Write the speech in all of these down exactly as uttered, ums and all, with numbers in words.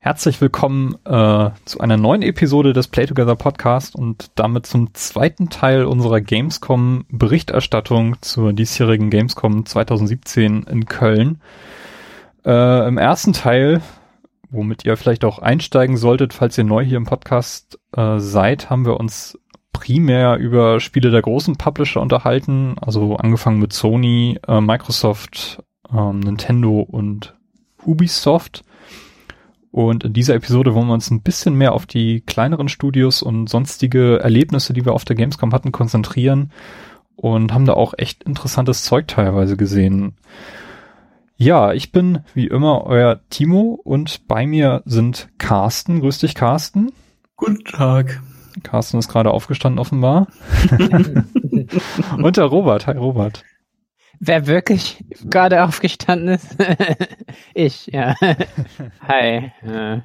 Herzlich willkommen äh, zu einer neuen Episode des Play Together Podcast und damit zum zweiten Teil unserer Gamescom-Berichterstattung zur diesjährigen Gamescom zwanzig siebzehn in Köln. Äh, Im ersten Teil, womit ihr vielleicht auch einsteigen solltet, falls ihr neu hier im Podcast äh, seid, haben wir uns primär über Spiele der großen Publisher unterhalten, also angefangen mit Sony, äh, Microsoft, äh, Nintendo und Ubisoft. Und in dieser Episode wollen wir uns ein bisschen mehr auf die kleineren Studios und sonstige Erlebnisse, die wir auf der Gamescom hatten, konzentrieren und haben da auch echt interessantes Zeug teilweise gesehen. Ja, ich bin wie immer euer Timo und bei mir sind Carsten. Grüß dich, Carsten. Guten Tag. Carsten ist gerade aufgestanden offenbar. Und der Robert. Hi, Robert. Wer wirklich gerade aufgestanden ist? Ich, ja. Hi. Äh.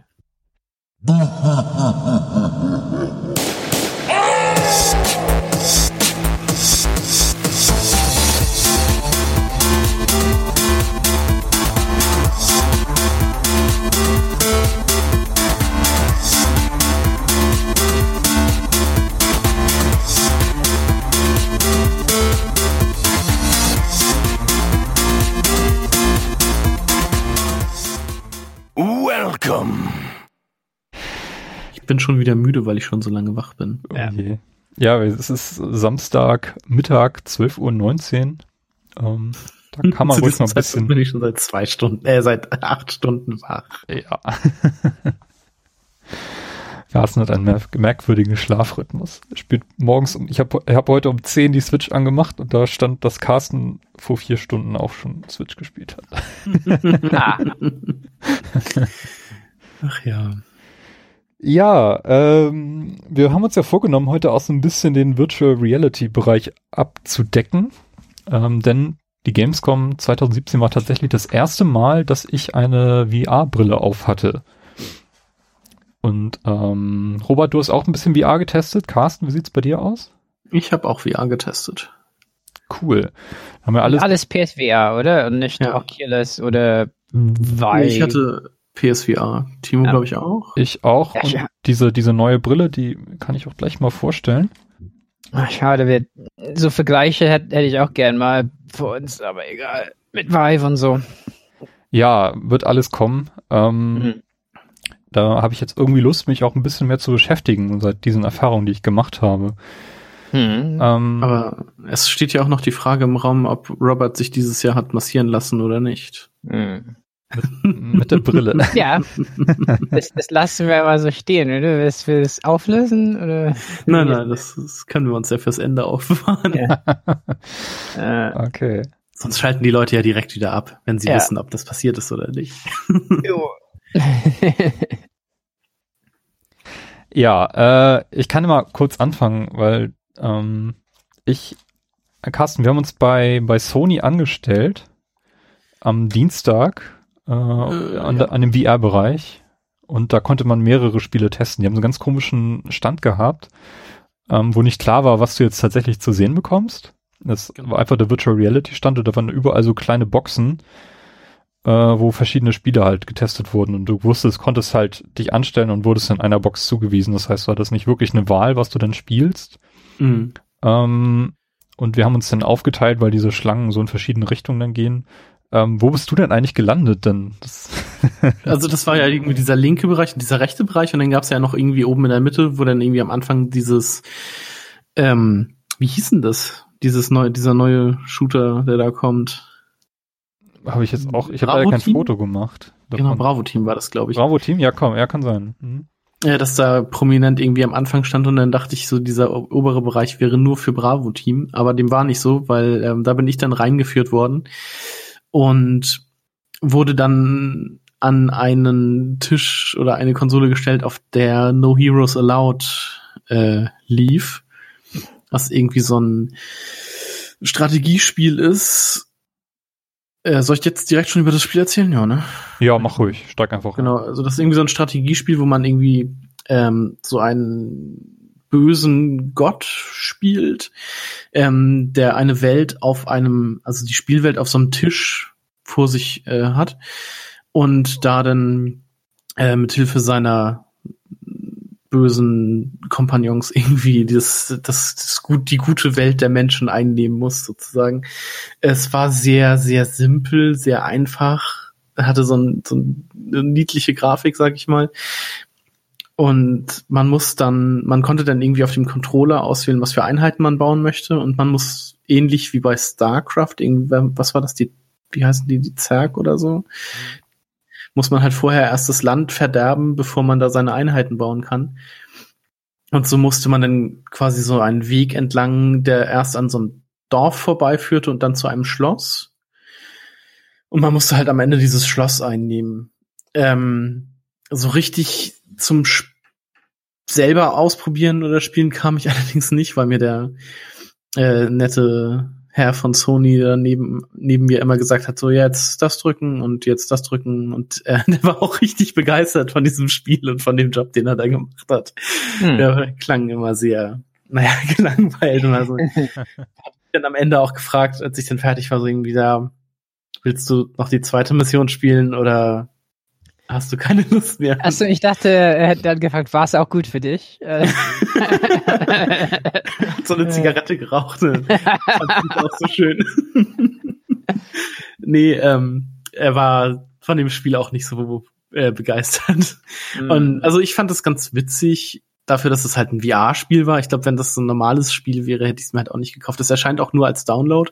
Welcome. Ich bin schon wieder müde, weil ich schon so lange wach bin. Oh je. Ja, es ist Samstag, Mittag, zwölf Uhr neunzehn. Ähm, da kann man ruhig mal ein bisschen... bin ich schon seit zwei Stunden, äh, seit acht Stunden wach. Ja. Carsten hat einen merk- merkwürdigen Schlafrhythmus. Er spielt morgens, um, ich habe ich hab heute um zehn die Switch angemacht und da stand, dass Carsten vor vier Stunden auch schon Switch gespielt hat. Ah. Ach ja. Ja, ähm, wir haben uns ja vorgenommen, heute auch so ein bisschen den Virtual Reality Bereich abzudecken, ähm, denn die Gamescom zwanzig siebzehn war tatsächlich das erste Mal, dass ich eine V R-Brille auf hatte. Und ähm, Robert, du hast auch ein bisschen V R getestet. Carsten, wie sieht's bei dir aus? Ich habe auch V R getestet. Cool. Haben wir alles, alles P S V R, oder? Und nicht Ja. Oculus oder Vive. Ich hatte P S V R. Timo, Ja. glaube ich, auch. Ich auch. Ja, und ja. diese diese neue Brille, die kann ich auch gleich mal vorstellen. Ach, schade, wir, so Vergleiche hätte hätt ich auch gern mal für uns, aber egal. Mit Vive und so. Ja, wird alles kommen. Ähm, Mhm. Da habe ich jetzt irgendwie Lust, mich auch ein bisschen mehr zu beschäftigen seit diesen Erfahrungen, die ich gemacht habe. Hm. Ähm, Aber es steht ja auch noch die Frage im Raum, ob Robert sich dieses Jahr hat massieren lassen oder nicht. Hm. mit der Brille. Ja, das, das lassen wir mal so stehen, oder? Willst du das auflösen? Oder? Nein, nein, das, das können wir uns ja fürs Ende aufbewahren. Ja. Äh, Okay. Sonst schalten die Leute ja direkt wieder ab, wenn sie Ja. wissen, ob das passiert ist oder nicht. jo. Ja, äh, ich kann mal kurz anfangen, weil ähm, ich, äh, Carsten, wir haben uns bei bei Sony angestellt am Dienstag äh, Äh, an, ja. der- an dem V R-Bereich und da konnte man mehrere Spiele testen. Die haben so einen ganz komischen Stand gehabt, ähm, wo nicht klar war, was du jetzt tatsächlich zu sehen bekommst. Das Genau. war einfach der Virtual Reality Stand und da waren überall so kleine Boxen, äh, wo verschiedene Spiele halt getestet wurden und du wusstest, konntest halt dich anstellen und wurdest in einer Box zugewiesen. Das heißt, war das nicht wirklich eine Wahl, was du denn spielst. Mhm. Ähm, und wir haben uns dann aufgeteilt, weil diese Schlangen so in verschiedene Richtungen dann gehen. Ähm, wo bist du denn eigentlich gelandet denn? Das Also das war ja irgendwie dieser linke Bereich und dieser rechte Bereich und dann gab es ja noch irgendwie oben in der Mitte, wo dann irgendwie am Anfang dieses, ähm, wie hieß denn das? Dieses neue, dieser neue Shooter, der da kommt. habe ich jetzt auch, ich habe Bravo leider kein Team? Foto gemacht. davon. Genau, Bravo Team war das, glaube ich. Bravo Team? Ja, komm, ja, kann sein. Mhm. Ja, dass da prominent irgendwie am Anfang stand und dann dachte ich so, dieser o- obere Bereich wäre nur für Bravo Team, aber dem war nicht so, weil ähm, da bin ich dann reingeführt worden und wurde dann an einen Tisch oder eine Konsole gestellt, auf der No Heroes Allowed äh, lief, was irgendwie so ein Strategiespiel ist. Äh, soll ich jetzt direkt schon über das Spiel erzählen? Ja, ne? Ja, mach ruhig, steig einfach. Genau, also das ist irgendwie so ein Strategiespiel, wo man irgendwie ähm, so einen bösen Gott spielt, ähm, der eine Welt auf einem, also die Spielwelt auf so einem Tisch vor sich äh, hat und da dann äh, mit Hilfe seiner bösen Kompagnons irgendwie das, das, das gut, die gute Welt der Menschen einnehmen muss, sozusagen. Es war sehr, sehr simpel, sehr einfach, hatte so, ein, so eine niedliche Grafik, sag ich mal. Und man muss dann, man konnte dann irgendwie auf dem Controller auswählen, was für Einheiten man bauen möchte. Und man muss ähnlich wie bei StarCraft, irgendwie, was war das, die, wie heißen die, die Zerg oder so? Mhm. Muss man halt vorher erst das Land verderben, bevor man da seine Einheiten bauen kann. Und so musste man dann quasi so einen Weg entlang, der erst an so einem Dorf vorbeiführte und dann zu einem Schloss. Und man musste halt am Ende dieses Schloss einnehmen. Ähm, so richtig zum Sp- selber ausprobieren oder spielen kam ich allerdings nicht, weil mir der äh, nette Herr von Sony da neben, neben mir immer gesagt hat, so jetzt das drücken und jetzt das drücken. Und äh, der war auch richtig begeistert von diesem Spiel und von dem Job, den er da gemacht hat. Hm. Der klang immer sehr, naja, gelangweilt. Und also, hab ich dann am Ende auch gefragt, als ich dann fertig war, so irgendwie da, willst du noch die zweite Mission spielen oder hast du keine Lust mehr? Achso, ich dachte, er hätte dann gefragt, war es auch gut für dich? Hat so eine Zigarette geraucht. Fand ich auch so schön. Nee, ähm, er war von dem Spiel auch nicht so äh, begeistert. Mhm. Und also ich fand das ganz witzig, dafür, dass es halt ein V R-Spiel war. Ich glaube, wenn das so ein normales Spiel wäre, hätte ich es mir halt auch nicht gekauft. Es erscheint auch nur als Download.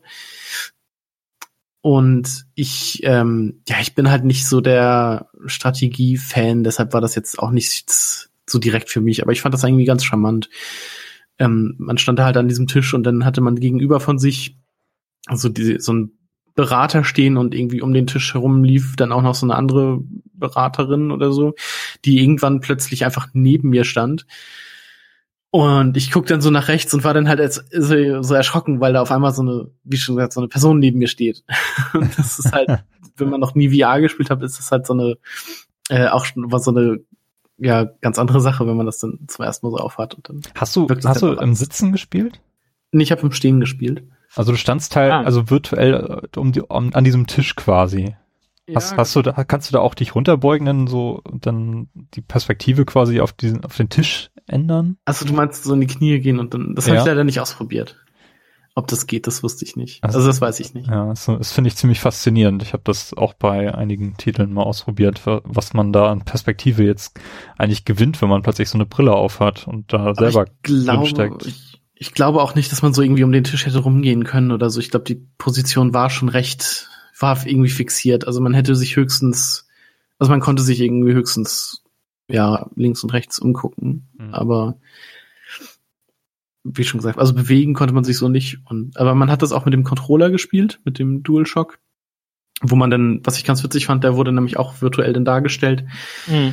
Und ich, ähm, ja, ich bin halt nicht so der Strategie-Fan, deshalb war das jetzt auch nichts so direkt für mich, aber ich fand das irgendwie ganz charmant. Ähm, man stand da halt an diesem Tisch und dann hatte man gegenüber von sich also die, so ein Berater stehen und irgendwie um den Tisch herum lief dann auch noch so eine andere Beraterin oder so, die irgendwann plötzlich einfach neben mir stand. Und ich guck dann so nach rechts und war dann halt als, so, so erschrocken, weil da auf einmal so eine, wie schon gesagt, so eine Person neben mir steht. Und das ist halt, wenn man noch nie V R gespielt hat, ist das halt so eine, äh, auch schon war so eine, ja, ganz andere Sache, wenn man das dann zum ersten Mal so aufhat. Und dann hast du, hast du im Sitzen gespielt? Nee, ich habe im Stehen gespielt. Also du standst halt, ah. also virtuell um die, um, an diesem Tisch quasi. Ja. Hast, hast du da, kannst du da auch dich runterbeugen, dann so, und dann die Perspektive quasi auf diesen, auf den Tisch ändern? Also du meinst so in die Knie gehen und dann, das ja. habe ich leider nicht ausprobiert. Ob das geht, das wusste ich nicht. Also, also das weiß ich nicht. Ja, das, das finde ich ziemlich faszinierend. Ich habe das auch bei einigen Titeln mal ausprobiert, was man da an Perspektive jetzt eigentlich gewinnt, wenn man plötzlich so eine Brille aufhat und da Aber selber drinsteckt. Ich, ich glaube auch nicht, dass man so irgendwie um den Tisch hätte rumgehen können oder so. Ich glaube, die Position war schon recht, war irgendwie fixiert. Also man hätte sich höchstens, also man konnte sich irgendwie höchstens ja links und rechts umgucken. Mhm. Aber wie schon gesagt, also bewegen konnte man sich so nicht. Und aber man hat das auch mit dem Controller gespielt, mit dem DualShock, wo man dann, was ich ganz witzig fand, der wurde nämlich auch virtuell dann dargestellt. Mhm.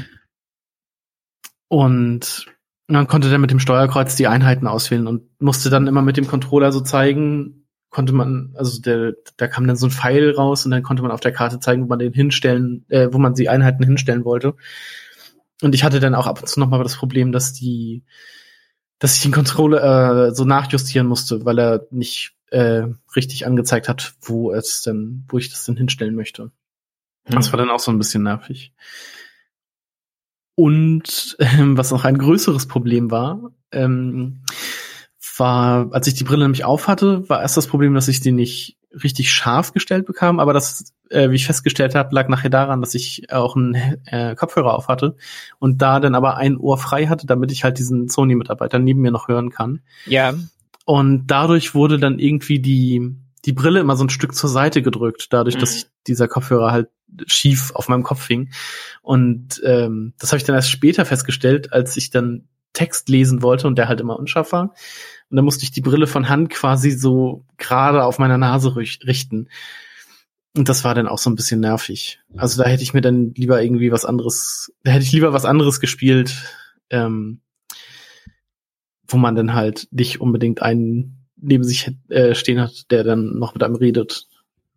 Und man konnte dann mit dem Steuerkreuz die Einheiten auswählen und musste dann immer mit dem Controller so zeigen, konnte man, also der, da kam dann so ein Pfeil raus und dann konnte man auf der Karte zeigen, wo man den hinstellen, äh, wo man die Einheiten hinstellen wollte. Und ich hatte dann auch ab und zu nochmal das Problem, dass die dass ich den Controller äh, so nachjustieren musste, weil er nicht äh, richtig angezeigt hat, wo es denn, wo ich das denn hinstellen möchte. Hm. Das war dann auch so ein bisschen nervig. Und ähm, was noch ein größeres Problem war, ähm, war, als ich die Brille nämlich auf hatte, war erst das Problem, dass ich die nicht richtig scharf gestellt bekam, aber das, äh, wie ich festgestellt habe, lag nachher daran, dass ich auch einen äh, Kopfhörer auf hatte und da dann aber ein Ohr frei hatte, damit ich halt diesen Sony-Mitarbeiter neben mir noch hören kann. Ja. Und dadurch wurde dann irgendwie die die Brille immer so ein Stück zur Seite gedrückt, dadurch, mhm. dass ich, dieser Kopfhörer halt schief auf meinem Kopf hing. Und ähm, das habe ich dann erst später festgestellt, als ich dann Text lesen wollte und der halt immer unscharf war. Und dann musste ich die Brille von Hand quasi so gerade auf meiner Nase richten. Und das war dann auch so ein bisschen nervig. Also da hätte ich mir dann lieber irgendwie was anderes, da hätte ich lieber was anderes gespielt, ähm, wo man dann halt nicht unbedingt einen neben sich äh, stehen hat, der dann noch mit einem redet.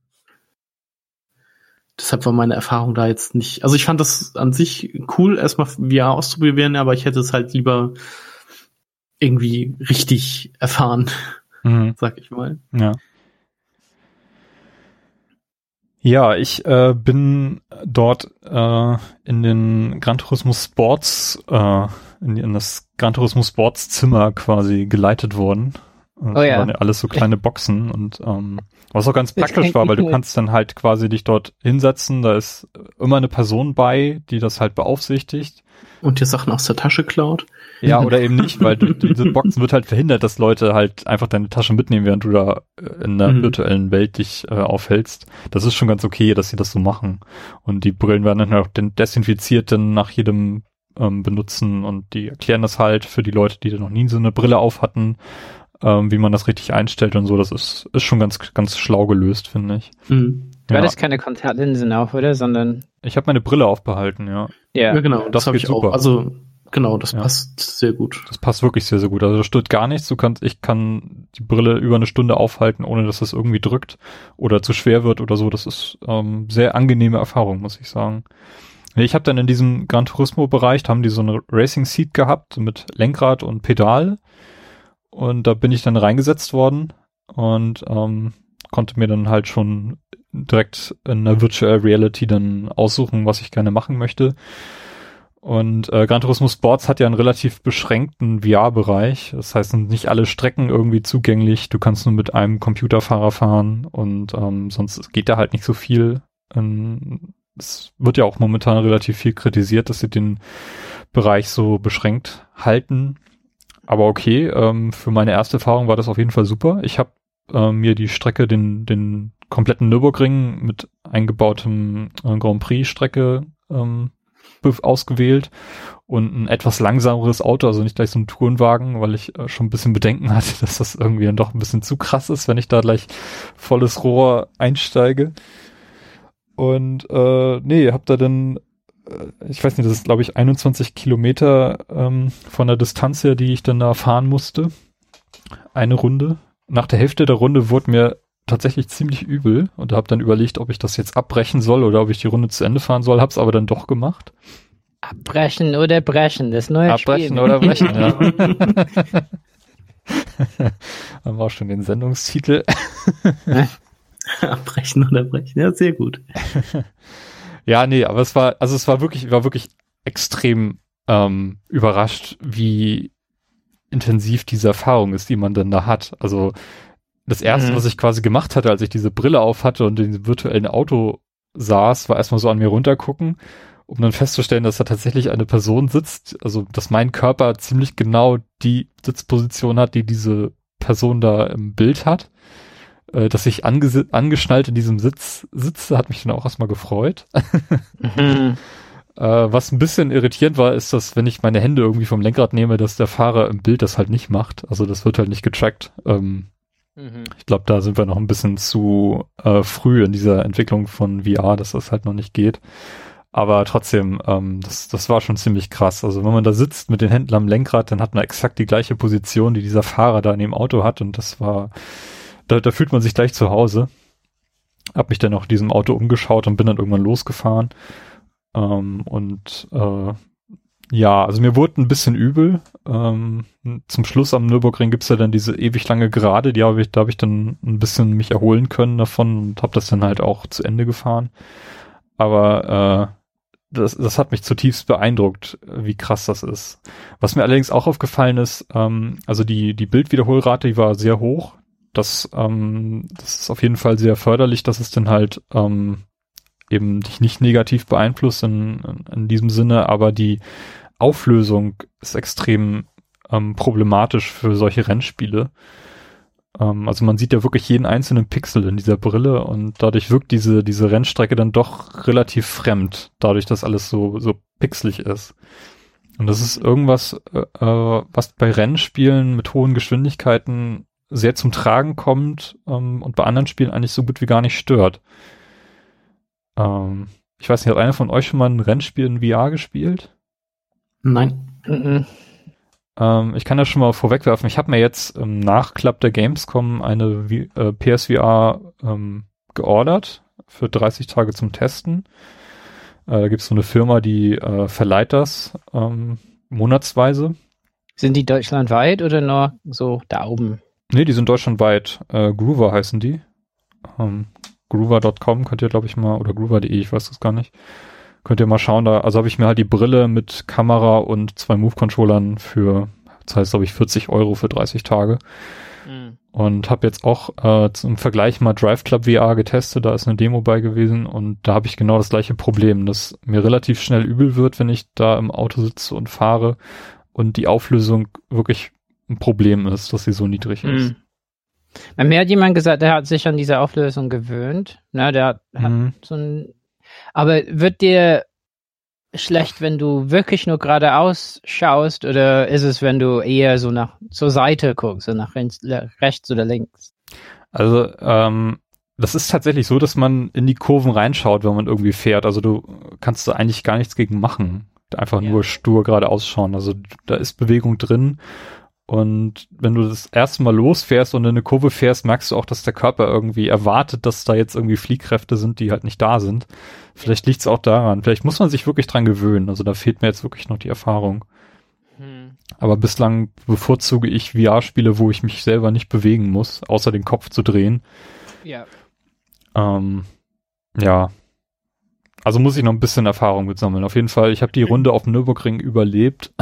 Deshalb war meine Erfahrung da jetzt nicht, also ich fand das an sich cool, erstmal V R auszuprobieren, aber ich hätte es halt lieber irgendwie richtig erfahren, mhm. sag ich mal. Ja. Ja, ich äh, bin dort äh, in den Gran Turismo Sports, äh, in, in das Gran Turismo Sports Zimmer quasi geleitet worden. Das Oh ja. waren ja alles so kleine Boxen und ähm, was auch ganz praktisch war, weil du kannst dann halt quasi dich dort hinsetzen, da ist immer eine Person bei, die das halt beaufsichtigt. Und dir Sachen aus der Tasche klaut? Ja, oder eben nicht, weil du, diese Boxen wird halt verhindert, dass Leute halt einfach deine Tasche mitnehmen, während du da in der Mhm. virtuellen Welt dich äh, aufhältst. Das ist schon ganz okay, dass sie das so machen. Und die Brillen werden dann auch desinfiziert dann nach jedem ähm, Benutzen und die erklären das halt für die Leute, die da noch nie so eine Brille auf hatten, ähm, wie man das richtig einstellt und so. Das ist, ist schon ganz, ganz schlau gelöst, finde ich. Mhm. Du Ja. hattest keine Kontaktlinsen auf, oder? Sondern, Ich habe meine Brille aufbehalten, ja. ja. Ja, genau, das das habe geht ich auch. super. Also, genau, das Ja. passt sehr gut. Das passt wirklich sehr, sehr gut. Also das stört gar nichts. Du kannst, ich kann die Brille über eine Stunde aufhalten, ohne dass es irgendwie drückt oder zu schwer wird oder so. Das ist ähm, sehr angenehme Erfahrung, muss ich sagen. Ich habe dann in diesem Gran Turismo Bereich, da haben die so eine Racing Seat gehabt mit Lenkrad und Pedal und da bin ich dann reingesetzt worden und ähm, konnte mir dann halt schon direkt in der Virtual Reality dann aussuchen, was ich gerne machen möchte. Und äh, Gran Turismo Sports hat ja einen relativ beschränkten V R-Bereich. Das heißt, sind nicht alle Strecken irgendwie zugänglich. Du kannst nur mit einem Computerfahrer fahren und ähm, sonst geht da halt nicht so viel. Ähm, es wird ja auch momentan relativ viel kritisiert, dass sie den Bereich so beschränkt halten. Aber okay, ähm, für meine erste Erfahrung war das auf jeden Fall super. Ich habe äh, mir die Strecke, den, den kompletten Nürburgring mit eingebautem äh, Grand Prix-Strecke ähm, ausgewählt und ein etwas langsameres Auto, also nicht gleich so ein Tourenwagen, weil ich äh, schon ein bisschen Bedenken hatte, dass das irgendwie dann doch ein bisschen zu krass ist, wenn ich da gleich volles Rohr einsteige. Und äh, nee, hab da dann, äh, ich weiß nicht, das ist glaube ich einundzwanzig Kilometer ähm, von der Distanz her, die ich dann da fahren musste. Eine Runde. Nach der Hälfte der Runde wurde mir tatsächlich ziemlich übel und habe dann überlegt, ob ich das jetzt abbrechen soll oder ob ich die Runde zu Ende fahren soll, hab's aber dann doch gemacht. Abbrechen oder brechen, das neue Abbrechen Spiel. oder brechen, ja. Haben wir auch schon den Sendungstitel. Abbrechen oder brechen, ja, sehr gut. Ja, nee, aber es war, also es war wirklich, war wirklich extrem ähm, überrascht, wie intensiv diese Erfahrung ist, die man dann da hat. Also das erste, Mhm. was ich quasi gemacht hatte, als ich diese Brille auf hatte und in diesem virtuellen Auto saß, war erstmal so an mir runtergucken, um dann festzustellen, dass da tatsächlich eine Person sitzt, also dass mein Körper ziemlich genau die Sitzposition hat, die diese Person da im Bild hat. Äh, dass ich ange- angeschnallt in diesem Sitz sitze, hat mich dann auch erstmal gefreut. Mhm. Äh, was ein bisschen irritierend war, ist, dass wenn ich meine Hände irgendwie vom Lenkrad nehme, dass der Fahrer im Bild das halt nicht macht. Also das wird halt nicht getrackt. Ähm, Mhm. ich glaube, da sind wir noch ein bisschen zu äh, früh in dieser Entwicklung von V R, dass das halt noch nicht geht. Aber trotzdem, ähm, das, das war schon ziemlich krass. Also wenn man da sitzt mit den Händen am Lenkrad, dann hat man exakt die gleiche Position, die dieser Fahrer da in dem Auto hat. Und das war, da, da fühlt man sich gleich zu Hause. Hab mich dann auch in diesem Auto umgeschaut und bin dann irgendwann losgefahren. Ähm, und äh, ja, also mir wurde ein bisschen übel. Ähm, zum Schluss am Nürburgring gibt's ja dann diese ewig lange Gerade, die habe ich, da habe ich dann ein bisschen mich erholen können davon und habe das dann halt auch zu Ende gefahren. Aber äh, das, das hat mich zutiefst beeindruckt, wie krass das ist. Was mir allerdings auch aufgefallen ist, ähm, also die die Bildwiederholrate, die war sehr hoch. Das, ähm, das ist auf jeden Fall sehr förderlich, dass es dann halt ähm, eben dich nicht negativ beeinflusst in, in, in diesem Sinne, aber die Auflösung ist extrem ähm, problematisch für solche Rennspiele. Ähm, also man sieht ja wirklich jeden einzelnen Pixel in dieser Brille und dadurch wirkt diese diese Rennstrecke dann doch relativ fremd, dadurch, dass alles so so pixelig ist. Und das ist irgendwas, äh, was bei Rennspielen mit hohen Geschwindigkeiten sehr zum Tragen kommt ähm, und bei anderen Spielen eigentlich so gut wie gar nicht stört. Ähm, ich weiß nicht, hat einer von euch schon mal ein Rennspiel in V R gespielt? Nein. Mhm. Ähm, ich kann das schon mal vorwegwerfen. Ich habe mir jetzt im Nachklapp der Gamescom eine v- äh, P S V R ähm, geordert für dreißig Tage zum Testen. Äh, da gibt es so eine Firma, die äh, verleiht das ähm, monatsweise. Sind die deutschlandweit oder nur so da oben? Nee, die sind deutschlandweit. Äh, Groover heißen die. Ähm, groover Punkt com könnt ihr, glaube ich, mal, oder groover Punkt de, ich weiß das gar nicht. Könnt ihr mal schauen, da, also habe ich mir halt die Brille mit Kamera und zwei Move-Controllern für, das heißt, glaube ich, vierzig Euro für dreißig Tage. Mhm. Und habe jetzt auch äh, zum Vergleich mal Drive Club V R getestet, da ist eine Demo bei gewesen und da habe ich genau das gleiche Problem, dass mir relativ schnell übel wird, wenn ich da im Auto sitze und fahre und die Auflösung wirklich ein Problem ist, dass sie so niedrig mhm. ist. Bei mir hat jemand gesagt, der hat sich an diese Auflösung gewöhnt. Na, der hat, mhm. hat so ein, aber wird dir schlecht, wenn du wirklich nur geradeaus schaust, oder ist es, wenn du eher so nach zur Seite guckst, so nach rechts, rechts oder links? Also, ähm, das ist tatsächlich so, dass man in die Kurven reinschaut, wenn man irgendwie fährt. Also du kannst da eigentlich gar nichts gegen machen. Einfach ja. nur stur geradeaus schauen. Also da ist Bewegung drin. Und wenn du das erste Mal losfährst und in eine Kurve fährst, merkst du auch, dass der Körper irgendwie erwartet, dass da jetzt irgendwie Fliehkräfte sind, die halt nicht da sind. Vielleicht liegt es auch daran. Vielleicht muss man sich wirklich dran gewöhnen. Also da fehlt mir jetzt wirklich noch die Erfahrung. Hm. Aber bislang bevorzuge ich V R-Spiele, wo ich mich selber nicht bewegen muss, außer den Kopf zu drehen. Ja. Ähm, ja. Also muss ich noch ein bisschen Erfahrung mit sammeln. Auf jeden Fall, ich habe die Runde auf dem Nürburgring überlebt.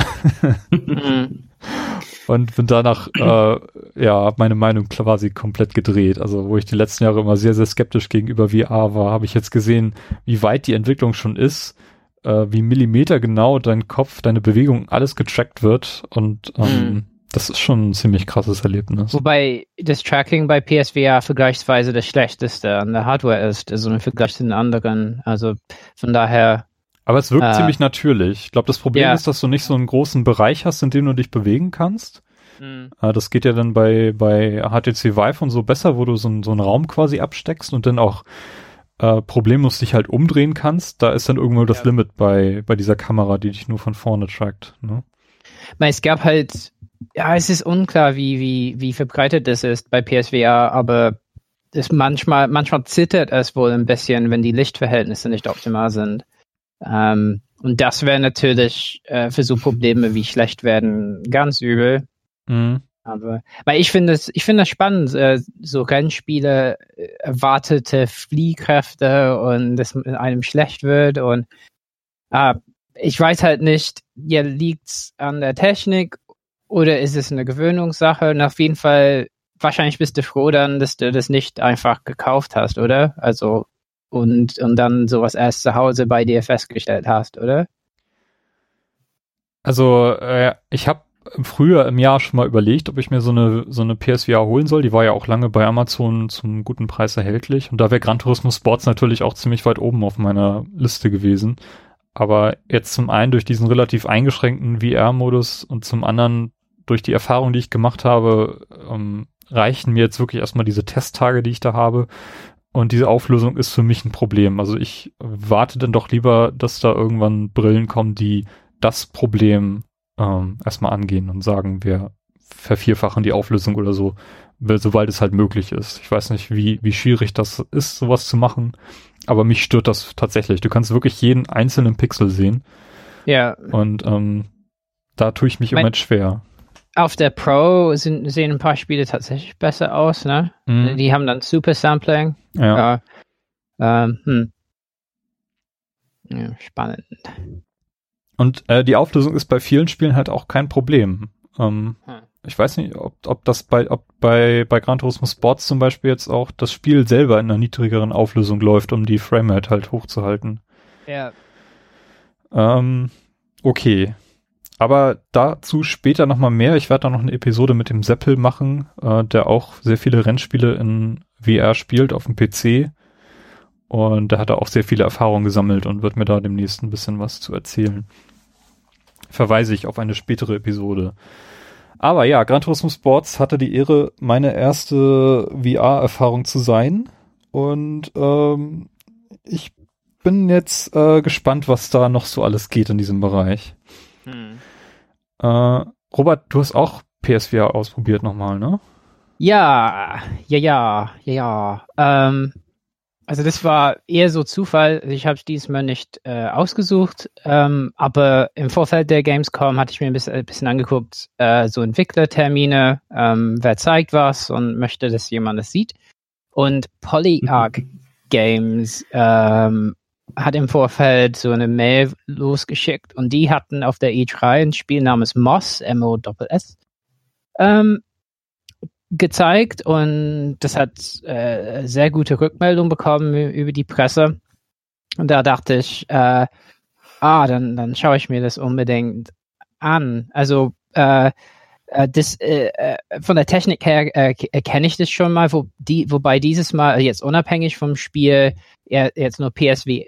Und bin danach, äh, ja, hab meine Meinung quasi komplett gedreht. Also wo ich die letzten Jahre immer sehr, sehr skeptisch gegenüber V R war, habe ich jetzt gesehen, wie weit die Entwicklung schon ist, äh, wie millimetergenau dein Kopf, deine Bewegung, alles getrackt wird. Und ähm, mhm. das ist schon ein ziemlich krasses Erlebnis. Wobei das Tracking bei P S V R vergleichsweise das Schlechteste an der Hardware ist, also im Vergleich zu den anderen. Also von daher... Aber es wirkt äh, ziemlich natürlich. Ich glaube, das Problem ja. ist, dass du nicht so einen großen Bereich hast, in dem du dich bewegen kannst. Mhm. Äh, das geht ja dann bei bei H T C Vive und so besser, wo du so, so einen Raum quasi absteckst und dann auch äh, problemlos dich halt umdrehen kannst. Da ist dann irgendwo das ja. Limit bei bei dieser Kamera, die dich nur von vorne trackt. Ne? Es gab halt, ja, es ist unklar, wie wie wie verbreitet das ist bei P S V R, aber es manchmal manchmal zittert es wohl ein bisschen, wenn die Lichtverhältnisse nicht optimal sind. Ähm, und das wäre natürlich äh, für so Probleme wie schlecht werden ganz übel. Mhm. Aber weil ich finde es, ich finde das spannend, äh, so Rennspiele, äh, erwartete Fliehkräfte und dass mit einem schlecht wird und äh, ich weiß halt nicht, ja, liegt's an der Technik oder ist es eine Gewöhnungssache? Und auf jeden Fall, wahrscheinlich bist du froh dann, dass du das nicht einfach gekauft hast, oder? Also Und, und dann sowas erst zu Hause bei dir festgestellt hast, oder? Also, äh, ich habe früher im Jahr schon mal überlegt, ob ich mir so eine so eine P S V R holen soll. Die war ja auch lange bei Amazon zum guten Preis erhältlich. Und da wäre Gran Turismo Sports natürlich auch ziemlich weit oben auf meiner Liste gewesen. Aber jetzt zum einen durch diesen relativ eingeschränkten V R-Modus und zum anderen durch die Erfahrung, die ich gemacht habe, ähm, reichen mir jetzt wirklich erstmal diese Testtage, die ich da habe. Und diese Auflösung ist für mich ein Problem. Also ich warte dann doch lieber, dass da irgendwann Brillen kommen, die das Problem ähm, erstmal angehen und sagen, wir vervierfachen die Auflösung oder so, sobald es halt möglich ist. Ich weiß nicht, wie wie schwierig das ist, sowas zu machen, aber mich stört das tatsächlich. Du kannst wirklich jeden einzelnen Pixel sehen. Ja. Und ähm, da tue ich mich mein- im Moment schwer. Auf der Pro sind, sehen ein paar Spiele tatsächlich besser aus, ne? Mhm. Die haben dann Super Sampling. Ja. ja. Ähm, hm. ja spannend. Und äh, die Auflösung ist bei vielen Spielen halt auch kein Problem. Ähm, hm. Ich weiß nicht, ob, ob das bei, ob bei, bei Gran Turismo Sports zum Beispiel jetzt auch das Spiel selber in einer niedrigeren Auflösung läuft, um die Framerate halt hochzuhalten. Ja. Ähm, okay. Aber dazu später nochmal mehr. Ich werde da noch eine Episode mit dem Seppel machen, äh, der auch sehr viele Rennspiele in V R spielt auf dem P C. Und der hat da auch sehr viele Erfahrungen gesammelt und wird mir da demnächst ein bisschen was zu erzählen. Verweise ich auf eine spätere Episode. Aber ja, Gran Turismo Sports hatte die Ehre, meine erste V R-Erfahrung zu sein. Und ähm, ich bin jetzt äh, gespannt, was da noch so alles geht in diesem Bereich. Hm. Äh, Robert, du hast auch P S V R ausprobiert nochmal, ne? Ja, ja, ja, ja, ja. Ähm, also das war eher so Zufall. Ich habe es diesmal nicht äh, ausgesucht, ähm, aber im Vorfeld der Gamescom hatte ich mir ein bisschen, ein bisschen angeguckt, äh, so Entwicklertermine, ähm, wer zeigt was und möchte, dass jemand das sieht. Und PolyArc Games ähm, hat im Vorfeld so eine Mail losgeschickt und die hatten auf der E drei ein Spiel namens Moss, M O S S, ähm, gezeigt und das hat äh, sehr gute Rückmeldung bekommen über die Presse. Und da dachte ich, äh, ah, dann, dann schaue ich mir das unbedingt an. Also äh, das äh, von der Technik her äh, kenne ich das schon mal, wo die, wobei dieses Mal jetzt unabhängig vom Spiel jetzt nur P S V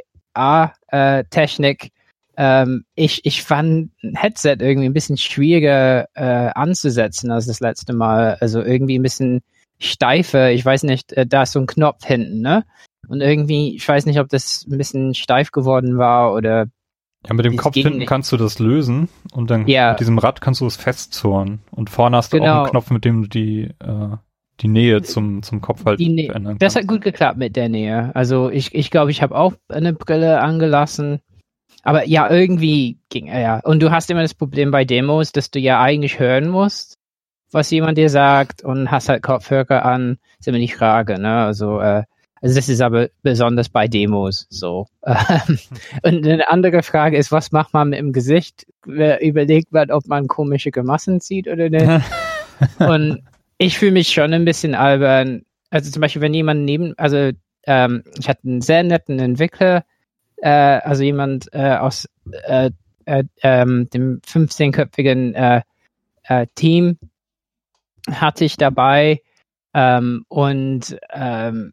A-Technik. Ähm, ich, ich fand ein Headset irgendwie ein bisschen schwieriger äh, anzusetzen als das letzte Mal. Also irgendwie ein bisschen steifer. Ich weiß nicht, äh, da ist so ein Knopf hinten, ne? Und irgendwie, ich weiß nicht, ob das ein bisschen steif geworden war oder. Ja, mit dem Kopf hinten nicht. Kannst du das lösen und dann ja. Mit diesem Rad kannst du es festzurren. Und vorne hast du genau. auch einen Knopf, mit dem du die, äh, die Nähe zum, zum Kopf halt die verändern kannst. Das hat gut geklappt mit der Nähe. Also ich ich, glaube, ich habe auch eine Brille angelassen. Aber ja, irgendwie ging er ja. Und du hast immer das Problem bei Demos, dass du ja eigentlich hören musst, was jemand dir sagt und hast halt Kopfhörer an. Ist immer die Frage, ne? Also, äh, Also das ist aber besonders bei Demos so. Und eine andere Frage ist, was macht man mit dem Gesicht? Überlegt man, ob man komische Grimassen zieht oder nicht. Und ich fühle mich schon ein bisschen albern. Also zum Beispiel, wenn jemand neben, also ähm, ich hatte einen sehr netten Entwickler, äh, also jemand äh, aus äh, äh, ähm, dem fünfzehnköpfigen äh, äh, Team hatte ich dabei ähm, und ähm,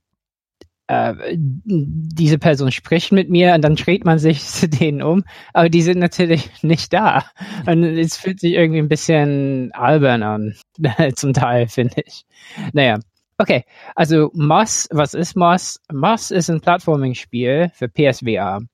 Äh, diese Person spricht mit mir und dann dreht man sich zu denen um, aber die sind natürlich nicht da. Und es fühlt sich irgendwie ein bisschen albern an, zum Teil, finde ich. Naja, okay. Also Moss, was ist Moss? Moss ist ein Plattforming-Spiel für P S V R.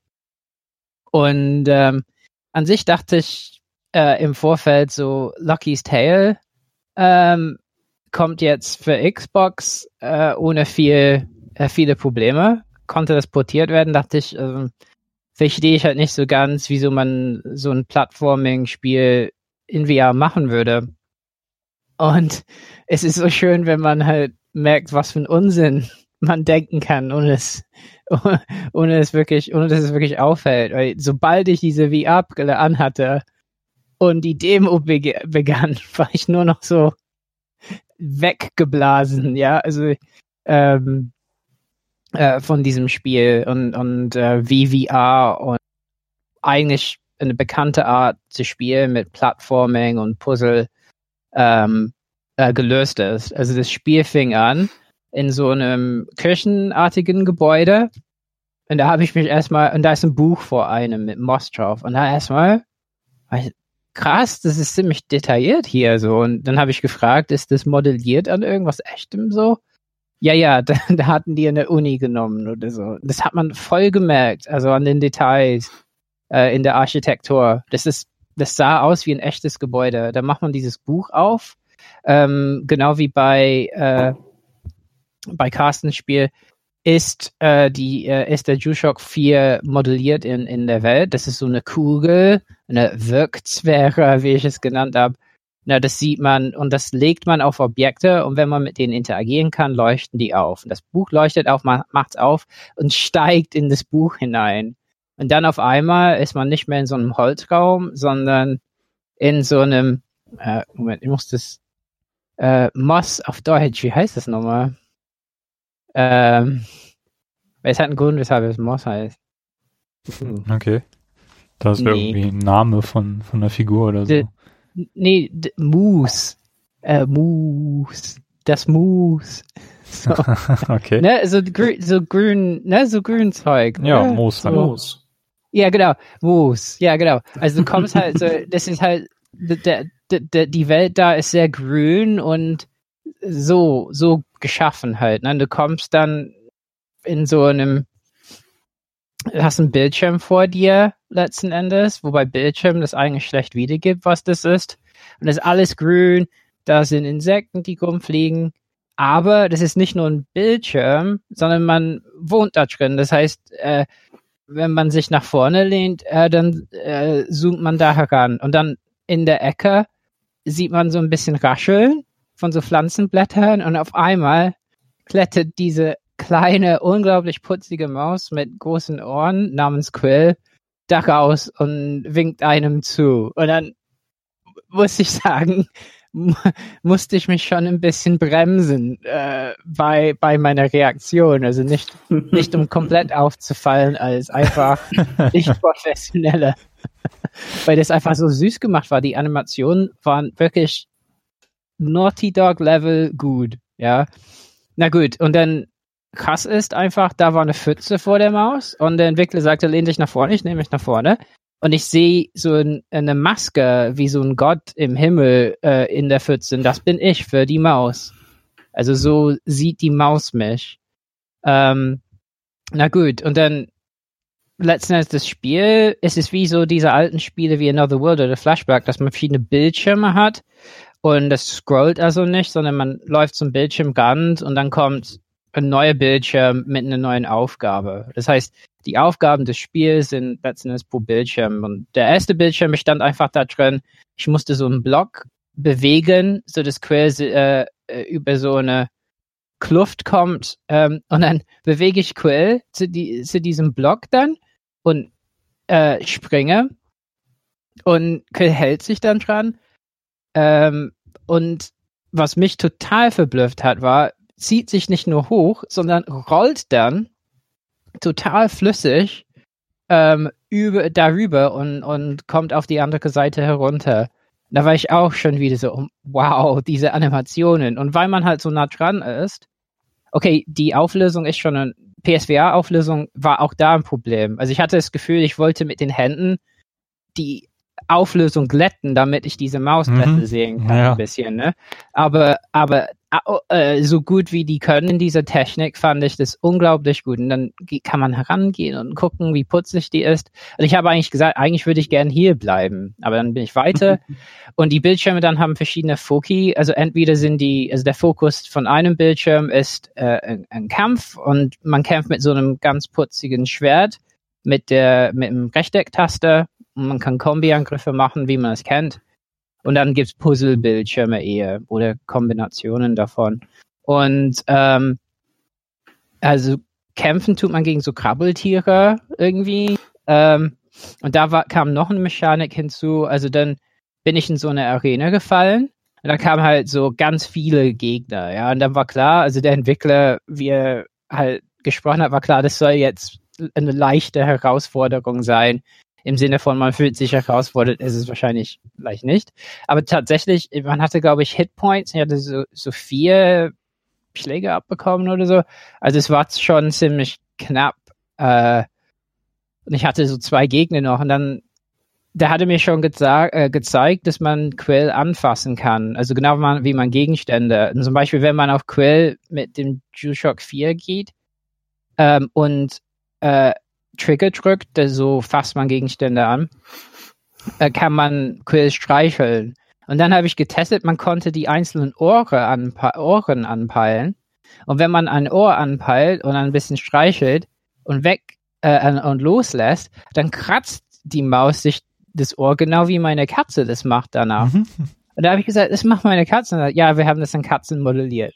Und ähm, an sich dachte ich äh, im Vorfeld so, Lucky's Tale ähm, kommt jetzt für Xbox äh, ohne viel viele Probleme, konnte das portiert werden, dachte ich, äh, verstehe ich halt nicht so ganz, wieso man so ein Plattforming-Spiel in V R machen würde. Und es ist so schön, wenn man halt merkt, was für ein Unsinn man denken kann, ohne es, ohne es wirklich, ohne dass es wirklich auffällt. Weil sobald ich diese V R-Brille anhatte und die Demo beg- begann, war ich nur noch so weggeblasen, ja, also ähm, von diesem Spiel und, und äh, wie V R und eigentlich eine bekannte Art zu spielen mit Plattforming und Puzzle ähm, äh, gelöst ist. Also das Spiel fing an in so einem kirchenartigen Gebäude und da habe ich mich erstmal, und da ist ein Buch vor einem mit Moss drauf und da erstmal, krass, das ist ziemlich detailliert hier so und dann habe ich gefragt, ist das modelliert an irgendwas Echtem so? Ja, ja, da, da hatten die eine Uni genommen oder so. Das hat man voll gemerkt, also an den Details äh, in der Architektur. Das ist, das sah aus wie ein echtes Gebäude. Da macht man dieses Buch auf, ähm, genau wie bei äh, bei Carstens Spiel ist äh, die äh, ist der DualShock vier modelliert in in der Welt. Das ist so eine Kugel, eine Wirksphäre, wie ich es genannt habe. Na, das sieht man und das legt man auf Objekte und wenn man mit denen interagieren kann, leuchten die auf. Und das Buch leuchtet auf, macht's auf und steigt in das Buch hinein. Und dann auf einmal ist man nicht mehr in so einem Holzraum, sondern in so einem, äh, Moment, ich muss das, äh, Moss auf Deutsch, wie heißt das nochmal? Ähm, es hat einen Grund, weshalb es Moss heißt. Okay. Das wäre nee. irgendwie ein Name von, von einer Figur oder so. De, Nee, d- Moose. Äh, Moose. Das Moose. So. Okay. Ne, so, grü- so grün, ne, so Grünzeug. Ja, ne? Moos. So. Moos. Ja, genau. Moos. Ja, genau. Also du kommst halt so, das ist halt, der, der, der, die Welt da ist sehr grün und so, so geschaffen halt, ne? Du kommst dann in so einem, hast einen Bildschirm vor dir letzten Endes, wobei Bildschirm das eigentlich schlecht wiedergibt, was das ist. Und das ist alles grün, da sind Insekten, die rumfliegen. Aber das ist nicht nur ein Bildschirm, sondern man wohnt da drin. Das heißt, äh, wenn man sich nach vorne lehnt, äh, dann äh, zoomt man da heran. Und dann in der Ecke sieht man so ein bisschen Rascheln von so Pflanzenblättern und auf einmal klettert diese kleine, unglaublich putzige Maus mit großen Ohren namens Quill da raus und winkt einem zu. Und dann muss ich sagen, mu- musste ich mich schon ein bisschen bremsen äh, bei, bei meiner Reaktion. Also nicht, nicht um komplett aufzufallen als einfach nicht professioneller. Weil das einfach so süß gemacht war. Die Animationen waren wirklich Naughty Dog Level gut, ja. Na gut, und dann krass ist einfach, da war eine Pfütze vor der Maus und der Entwickler sagte, lehn dich nach vorne, ich nehme mich nach vorne und ich sehe so ein, eine Maske wie so ein Gott im Himmel äh, in der Pfütze und das bin ich für die Maus. Also so sieht die Maus mich. Ähm, na gut, und dann letzten Endes das Spiel, es ist wie so diese alten Spiele wie Another World oder Flashback, dass man verschiedene Bildschirme hat und das scrollt also nicht, sondern man läuft zum Bildschirmrand und dann kommt ein neuer Bildschirm mit einer neuen Aufgabe. Das heißt, die Aufgaben des Spiels sind letzten Endes pro Bildschirm. Und der erste Bildschirm bestand einfach da drin, ich musste so einen Block bewegen, so dass Quill äh, über so eine Kluft kommt ähm, und dann bewege ich Quill zu, die, zu diesem Block dann und äh, springe und Quill hält sich dann dran. Ähm, und was mich total verblüfft hat, war, zieht sich nicht nur hoch, sondern rollt dann total flüssig ähm, über, darüber und, und kommt auf die andere Seite herunter. Da war ich auch schon wieder so, wow, diese Animationen. Und weil man halt so nah dran ist, okay, die Auflösung ist schon eine P S V R-Auflösung, war auch da ein Problem. Also ich hatte das Gefühl, ich wollte mit den Händen die Auflösung glätten, damit ich diese Maus besser Mhm. sehen kann, Ja. ein bisschen, ne? Aber, aber äh, so gut wie die können in dieser Technik, fand ich das unglaublich gut. Und dann kann man herangehen und gucken, wie putzig die ist. Und ich habe eigentlich gesagt, eigentlich würde ich gern hier bleiben. Aber dann bin ich weiter. Und die Bildschirme dann haben verschiedene Foki. Also entweder sind die, also der Fokus von einem Bildschirm ist äh, ein, ein Kampf und man kämpft mit so einem ganz putzigen Schwert mit der, mit dem Rechtecktaster. Und man kann Kombi-Angriffe machen, wie man es kennt. Und dann gibt's Puzzle-Bildschirme eher oder Kombinationen davon. Und ähm, also kämpfen tut man gegen so Krabbeltiere irgendwie. Ähm, und da war, kam noch eine Mechanik hinzu. Also dann bin ich in so eine Arena gefallen. Und da kamen halt so ganz viele Gegner. Ja, und dann war klar, also der Entwickler, wie er halt gesprochen hat, war klar, das soll jetzt eine leichte Herausforderung sein. Im Sinne von, man fühlt sich herausfordert, ist es wahrscheinlich vielleicht nicht. Aber tatsächlich, man hatte, glaube ich, Hitpoints. Ich hatte so, so vier Schläge abbekommen oder so. Also es war schon ziemlich knapp. Äh, und ich hatte so zwei Gegner noch. Und dann, der hatte mir schon geza- äh, gezeigt, dass man Quill anfassen kann. Also genau wie man, wie man Gegenstände. Und zum Beispiel, wenn man auf Quill mit dem DualShock vier geht ähm, und äh, Trigger drückt, so fasst man Gegenstände an, äh, kann man Quill streicheln. Und dann habe ich getestet, man konnte die einzelnen Ohren, anpe- Ohren anpeilen. Und wenn man ein Ohr anpeilt und ein bisschen streichelt und weg äh, und loslässt, dann kratzt die Maus sich das Ohr, genau wie meine Katze das macht danach. Mhm. Und da habe ich gesagt, das macht meine Katze. Und dann, ja, wir haben das an Katzen modelliert.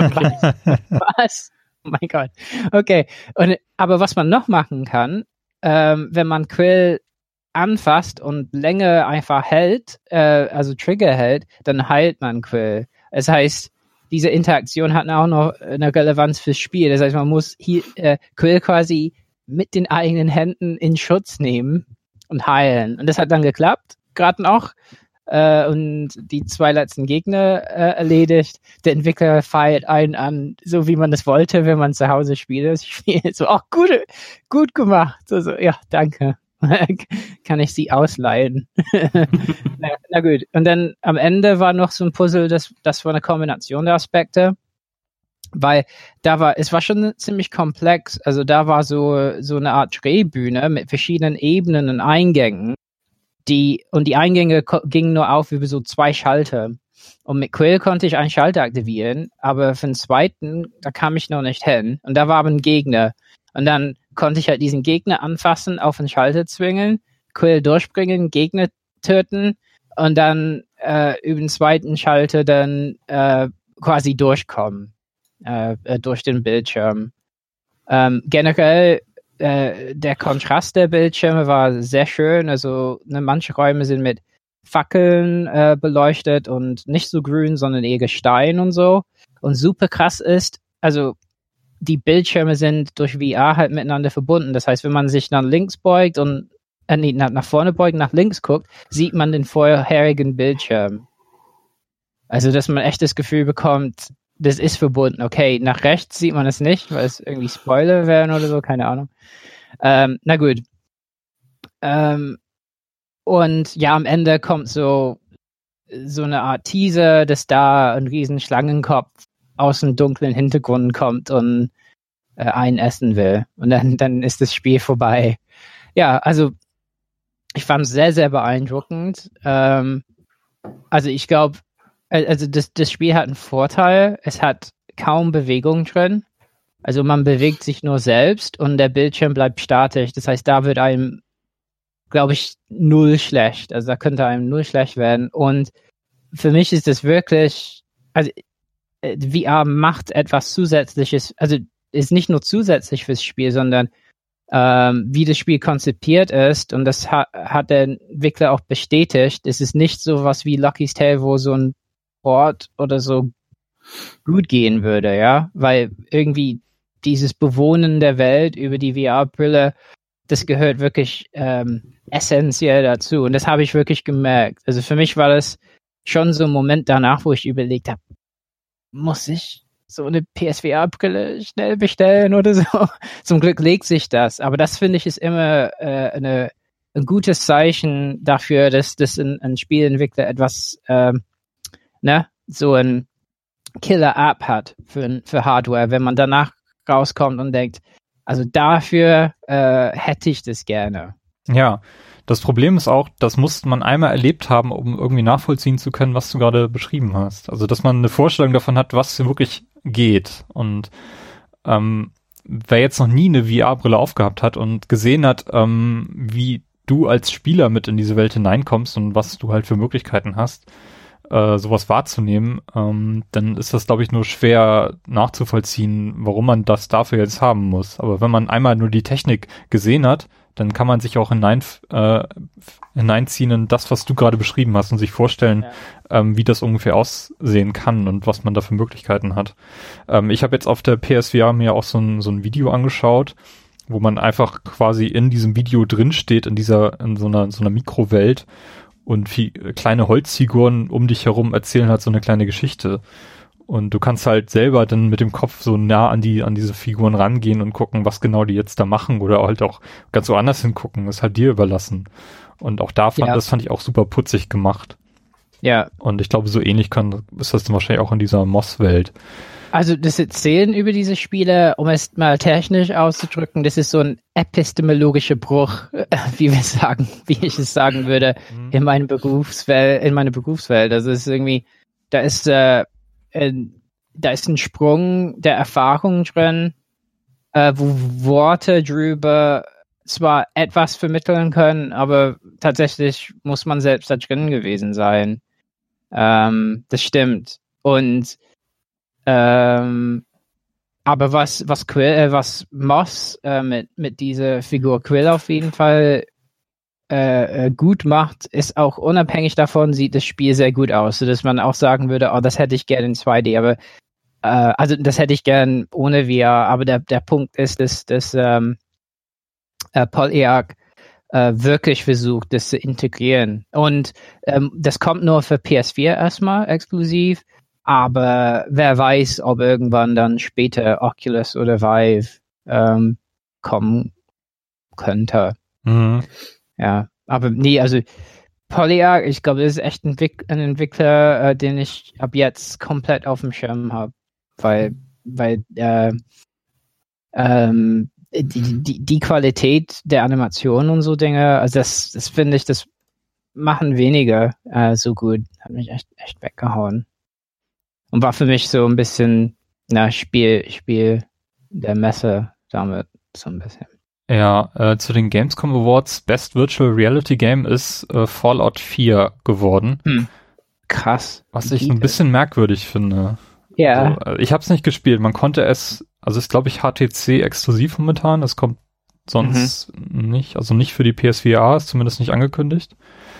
Was? Oh mein Gott. Okay. Und, aber was man noch machen kann, ähm, wenn man Quill anfasst und länger einfach hält, äh, also Trigger hält, dann heilt man Quill. Das heißt, diese Interaktion hat auch noch eine Relevanz fürs Spiel. Das heißt, man muss hier äh, Quill quasi mit den eigenen Händen in Schutz nehmen und heilen. Und das hat dann geklappt, gerade noch. Äh, und die zwei letzten Gegner äh, erledigt. Der Entwickler feiert einen an, so wie man das wollte, wenn man zu Hause spielt. Ich spiele so, ach, gut, gut gemacht. So, so, ja, danke. Kann ich sie ausleihen. na, na gut. Und dann am Ende war noch so ein Puzzle, das, das war eine Kombination der Aspekte. Weil da war, es war schon ziemlich komplex. Also da war so, so eine Art Drehbühne mit verschiedenen Ebenen und Eingängen. Die, und die Eingänge ko- gingen nur auf über so zwei Schalter. Und mit Quill konnte ich einen Schalter aktivieren, aber für den zweiten, da kam ich noch nicht hin. Und da war aber ein Gegner. Und dann konnte ich halt diesen Gegner anfassen, auf den Schalter zwingen, Quill durchbringen, Gegner töten und dann äh, über den zweiten Schalter dann äh, quasi durchkommen, äh, äh, durch den Bildschirm. Ähm, generell, äh, der Kontrast der Bildschirme war sehr schön. Also ne, manche Räume sind mit Fackeln äh, beleuchtet und nicht so grün, sondern eher Gestein und so. Und super krass ist, also die Bildschirme sind durch V R halt miteinander verbunden. Das heißt, wenn man sich nach links beugt und äh, nee, nach, nach vorne beugt, nach links guckt, sieht man den vorherigen Bildschirm. Also, dass man echt das Gefühl bekommt, das ist verbunden. Okay, nach rechts sieht man es nicht, weil es irgendwie Spoiler wären oder so, keine Ahnung. Ähm, na gut. Ähm, und ja, am Ende kommt so so eine Art Teaser, dass da ein riesen Schlangenkopf aus dem dunklen Hintergrund kommt und äh, einen essen will. Und dann, dann ist das Spiel vorbei. Ja, also ich fand es sehr, sehr beeindruckend. Ähm, also ich glaube, also das, das Spiel hat einen Vorteil. Es hat kaum Bewegung drin. Also man bewegt sich nur selbst und der Bildschirm bleibt statisch. Das heißt, da wird einem, glaube ich, null schlecht. Also da könnte einem null schlecht werden. Und für mich ist das wirklich, also V R macht etwas Zusätzliches, also ist nicht nur zusätzlich fürs Spiel, sondern ähm, wie das Spiel konzipiert ist, und das ha- hat der Entwickler auch bestätigt, es ist nicht so was wie Lucky's Tale, wo so ein Ort oder so gut gehen würde, ja, weil irgendwie dieses Bewohnen der Welt über die V R-Brille, das gehört wirklich ähm, essentiell dazu, und das habe ich wirklich gemerkt. Also für mich war das schon so ein Moment danach, wo ich überlegt habe, muss ich so eine P S V R-Brille schnell bestellen oder so? Zum Glück legt sich das. Aber das, finde ich, ist immer äh, eine, ein gutes Zeichen dafür, dass, dass ein, ein Spielentwickler etwas, ähm, ne, so ein Killer-App hat für, für Hardware, wenn man danach rauskommt und denkt, also dafür äh, hätte ich das gerne. Ja, das Problem ist auch, das muss man einmal erlebt haben, um irgendwie nachvollziehen zu können, was du gerade beschrieben hast. Also, dass man eine Vorstellung davon hat, was wirklich geht. Und ähm, wer jetzt noch nie eine V R-Brille aufgehabt hat und gesehen hat, ähm, wie du als Spieler mit in diese Welt hineinkommst und was du halt für Möglichkeiten hast, äh, sowas wahrzunehmen, ähm, dann ist das, glaube ich, nur schwer nachzuvollziehen, warum man das dafür jetzt haben muss. Aber wenn man einmal nur die Technik gesehen hat, dann kann man sich auch hinein, äh, hineinziehen in das, was du gerade beschrieben hast, und sich vorstellen, ja. ähm, wie das ungefähr aussehen kann und was man da für Möglichkeiten hat. Ähm, ich habe jetzt auf der P S V R mir auch so ein, so ein Video angeschaut, wo man einfach quasi in diesem Video drin steht, in dieser, in so einer, so einer Mikrowelt, und viel, kleine Holzfiguren um dich herum erzählen halt so eine kleine Geschichte. Und du kannst halt selber dann mit dem Kopf so nah an die, an diese Figuren rangehen und gucken, was genau die jetzt da machen, oder halt auch ganz woanders hingucken. Das ist halt dir überlassen. Und auch da fand, ja. das fand ich auch super putzig gemacht. Ja. Und ich glaube, so ähnlich kann, ist das dann wahrscheinlich auch in dieser Moss-Welt. Also das Erzählen über diese Spiele, um es mal technisch auszudrücken, das ist so ein epistemologischer Bruch, wie wir sagen, wie ich es sagen würde, mhm. in meiner Berufswelt, in meiner Berufswelt. Also es ist irgendwie, da ist äh, äh, da ist ein Sprung der Erfahrung drin, äh, wo Worte drüber zwar etwas vermitteln können, aber tatsächlich muss man selbst da drin gewesen sein. Ähm, das stimmt. Und ähm, aber was was Quill, äh, was Moss äh, mit mit dieser Figur Quill auf jeden Fall äh, gut macht, ist auch unabhängig davon, sieht das Spiel sehr gut aus, sodass man auch sagen würde, oh, das hätte ich gerne in zwei D, aber äh, also das hätte ich gern ohne V R, aber der der Punkt ist, dass dass ähm, äh, Polyarch äh, wirklich versucht, das zu integrieren, und ähm, das kommt nur für P S vier erstmal exklusiv. Aber wer weiß, ob irgendwann dann später Oculus oder Vive ähm, kommen könnte. Mhm. Ja, aber nee, also Polyarch, ich glaube, das ist echt ein, Entwick- ein Entwickler, äh, den ich ab jetzt komplett auf dem Schirm habe. Weil, weil äh, ähm, die, die, die Qualität der Animation und so Dinge, also das, das finde ich, das machen wenige äh, so gut. Hat mich echt, echt weggehauen. Und war für mich so ein bisschen, na, Spiel, Spiel der Messe damit, so ein bisschen. Ja, äh, zu den Gamescom Awards Best Virtual Reality Game ist äh, Fallout vier geworden. Hm. Krass. Was ich ein bisschen merkwürdig finde. Ja. Also, ich habe es nicht gespielt. Man konnte es Also ist, glaube ich, H T C exklusiv momentan. Das kommt sonst mhm. nicht. Also nicht für die P S vier A, ist zumindest nicht angekündigt.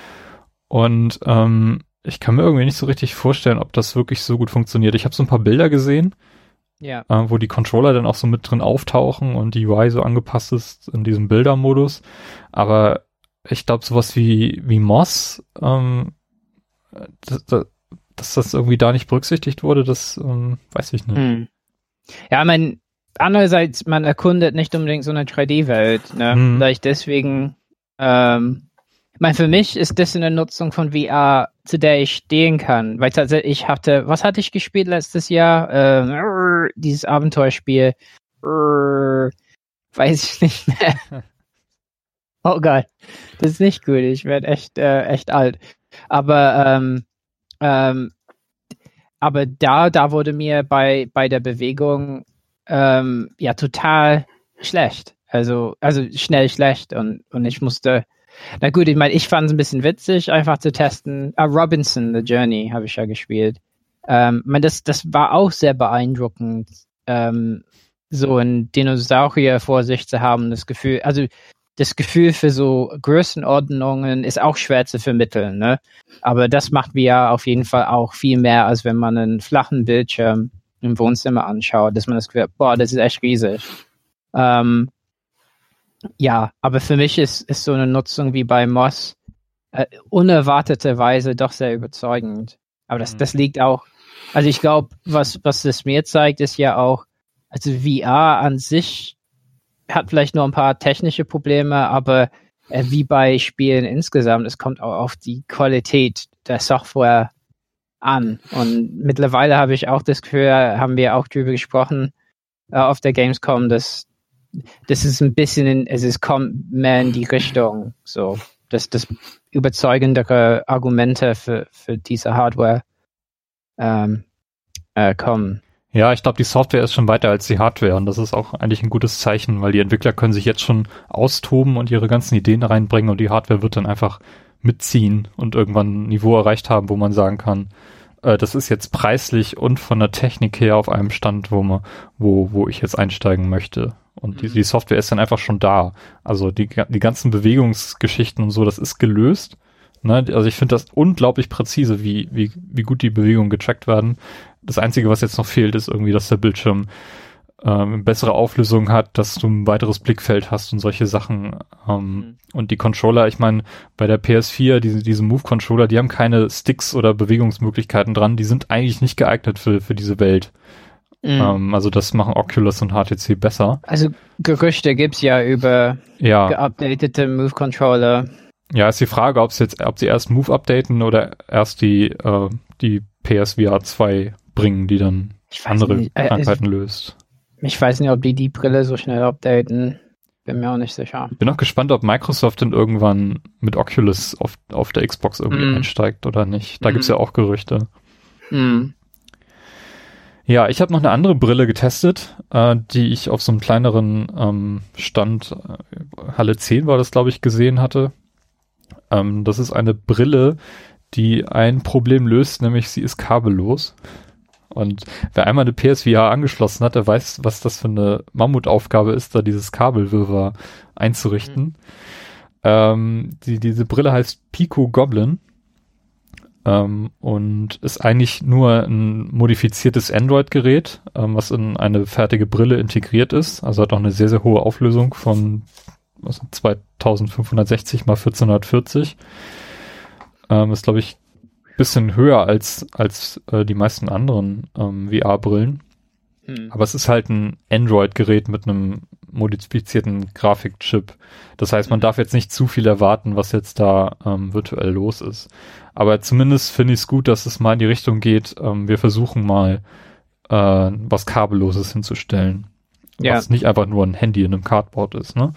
Und ähm, ich kann mir irgendwie nicht so richtig vorstellen, ob das wirklich so gut funktioniert. Ich habe so ein paar Bilder gesehen, ja. äh, wo die Controller dann auch so mit drin auftauchen und die U I so angepasst ist in diesem Bildermodus. Aber ich glaube, sowas wie, wie Moss, ähm, das, das, dass das irgendwie da nicht berücksichtigt wurde, das ähm, weiß ich nicht. Hm. Ja, ich meine, andererseits, man erkundet nicht unbedingt so eine drei D-Welt, ne? Hm. Vielleicht deswegen, ähm, ich meine, für mich ist das eine Nutzung von V R, zu der ich stehen kann, weil tatsächlich ich hatte, was hatte ich gespielt letztes Jahr? Ähm, dieses Abenteuerspiel, äh, weiß ich nicht mehr. Oh Gott, das ist nicht gut, ich werde echt, äh, echt alt. Aber, ähm, ähm, aber da, da wurde mir bei, bei der Bewegung, ähm, ja, total schlecht. Also, also schnell schlecht und, und ich musste, na gut, ich meine, ich fand es ein bisschen witzig, einfach zu testen. Ah, Robinson, The Journey, habe ich ja gespielt. Ähm, man, das, das war auch sehr beeindruckend, ähm, so ein Dinosaurier vor sich zu haben, das Gefühl, also das Gefühl für so Größenordnungen ist auch schwer zu vermitteln, ne? Aber das macht V R auf jeden Fall auch viel mehr, als wenn man einen flachen Bildschirm im Wohnzimmer anschaut, dass man das Gefühl hat, boah, das ist echt riesig. Ähm, ja, aber für mich ist, ist so eine Nutzung wie bei Moss äh, unerwarteterweise doch sehr überzeugend. Aber das, mhm. das liegt auch, also ich glaube, was, was das mir zeigt, ist ja auch, also V R an sich hat vielleicht nur ein paar technische Probleme, aber äh, wie bei Spielen insgesamt, es kommt auch auf die Qualität der Software an. Und mittlerweile habe ich auch das Gefühl, haben wir auch drüber gesprochen äh, auf der Gamescom, dass das ist ein bisschen, in, also es kommt mehr in die Richtung, so, dass das überzeugendere Argumente für, für diese Hardware ähm, äh, kommen. Ja, ich glaube, die Software ist schon weiter als die Hardware und das ist auch eigentlich ein gutes Zeichen, weil die Entwickler können sich jetzt schon austoben und ihre ganzen Ideen reinbringen und die Hardware wird dann einfach mitziehen und irgendwann ein Niveau erreicht haben, wo man sagen kann, äh, das ist jetzt preislich und von der Technik her auf einem Stand, wo man, wo, wo ich jetzt einsteigen möchte. Und die, die Software ist dann einfach schon da. Also die, die ganzen Bewegungsgeschichten und so, das ist gelöst. Ne? Also ich finde das unglaublich präzise, wie, wie, wie gut die Bewegungen getrackt werden. Das Einzige, was jetzt noch fehlt, ist irgendwie, dass der Bildschirm ähm, bessere Auflösung hat, dass du ein weiteres Blickfeld hast und solche Sachen. Ähm, mhm. Und die Controller, ich meine, bei der P S vier, diese, diese Move-Controller, die haben keine Sticks oder Bewegungsmöglichkeiten dran. Die sind eigentlich nicht geeignet für, für diese Welt. Mhm. Ähm, also das machen Oculus und H T C besser. Also Gerüchte gibt's ja über ja. geupdatete Move-Controller. Ja, ist die Frage, ob sie jetzt, ob sie erst Move updaten oder erst die, äh, die P S V R zwei bringen, die dann andere nicht, äh, Krankheiten ich, löst. Ich weiß nicht, ob die die Brille so schnell updaten. Bin mir auch nicht sicher. Bin auch gespannt, ob Microsoft dann irgendwann mit Oculus auf, auf der Xbox irgendwie mm. einsteigt oder nicht. Da mm. gibt's ja auch Gerüchte. Mm. Ja, ich habe noch eine andere Brille getestet, äh, die ich auf so einem kleineren ähm, Stand, äh, Halle zehn war das, glaube ich, gesehen hatte. Ähm, das ist eine Brille, die ein Problem löst, nämlich sie ist kabellos. Und wer einmal eine P S V R angeschlossen hat, der weiß, was das für eine Mammutaufgabe ist, da dieses Kabelwirrwarr einzurichten. Mhm. Ähm, die, diese Brille heißt Pico Goblin ähm, und ist eigentlich nur ein modifiziertes Android-Gerät, ähm, was in eine fertige Brille integriert ist. Also hat auch eine sehr, sehr hohe Auflösung von was, zweitausendfünfhundertsechzig mal vierzehnhundertvierzig. Ähm, ist, glaube ich, bisschen höher als als äh, die meisten anderen ähm, V R-Brillen. Hm. Aber es ist halt ein Android-Gerät mit einem modifizierten Grafikchip. Das heißt, man darf jetzt nicht zu viel erwarten, was jetzt da ähm, virtuell los ist. Aber zumindest finde ich es gut, dass es mal in die Richtung geht, ähm, wir versuchen mal äh, was Kabelloses hinzustellen. Ja. Was nicht einfach nur ein Handy in einem Cardboard ist, ne?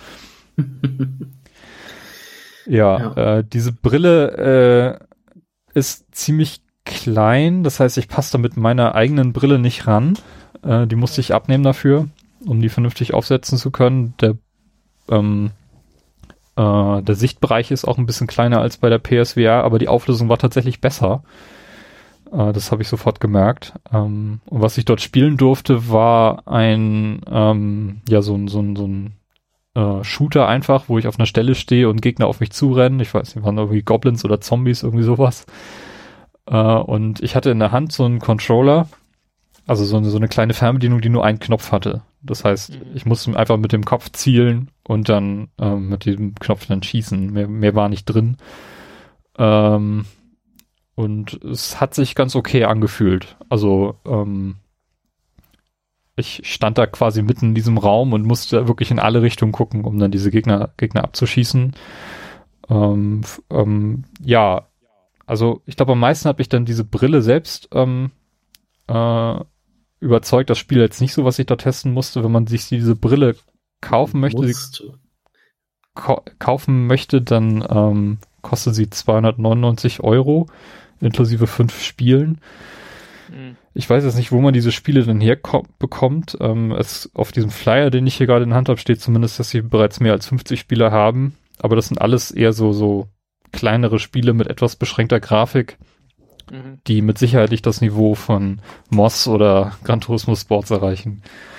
ja, ja. Äh, diese Brille äh, ist ziemlich klein, das heißt, ich passe da mit meiner eigenen Brille nicht ran. Äh, die musste ich abnehmen dafür, um die vernünftig aufsetzen zu können. Der, ähm, äh, der Sichtbereich ist auch ein bisschen kleiner als bei der P S V R, aber die Auflösung war tatsächlich besser. Äh, das habe ich sofort gemerkt. Ähm, und was ich dort spielen durfte, war ein, ähm, ja, so ein, so ein, so ein äh, Shooter einfach, wo ich auf einer Stelle stehe und Gegner auf mich zurennen. Ich weiß nicht, waren irgendwie Goblins oder Zombies, irgendwie sowas. Äh, und ich hatte in der Hand so einen Controller, also so eine, so eine kleine Fernbedienung, die nur einen Knopf hatte. Das heißt, mhm. ich musste einfach mit dem Kopf zielen und dann ähm, mit diesem Knopf dann schießen. Mehr, mehr war nicht drin. Ähm, und es hat sich ganz okay angefühlt. Also ähm, ich stand da quasi mitten in diesem Raum und musste wirklich in alle Richtungen gucken, um dann diese Gegner, Gegner abzuschießen. Ähm, ähm, ja, also ich glaube, am meisten hat mich dann diese Brille selbst ähm, äh, überzeugt. Das Spiel jetzt nicht so, was ich da testen musste. Wenn man sich diese Brille kaufen möchte, sie, kau- kaufen möchte, dann ähm, kostet sie zweihundertneunundneunzig Euro, inklusive fünf Spielen. Mhm. Ich weiß jetzt nicht, wo man diese Spiele denn herbekommt. Ähm, es, auf diesem Flyer, den ich hier gerade in der Hand habe, steht zumindest, dass sie bereits mehr als fünfzig Spiele haben. Aber das sind alles eher so, so kleinere Spiele mit etwas beschränkter Grafik, mhm. die mit Sicherheit nicht das Niveau von Moss oder Gran Turismo Sports erreichen.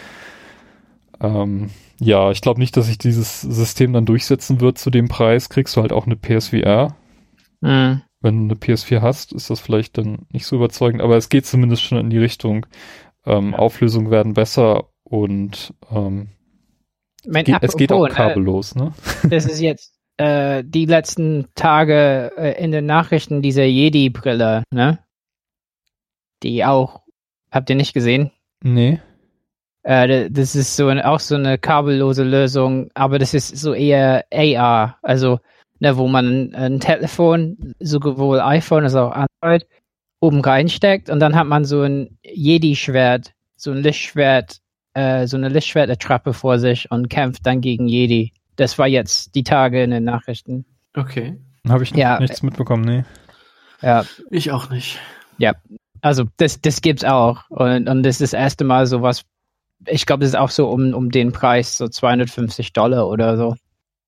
Ähm, ja, ich glaube nicht, dass sich dieses System dann durchsetzen wird zu dem Preis. Kriegst du halt auch eine P S V R. Mhm. Wenn du eine P S vier hast, ist das vielleicht dann nicht so überzeugend, aber es geht zumindest schon in die Richtung. Ähm, ja. Auflösungen werden besser und ähm, mein, geht, es geht auch kabellos. Ne? Das ist jetzt äh, die letzten Tage äh, in den Nachrichten dieser Jedi-Brille, ne? Die auch, habt ihr nicht gesehen? Nee. Äh, das ist so ein, auch so eine kabellose Lösung, aber das ist so eher A R, also ne, wo man ein Telefon, sowohl iPhone als auch Android, oben reinsteckt und dann hat man so ein Jedi-Schwert, so ein Lichtschwert, äh, so eine Lichtschwertattrappe vor sich und kämpft dann gegen Jedi. Das war jetzt die Tage in den Nachrichten. Okay. Habe ich noch ja, nichts mitbekommen, nee. Ja. Ich auch nicht. Ja, also das, das gibt's auch und, und das ist das erste Mal sowas, ich glaube, das ist auch so um, um den Preis, so zweihundertfünfzig Dollar oder so.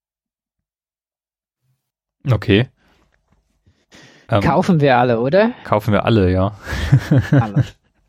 Okay. Ähm, kaufen wir alle, oder? Kaufen wir alle, ja. Alle.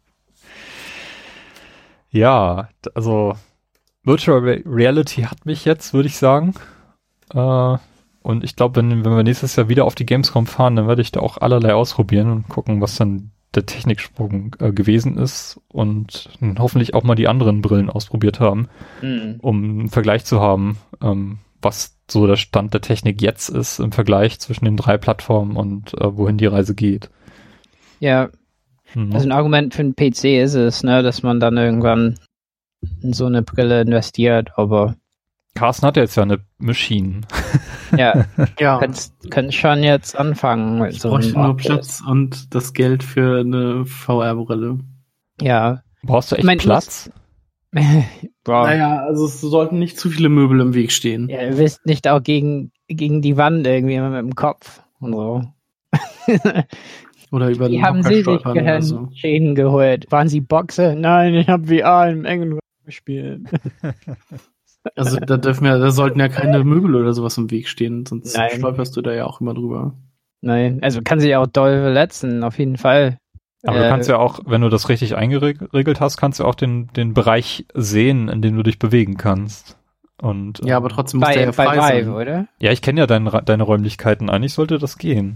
Ja, also Virtual Reality hat mich jetzt, würde ich sagen. Äh, und ich glaube, wenn, wenn wir nächstes Jahr wieder auf die Gamescom fahren, dann werde ich da auch allerlei ausprobieren und gucken, was dann der Techniksprung äh, gewesen ist und hoffentlich auch mal die anderen Brillen ausprobiert haben, mhm. um einen Vergleich zu haben, ähm, was so der Stand der Technik jetzt ist im Vergleich zwischen den drei Plattformen und äh, wohin die Reise geht. Ja, mhm. Also ein Argument für den P C ist es, ne, dass man dann irgendwann in so eine Brille investiert, aber Carsten hat jetzt ja eine Machine. Ja, ja. Könnt, könnt schon jetzt anfangen. Mit ich so bräuchte nur Platz und das Geld für eine V R-Brille. Ja. Brauchst du echt ich mein, Platz? Naja, also es sollten nicht zu viele Möbel im Weg stehen. Ja, du willst nicht auch gegen, gegen die Wand irgendwie immer mit dem Kopf und so. Oder über den Wie haben Sie sich Gehirnschäden so. geholt? Waren Sie Boxer? Nein, ich habe V R im engen gespielt. Also da dürfen ja, da sollten ja keine Möbel oder sowas im Weg stehen, sonst Nein. stolperst du da ja auch immer drüber. Nein, also kann sich auch doll verletzen, auf jeden Fall. Aber äh, du kannst ja auch, wenn du das richtig eingeregelt hast, kannst du auch den, den Bereich sehen, in dem du dich bewegen kannst. Und, ja, aber trotzdem muss bei, der ja frei bei Vive, sein. Oder? Ja, ich kenne ja dein, deine Räumlichkeiten. Eigentlich sollte das gehen.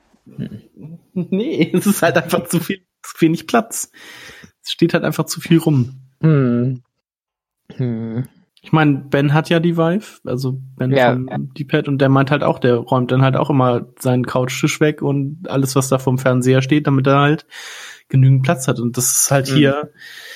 Nee, es ist halt einfach zu viel, zu wenig Platz. Es steht halt einfach zu viel rum. Hm. Hm. Ich meine, Ben hat ja die Vive, also Ben ja. vom D-Pad, und der meint halt auch, der räumt dann halt auch immer seinen Couchtisch weg und alles, was da vom Fernseher steht, damit er halt genügend Platz hat. Und das ist halt mhm. hier,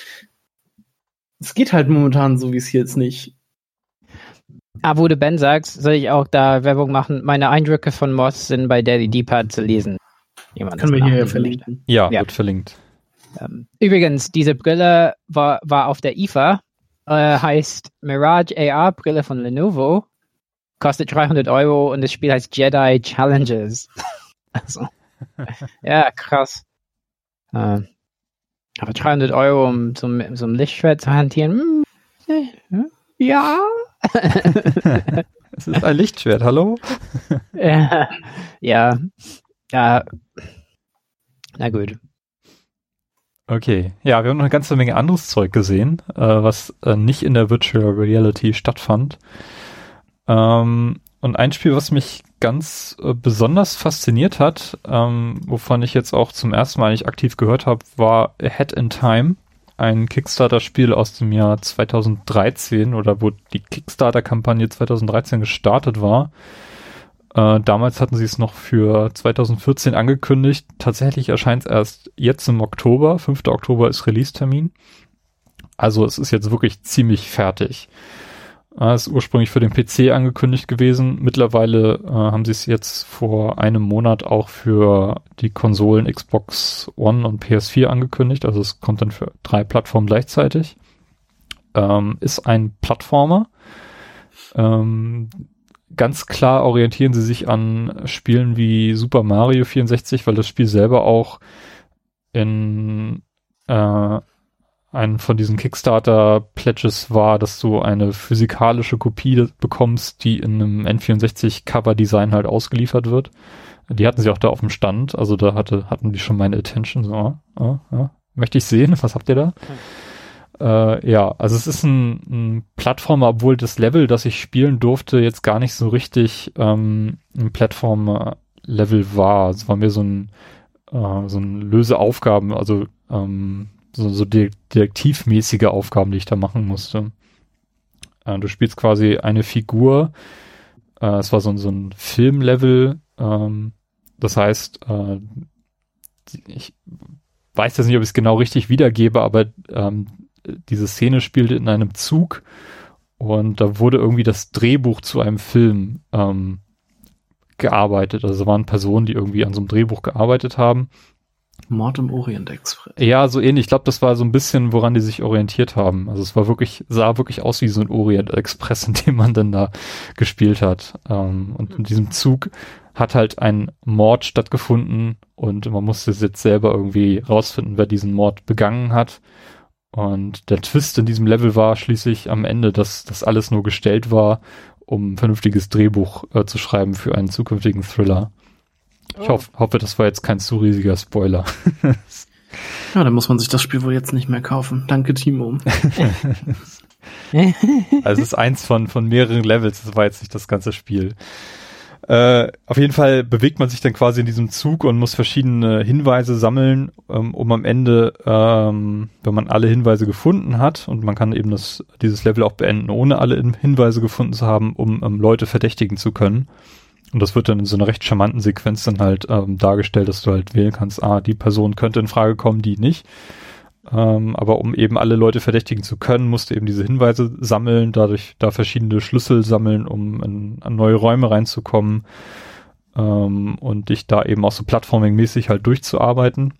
es geht halt momentan so, wie es hier jetzt nicht. Aber wo du Ben sagst, soll ich auch da Werbung machen, meine Eindrücke von Moss sind bei Daddy D-Pad zu lesen. Jemand Können wir hier ja verlinken. Ja, ja, wird verlinkt. Ähm, übrigens, diese Brille war, war auf der I F A, äh, heißt Mirage A R Brille von Lenovo, kostet dreihundert Euro und das Spiel heißt Jedi Challenges. Also, ja, krass. Äh, aber dreihundert Euro, um so, so ein Lichtschwert zu hantieren, hm, ja. Es ist ein Lichtschwert, hallo? ja, ja, ja, na gut. Okay, ja, wir haben noch eine ganze Menge anderes Zeug gesehen, äh, was äh, nicht in der Virtual Reality stattfand. Ähm, und ein Spiel, was mich ganz äh, besonders fasziniert hat, ähm, wovon ich jetzt auch zum ersten Mal eigentlich aktiv gehört habe, war Ahead in Time, ein Kickstarter-Spiel aus dem Jahr zweitausenddreizehn oder wo die Kickstarter-Kampagne zweitausenddreizehn gestartet war. Äh, damals hatten sie es noch für zweitausendvierzehn angekündigt. Tatsächlich erscheint es erst jetzt im Oktober. fünfter Oktober ist Release-Termin. Also es ist jetzt wirklich ziemlich fertig. Äh, ist ursprünglich für den P C angekündigt gewesen. Mittlerweile äh, haben sie es jetzt vor einem Monat auch für die Konsolen Xbox One und P S vier angekündigt. Also es kommt dann für drei Plattformen gleichzeitig. Ähm, ist ein Plattformer. Ähm, Ganz klar orientieren sie sich an Spielen wie Super Mario vierundsechzig, weil das Spiel selber auch in äh, einem von diesen Kickstarter-Pledges war, dass du eine physikalische Kopie bekommst, die in einem N vierundsechzig Cover-Design halt ausgeliefert wird. Die hatten sie auch da auf dem Stand, also da hatte, hatten die schon meine Attention, so, ah, ah, ah, möchte ich sehen, was habt ihr da? Okay. Äh, ja, also es ist ein, ein Plattformer, obwohl das Level, das ich spielen durfte, jetzt gar nicht so richtig ähm, ein Plattformer-Level war. Es war mehr so ein, äh, so ein Löseaufgaben, also ähm, so, so detektivmäßige Aufgaben, die ich da machen musste. Äh, du spielst quasi eine Figur, äh, es war so, so ein Filmlevel, ähm, das heißt, äh, ich weiß jetzt nicht, ob ich es genau richtig wiedergebe, aber ähm, diese Szene spielte in einem Zug und da wurde irgendwie das Drehbuch zu einem Film ähm, gearbeitet. Also waren Personen, die irgendwie an so einem Drehbuch gearbeitet haben. Mord im Orient Express. Ja, so ähnlich. Ich glaube, das war so ein bisschen, woran die sich orientiert haben. Also es war wirklich, sah wirklich aus wie so ein Orient Express, in dem man dann da gespielt hat. Ähm, und in diesem Zug hat halt ein Mord stattgefunden und man musste jetzt selber irgendwie rausfinden, wer diesen Mord begangen hat. Und der Twist in diesem Level war schließlich am Ende, dass das alles nur gestellt war, um ein vernünftiges Drehbuch äh, zu schreiben für einen zukünftigen Thriller. Ich oh. hoff, hoffe, das war jetzt kein zu riesiger Spoiler. Ja, dann muss man sich das Spiel wohl jetzt nicht mehr kaufen. Danke, Timo. Also es ist eins von, von mehreren Levels, das war jetzt nicht das ganze Spiel. Äh, auf jeden Fall bewegt man sich dann quasi in diesem Zug und muss verschiedene Hinweise sammeln, ähm, um am Ende, ähm, wenn man alle Hinweise gefunden hat, und man kann eben das, dieses Level auch beenden, ohne alle Hinweise gefunden zu haben, um ähm, Leute verdächtigen zu können. Und das wird dann in so einer recht charmanten Sequenz dann halt ähm, dargestellt, dass du halt wählen kannst, ah, die Person könnte in Frage kommen, die nicht. Ähm, aber um eben alle Leute verdächtigen zu können, musst du eben diese Hinweise sammeln, dadurch da verschiedene Schlüssel sammeln, um in, in neue Räume reinzukommen ähm, und dich da eben auch so plattforming-mäßig halt durchzuarbeiten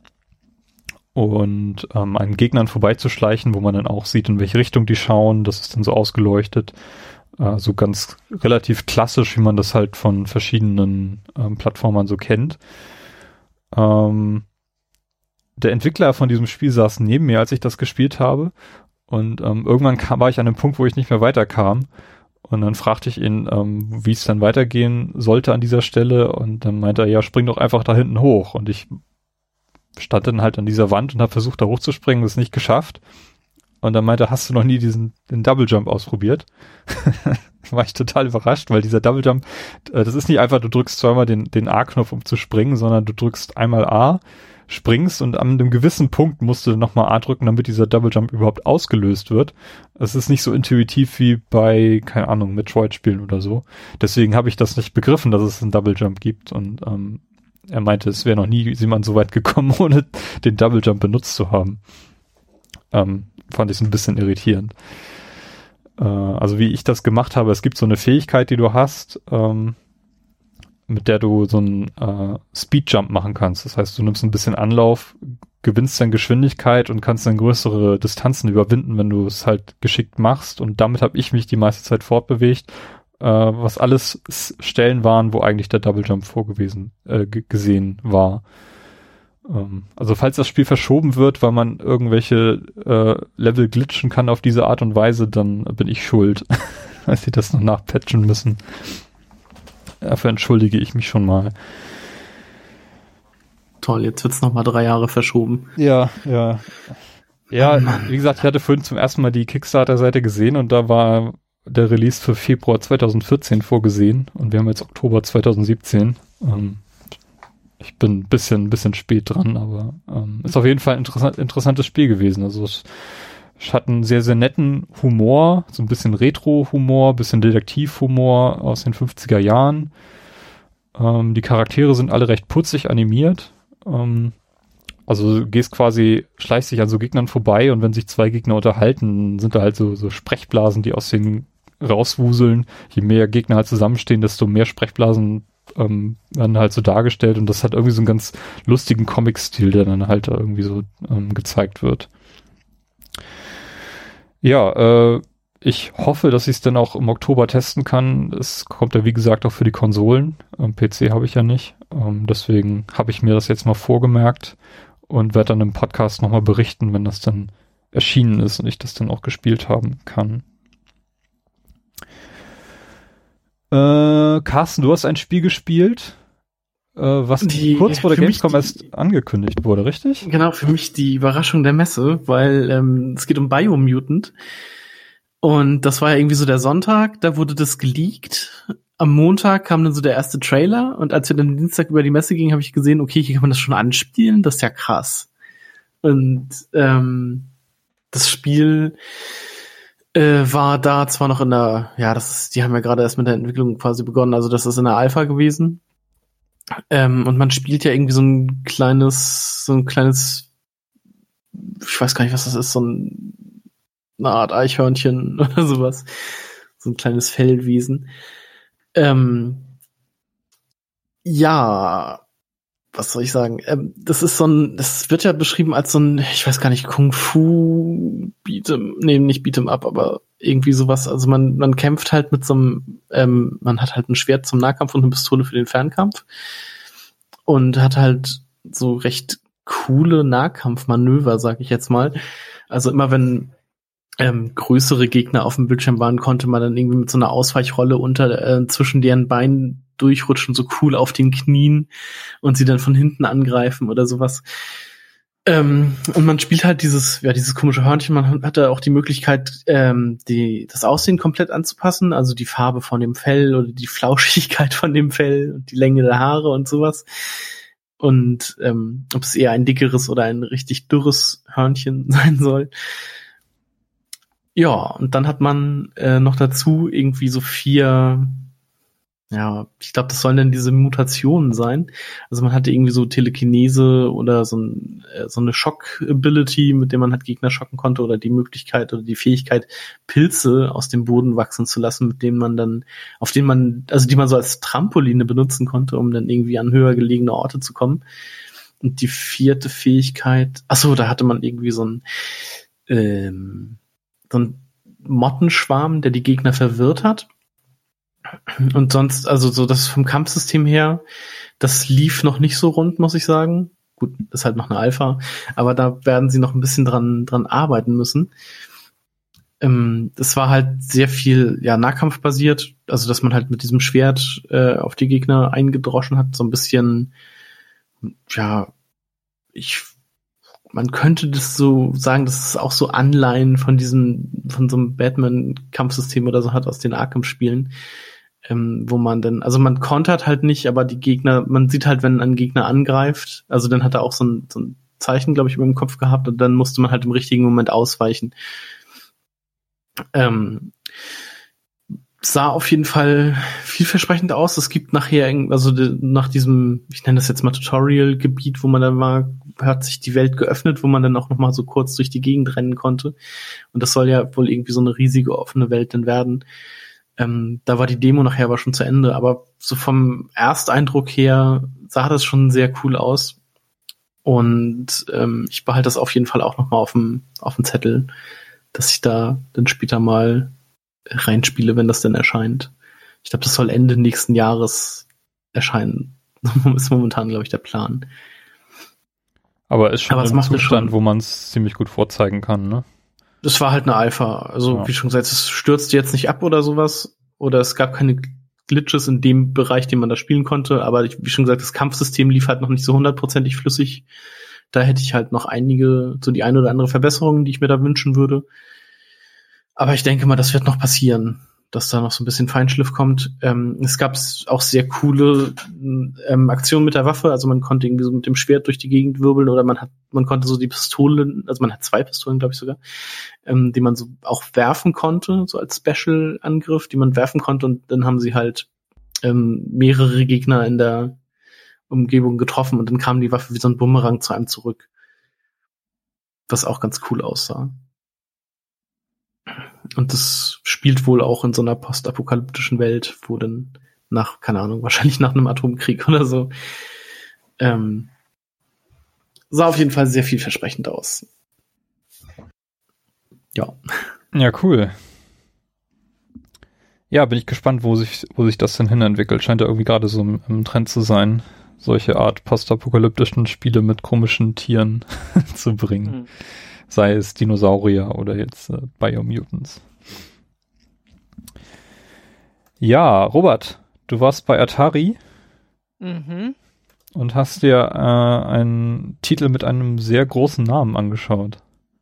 und ähm, an Gegnern vorbeizuschleichen, wo man dann auch sieht, in welche Richtung die schauen. Das ist dann so ausgeleuchtet, äh, so ganz relativ klassisch, wie man das halt von verschiedenen ähm, Plattformern so kennt. Ähm, Der Entwickler von diesem Spiel saß neben mir, als ich das gespielt habe. Und ähm, irgendwann kam, war ich an einem Punkt, wo ich nicht mehr weiterkam. Und dann fragte ich ihn, ähm, wie es dann weitergehen sollte an dieser Stelle. Und dann meinte er, ja, spring doch einfach da hinten hoch. Und ich stand dann halt an dieser Wand und habe versucht, da hochzuspringen, das nicht geschafft. Und dann meinte er, hast du noch nie diesen den Double Jump ausprobiert? War ich total überrascht, weil dieser Double Jump, äh, das ist nicht einfach, du drückst zweimal den, den A-Knopf, um zu springen, sondern du drückst einmal A, springst und an einem gewissen Punkt musst du nochmal A drücken, damit dieser Double Jump überhaupt ausgelöst wird. Es ist nicht so intuitiv wie bei, keine Ahnung, Metroid-Spielen oder so. Deswegen habe ich das nicht begriffen, dass es einen Double Jump gibt. Und ähm, er meinte, es wäre noch nie jemand so weit gekommen, ohne den Double Jump benutzt zu haben. Ähm, fand ich ein bisschen irritierend. Äh, also wie ich das gemacht habe, es gibt so eine Fähigkeit, die du hast, ähm, mit der du so einen äh, Speedjump machen kannst. Das heißt, du nimmst ein bisschen Anlauf, gewinnst dann Geschwindigkeit und kannst dann größere Distanzen überwinden, wenn du es halt geschickt machst. Und damit habe ich mich die meiste Zeit fortbewegt, äh, was alles Stellen waren, wo eigentlich der Double Jump vorgewesen äh, g- gesehen war. Ähm, also falls das Spiel verschoben wird, weil man irgendwelche äh, Level glitchen kann auf diese Art und Weise, dann bin ich schuld, dass sie das noch nachpatchen müssen. Dafür entschuldige ich mich schon mal. toll, jetzt wird's noch mal drei Jahre verschoben. Ja, ja. Ja, oh wie gesagt, ich hatte vorhin zum ersten Mal die Kickstarter-Seite gesehen und da war der Release für Februar zweitausendvierzehn vorgesehen und wir haben jetzt Oktober zweitausendsiebzehn. Ähm, ich bin ein bisschen, bisschen spät dran, aber ähm, ist auf jeden Fall ein interessant, interessantes Spiel gewesen. Also es, es hat einen sehr, sehr netten Humor, so ein bisschen Retro-Humor, bisschen Detektiv-Humor aus den fünfziger Jahren. Ähm, die Charaktere sind alle recht putzig animiert. Ähm, also du gehst quasi, schleichst dich an so Gegnern vorbei und wenn sich zwei Gegner unterhalten, sind da halt so, so Sprechblasen, die aus denen rauswuseln. Je mehr Gegner halt zusammenstehen, desto mehr Sprechblasen ähm, werden halt so dargestellt und das hat irgendwie so einen ganz lustigen Comic-Stil, der dann halt irgendwie so ähm, gezeigt wird. Ja, äh, ich hoffe, dass ich es dann auch im Oktober testen kann. Es kommt ja wie gesagt auch für die Konsolen. Ähm, P C habe ich ja nicht. Ähm, deswegen habe ich mir das jetzt mal vorgemerkt und werde dann im Podcast nochmal berichten, wenn das dann erschienen ist und ich das dann auch gespielt haben kann. Äh, Carsten, du hast ein Spiel gespielt, äh, was die, kurz vor der Gamescom erst angekündigt wurde, richtig? Genau, für mich die Überraschung der Messe, weil ähm, es geht um Biomutant. Und das war ja irgendwie so der Sonntag, da wurde das geleakt. Am Montag kam dann so der erste Trailer und als wir dann Dienstag über die Messe gingen, habe ich gesehen, okay, hier kann man das schon anspielen, das ist ja krass. Und ähm, das Spiel äh, war da zwar noch in der, ja, das ist, die haben ja gerade erst mit der Entwicklung quasi begonnen, also das ist in der Alpha gewesen. Ähm, und man spielt ja irgendwie so ein kleines, so ein kleines, ich weiß gar nicht, was das ist, so ein eine Art Eichhörnchen oder sowas. So ein kleines Feldwesen. Ähm, ja, was soll ich sagen? Ähm, das ist so ein, das wird ja beschrieben als so ein, ich weiß gar nicht, Kung Fu Beat'em, nee, nicht Beat'em Up, aber irgendwie sowas. Also man, man kämpft halt mit so einem, ähm, man hat halt ein Schwert zum Nahkampf und eine Pistole für den Fernkampf und hat halt so recht coole Nahkampfmanöver, sag ich jetzt mal. Also immer wenn Ähm, größere Gegner auf dem Bildschirm waren, konnte man dann irgendwie mit so einer Ausweichrolle unter äh, zwischen deren Beinen durchrutschen, so cool auf den Knien und sie dann von hinten angreifen oder sowas. Ähm, und man spielt halt dieses, ja, dieses komische Hörnchen. Man hat da auch die Möglichkeit, ähm, die, das Aussehen komplett anzupassen, also die Farbe von dem Fell oder die Flauschigkeit von dem Fell und die Länge der Haare und sowas. Und ähm, ob es eher ein dickeres oder ein richtig dürres Hörnchen sein soll. Ja, und dann hat man äh, noch dazu irgendwie so vier, ja, ich glaube, das sollen dann diese Mutationen sein. Also man hatte irgendwie so Telekinese oder so, ein, äh, so eine Shock-Ability, mit der man halt Gegner schocken konnte oder die Möglichkeit oder die Fähigkeit, Pilze aus dem Boden wachsen zu lassen, mit denen man dann, auf denen man, also die man so als Trampoline benutzen konnte, um dann irgendwie an höher gelegene Orte zu kommen. Und die vierte Fähigkeit, ach so, da hatte man irgendwie so ein, ähm, so ein Mottenschwarm, der die Gegner verwirrt hat. Und sonst, also so das vom Kampfsystem her, das lief noch nicht so rund, muss ich sagen. Gut, ist halt noch eine Alpha, aber da werden sie noch ein bisschen dran dran arbeiten müssen. Ähm, das war halt sehr viel ja nahkampfbasiert, also dass man halt mit diesem Schwert äh, auf die Gegner eingedroschen hat, so ein bisschen, ja, ich man könnte das so sagen, dass es auch so Anleihen von diesem, von so einem Batman-Kampfsystem oder so hat aus den Arkham-Spielen, ähm, wo man dann, also man kontert halt nicht, aber die Gegner, man sieht halt, wenn ein Gegner angreift, also dann hat er auch so ein, so ein Zeichen, glaube ich, über dem Kopf gehabt und dann musste man halt im richtigen Moment ausweichen. Ähm, sah auf jeden Fall vielversprechend aus. Es gibt nachher, also nach diesem, ich nenne das jetzt mal Tutorial-Gebiet, wo man dann war, hat sich die Welt geöffnet, wo man dann auch noch mal so kurz durch die Gegend rennen konnte. Und das soll ja wohl irgendwie so eine riesige offene Welt dann werden. Ähm, da war die Demo nachher aber schon zu Ende. Aber so vom Ersteindruck her sah das schon sehr cool aus. Und ähm, ich behalte das auf jeden Fall auch noch mal auf dem auf dem Zettel, dass ich da dann später mal reinspiele, wenn das denn erscheint. Ich glaube, das soll Ende nächsten Jahres erscheinen. Das ist momentan, glaube ich, der Plan. Aber ist schon Aber ein Zustand, wo man es ziemlich gut vorzeigen kann, ne? Das war halt eine Alpha. Also, ja. Wie schon gesagt, es stürzt jetzt nicht ab oder sowas. Oder es gab keine Glitches in dem Bereich, den man da spielen konnte, aber ich, wie schon gesagt, das Kampfsystem lief halt noch nicht so hundertprozentig flüssig. Da hätte ich halt noch einige, so die eine oder andere Verbesserung, die ich mir da wünschen würde. Aber ich denke mal, das wird noch passieren, dass da noch so ein bisschen Feinschliff kommt. Ähm, es gab auch sehr coole ähm, Aktionen mit der Waffe. Also man konnte irgendwie so mit dem Schwert durch die Gegend wirbeln oder man hat, man konnte so die Pistolen, also man hat zwei Pistolen, glaube ich sogar, ähm, die man so auch werfen konnte, so als Special-Angriff, die man werfen konnte und dann haben sie halt ähm, mehrere Gegner in der Umgebung getroffen und dann kam die Waffe wie so ein Bumerang zu einem zurück. Was auch ganz cool aussah. Und das spielt wohl auch in so einer postapokalyptischen Welt, wo dann nach, keine Ahnung, wahrscheinlich nach einem Atomkrieg oder so. Ähm, sah auf jeden Fall sehr vielversprechend aus. Ja. Ja, cool. Ja, bin ich gespannt, wo sich, wo sich das denn hin entwickelt. Scheint ja irgendwie gerade so im, im Trend zu sein, solche Art postapokalyptischen Spiele mit komischen Tieren zu bringen. Mhm. Sei es Dinosaurier oder jetzt äh, Biomutants. Ja, Robert, du warst bei Atari mhm. und hast dir äh, einen Titel mit einem sehr großen Namen angeschaut.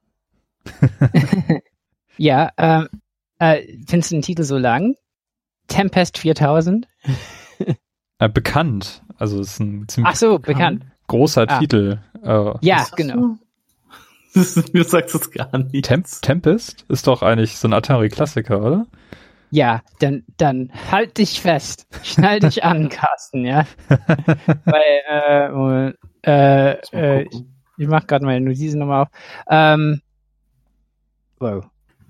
Ja, ähm, äh, findest du den Titel so lang? Tempest viertausend? äh, bekannt, also es ist ein ziemlich Ach so, bekannt. großer ah. Titel. Äh, ja, genau. Mir sagt das gar nicht. Temp- Tempest ist doch eigentlich so ein Atari-Klassiker, oder? Ja, dann, dann halt dich fest. Schnall dich an, Carsten, ja. Weil, äh, äh, äh, ich mach gerade meine Notizen nochmal auf. Ähm, wow.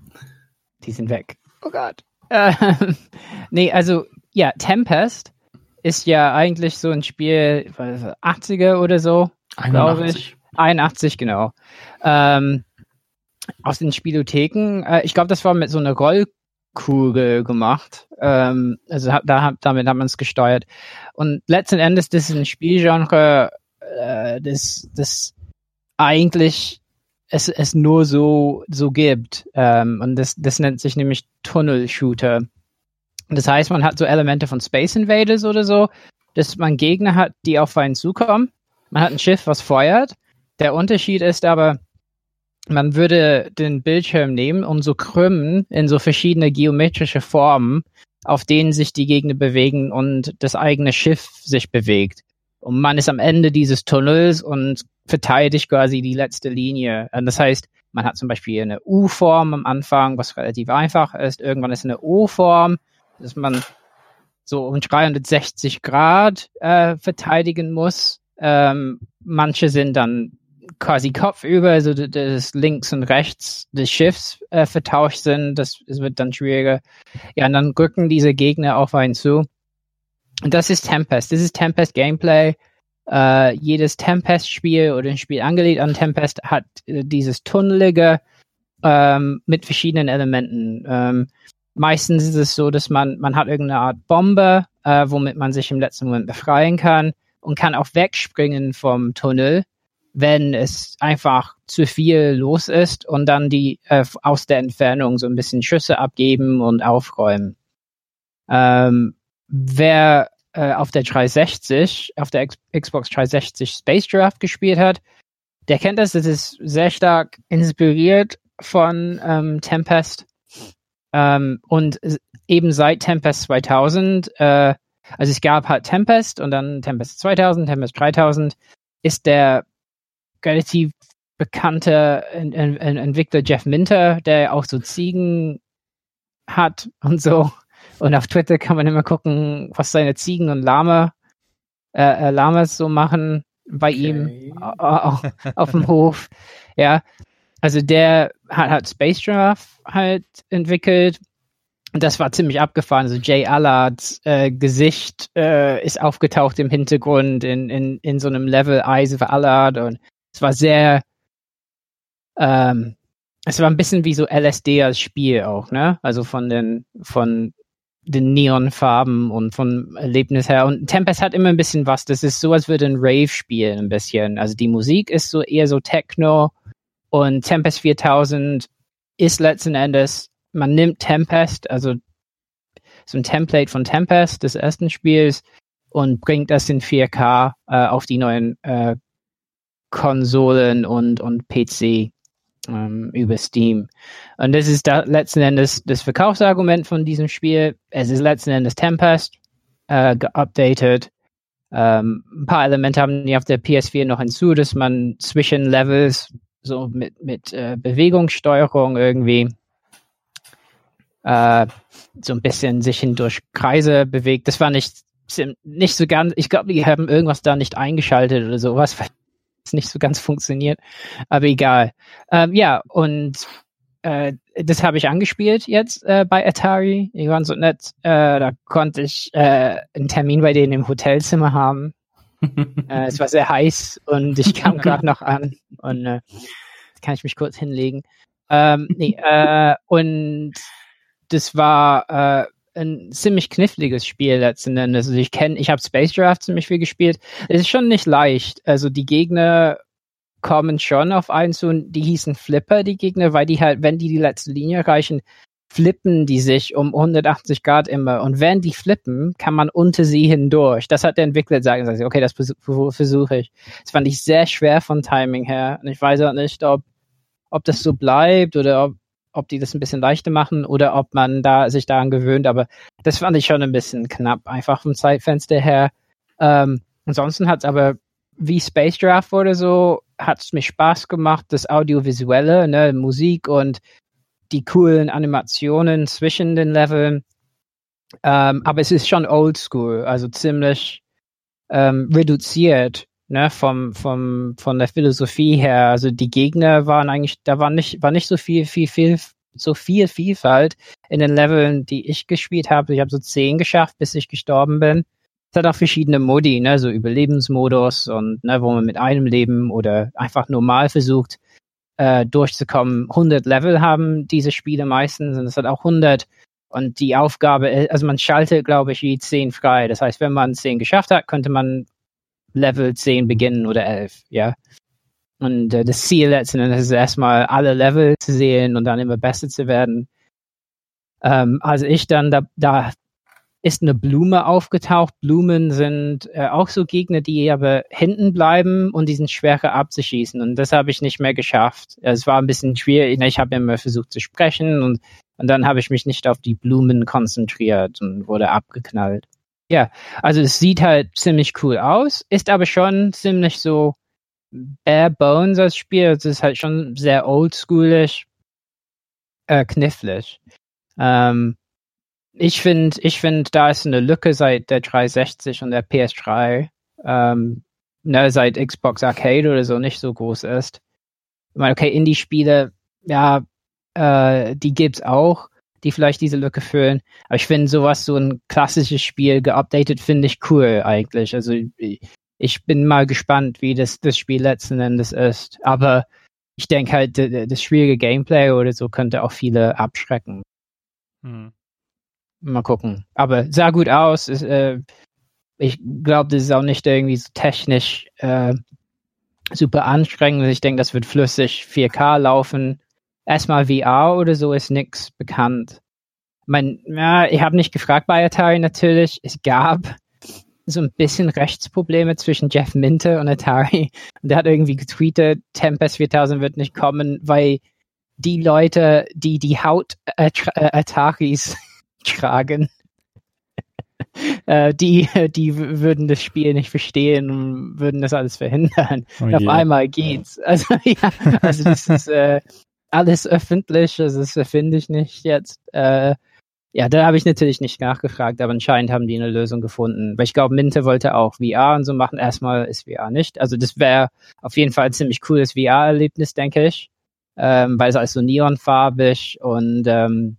Die sind weg. Oh Gott. Ähm, nee, also, ja, Tempest ist ja eigentlich so ein Spiel, was ist das, achtziger oder so, glaube ich. einundachtzig, genau. Ähm, aus den Spielotheken. Äh, ich glaube, das war mit so einer Rollkugel gemacht. Ähm, also da, damit hat man es gesteuert. Und letzten Endes, das ist ein Spielgenre, äh, das, das eigentlich es, es nur so, so gibt. Ähm, und das, das nennt sich nämlich Tunnel-Shooter. Das heißt, man hat so Elemente von Space Invaders oder so, dass man Gegner hat, die auf einen zukommen. Man hat ein Schiff, was feuert. Der Unterschied ist aber, man würde den Bildschirm nehmen und so krümmen in so verschiedene geometrische Formen, auf denen sich die Gegner bewegen und das eigene Schiff sich bewegt. Und man ist am Ende dieses Tunnels und verteidigt quasi die letzte Linie. Und das heißt, man hat zum Beispiel eine U-Form am Anfang, was relativ einfach ist. Irgendwann ist eine O-Form, dass man so um dreihundertsechzig Grad äh, verteidigen muss. Ähm, manche sind dann quasi kopfüber, also das links und rechts des Schiffs äh, vertauscht sind. Das, das wird dann schwieriger. Ja, und dann rücken diese Gegner auf einen zu. Und das ist Tempest. Das ist Tempest Gameplay. Äh, jedes Tempest-Spiel oder ein Spiel angelegt an Tempest hat äh, dieses Tunnelige ähm, mit verschiedenen Elementen. Ähm, meistens ist es so, dass man, man hat irgendeine Art Bombe, äh, womit man sich im letzten Moment befreien kann und kann auch wegspringen vom Tunnel, wenn es einfach zu viel los ist und dann die äh, aus der Entfernung so ein bisschen Schüsse abgeben und aufräumen. Ähm, wer äh, auf der dreihundertsechzig, auf der X- Xbox dreihundertsechzig Space Giraffe gespielt hat, der kennt das, das ist sehr stark inspiriert von ähm, Tempest. Ähm, und eben seit Tempest zweitausend, äh, also es gab halt Tempest und dann Tempest zweitausend, Tempest dreitausend, ist der relativ bekannte Ent- Ent- Entwickler Jeff Minter, der auch so Ziegen hat und so. Und auf Twitter kann man immer gucken, was seine Ziegen und Lama, äh, äh, Lamas so machen bei okay. ihm auf, auf dem Hof. Ja, also der hat, hat Space Giraffe halt entwickelt. Und das war ziemlich abgefahren. Also Jay Allards äh, Gesicht äh, ist aufgetaucht im Hintergrund in, in, in so einem Level Eyes of Allard. Und es war sehr, ähm, es war ein bisschen wie so L S D als Spiel auch, ne? Also von den, von den Neonfarben und vom Erlebnis her. Und Tempest hat immer ein bisschen was. Das ist so, als würde ein Rave spielen, ein bisschen. Also die Musik ist so eher so Techno. Und Tempest viertausend ist letzten Endes, man nimmt Tempest, also so ein Template von Tempest des ersten Spiels und bringt das in vier K äh, auf die neuen äh, Konsolen und, und P C ähm, über Steam. Und das ist da letzten Endes das Verkaufsargument von diesem Spiel. Es ist letzten Endes Tempest äh, geupdatet. Ähm, ein paar Elemente haben die auf der P S vier noch hinzu, dass man zwischen Levels so mit, mit äh, Bewegungssteuerung irgendwie äh, so ein bisschen sich hindurch Kreise bewegt. Das war nicht, nicht so ganz, ich glaube, die haben irgendwas da nicht eingeschaltet oder sowas, weil es nicht so ganz funktioniert. Aber egal. Ähm, ja, und äh, das habe ich angespielt jetzt äh, bei Atari. Die waren so nett. Äh, da konnte ich äh, einen Termin bei denen im Hotelzimmer haben. äh, es war sehr heiß und ich kam gerade noch an und äh, kann ich mich kurz hinlegen. Ähm, nee, äh, und das war äh, ein ziemlich kniffliges Spiel letzten Endes. Also ich kenne, ich habe Space Draft ziemlich viel gespielt. Es ist schon nicht leicht. Also die Gegner kommen schon auf einen zu, die hießen Flipper, die Gegner, weil die halt, wenn die die letzte Linie erreichen, flippen die sich um hundertachtzig Grad immer. Und wenn die flippen, kann man unter sie hindurch. Das hat der Entwickler gesagt. Sagt, okay, das versuche versuch ich. Das fand ich sehr schwer von Timing her. Und ich weiß auch nicht, ob, ob das so bleibt oder ob, ob die das ein bisschen leichter machen oder ob man da sich daran gewöhnt. Aber das fand ich schon ein bisschen knapp, einfach vom Zeitfenster her. Ähm, ansonsten hat es aber wie Space Draft oder so, hat es mir Spaß gemacht, das Audiovisuelle, ne, Musik und die coolen Animationen zwischen den Leveln. Ähm, aber es ist schon oldschool, also ziemlich ähm, reduziert, ne, vom, vom, von der Philosophie her. Also die Gegner waren eigentlich, da war nicht, war nicht so viel, viel, viel, so viel Vielfalt in den Leveln, die ich gespielt habe. Ich habe so zehn geschafft, bis ich gestorben bin. Es hat auch verschiedene Modi, ne, so Überlebensmodus und, ne, wo man mit einem Leben oder einfach normal versucht, äh, durchzukommen. hundert Level haben diese Spiele meistens und es hat auch hundert. Und die Aufgabe, also man schaltet, glaube ich, je zehn frei. Das heißt, wenn man zehn geschafft hat, könnte man Level zehn beginnen oder elf, ja. Und äh, das Ziel letzten Endes ist erstmal alle Level zu sehen und dann immer besser zu werden. Ähm, also ich dann, da, da ist eine Blume aufgetaucht. Blumen sind äh, auch so Gegner, die aber hinten bleiben und die sind schwerer abzuschießen. Und das habe ich nicht mehr geschafft. Es war ein bisschen schwierig. Ich habe immer versucht zu sprechen und, und dann habe ich mich nicht auf die Blumen konzentriert und wurde abgeknallt. Ja, also es sieht halt ziemlich cool aus, ist aber schon ziemlich so bare bones als Spiel. Es ist halt schon sehr oldschoolig, äh, knifflig. Ähm, Ich finde, ich finde, da ist eine Lücke seit der dreihundertsechzig und der P S drei, ähm, ne, seit Xbox Arcade oder so nicht so groß ist. Ich meine, okay, Indie-Spiele, ja, äh, die gibt's auch, die vielleicht diese Lücke füllen. Aber ich finde sowas, so ein klassisches Spiel geupdatet, finde ich cool eigentlich. Also ich bin mal gespannt, wie das, das Spiel letzten Endes ist. Aber ich denke halt, das schwierige Gameplay oder so könnte auch viele abschrecken. Hm. Mal gucken. Aber sah gut aus. Ist, äh, ich glaube, das ist auch nicht irgendwie so technisch äh, super anstrengend. Ich denke, das wird flüssig vier K laufen. Erstmal V R oder so ist nichts bekannt. Ich mein, ja, ich habe nicht gefragt bei Atari natürlich. Es gab so ein bisschen Rechtsprobleme zwischen Jeff Minter und Atari. Und der hat irgendwie getweetet, Tempest viertausend wird nicht kommen, weil die Leute, die die Haut äh, Ataris tragen, äh, die, die würden das Spiel nicht verstehen und würden das alles verhindern. Oh auf yeah. einmal geht's. Also ja, also das ist äh, alles öffentlich, also das finde ich nicht jetzt. Äh, ja, da habe ich natürlich nicht nachgefragt, aber anscheinend haben die eine Lösung gefunden. Weil ich glaube, Minte wollte auch V R und so machen. Erstmal ist V R nicht. Also das wäre auf jeden Fall ein ziemlich cooles V R-Erlebnis, denke ich. Ähm, weil es alles so neonfarbig und ähm,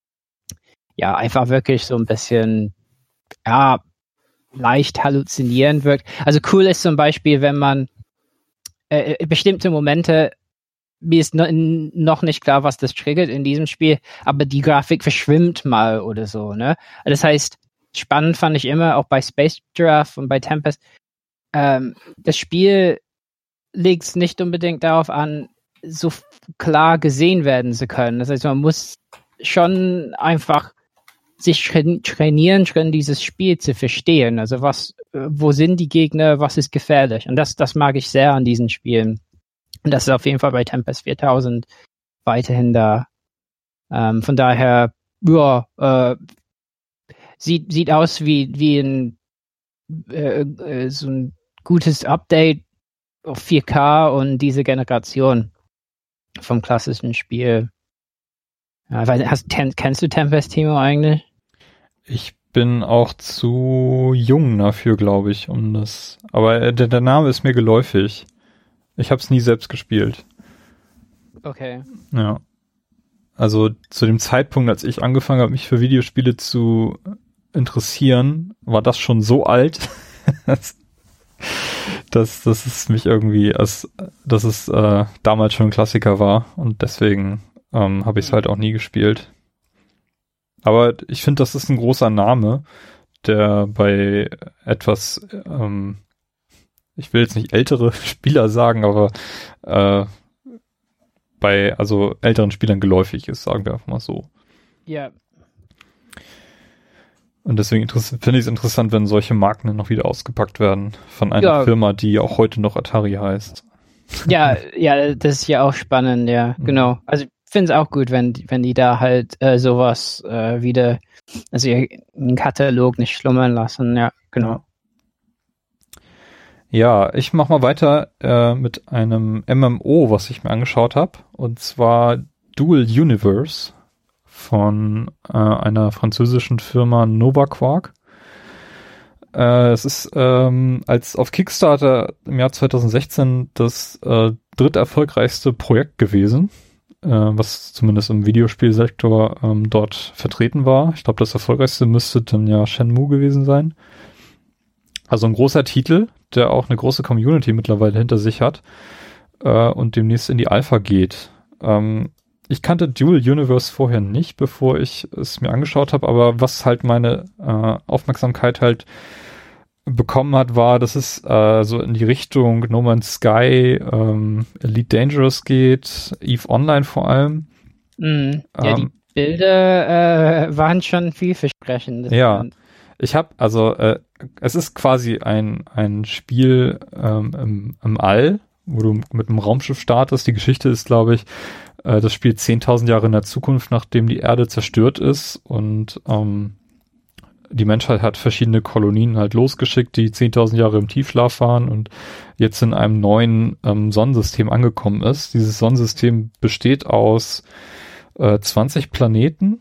ja, einfach wirklich so ein bisschen, ja, leicht halluzinierend wirkt. Also cool ist zum Beispiel, wenn man äh, bestimmte Momente, mir ist no, noch nicht klar, was das triggert in diesem Spiel, aber die Grafik verschwimmt mal oder so, ne? Das heißt, spannend fand ich immer, auch bei Space Giraffe und bei Tempest, ähm, das Spiel legt es nicht unbedingt darauf an, so klar gesehen werden zu können. Das heißt, man muss schon einfach sich trainieren können, dieses Spiel zu verstehen. Also was, wo sind die Gegner, was ist gefährlich? Und das, das mag ich sehr an diesen Spielen. Und das ist auf jeden Fall bei Tempest viertausend weiterhin da. Ähm, von daher, ja, äh, sieht, sieht aus wie, wie ein, äh, äh, so ein gutes Update auf vier K und diese Generation vom klassischen Spiel. Ja, weil, hast, kennst du Tempest, Timo, eigentlich? Ich bin auch zu jung dafür, glaube ich, um das. Aber der, der Name ist mir geläufig. Ich habe es nie selbst gespielt. Okay. Ja. Also zu dem Zeitpunkt, als ich angefangen habe, mich für Videospiele zu interessieren, war das schon so alt, dass, dass, dass es mich irgendwie, als, dass es äh, damals schon ein Klassiker war und deswegen ähm, habe ich es halt auch nie gespielt. Aber ich finde, das ist ein großer Name, der bei etwas, ähm, ich will jetzt nicht ältere Spieler sagen, aber äh, bei also älteren Spielern geläufig ist, sagen wir einfach mal so. Ja. Und deswegen finde ich es interessant, wenn solche Marken dann noch wieder ausgepackt werden von einer ja. Firma, die auch heute noch Atari heißt. Ja, ja, das ist ja auch spannend, ja, mhm. genau. Also ich finde es auch gut, wenn, wenn die da halt äh, sowas äh, wieder, also einen Katalog nicht schlummern lassen, ja, genau. Ja, ich mach mal weiter äh, mit einem M M O, was ich mir angeschaut habe, und zwar Dual Universe von äh, einer französischen Firma Nova Quark. Äh, es ist ähm, als auf Kickstarter im Jahr zwanzig sechzehn das äh, dritterfolgreichste Projekt gewesen, äh, was zumindest im Videospielsektor ähm, dort vertreten war. Ich glaube, das erfolgreichste müsste dann ja Shenmue gewesen sein. Also ein großer Titel, der auch eine große Community mittlerweile hinter sich hat äh, und demnächst in die Alpha geht. Ähm, ich kannte Dual Universe vorher nicht, bevor ich es mir angeschaut habe, aber was halt meine äh, Aufmerksamkeit halt bekommen hat, war, dass es äh, so in die Richtung No Man's Sky, ähm, Elite Dangerous geht, EVE Online vor allem. Mm, ja, ähm, die Bilder äh, waren schon vielversprechend. Ja, ich habe, also äh, es ist quasi ein ein Spiel ähm, im, im All, wo du mit einem Raumschiff startest. Die Geschichte ist, glaube ich, äh, das spielt zehntausend Jahre in der Zukunft, nachdem die Erde zerstört ist und ähm, die Menschheit hat verschiedene Kolonien halt losgeschickt, die zehntausend Jahre im Tiefschlaf waren und jetzt in einem neuen ähm, Sonnensystem angekommen ist. Dieses Sonnensystem besteht aus äh, zwanzig Planeten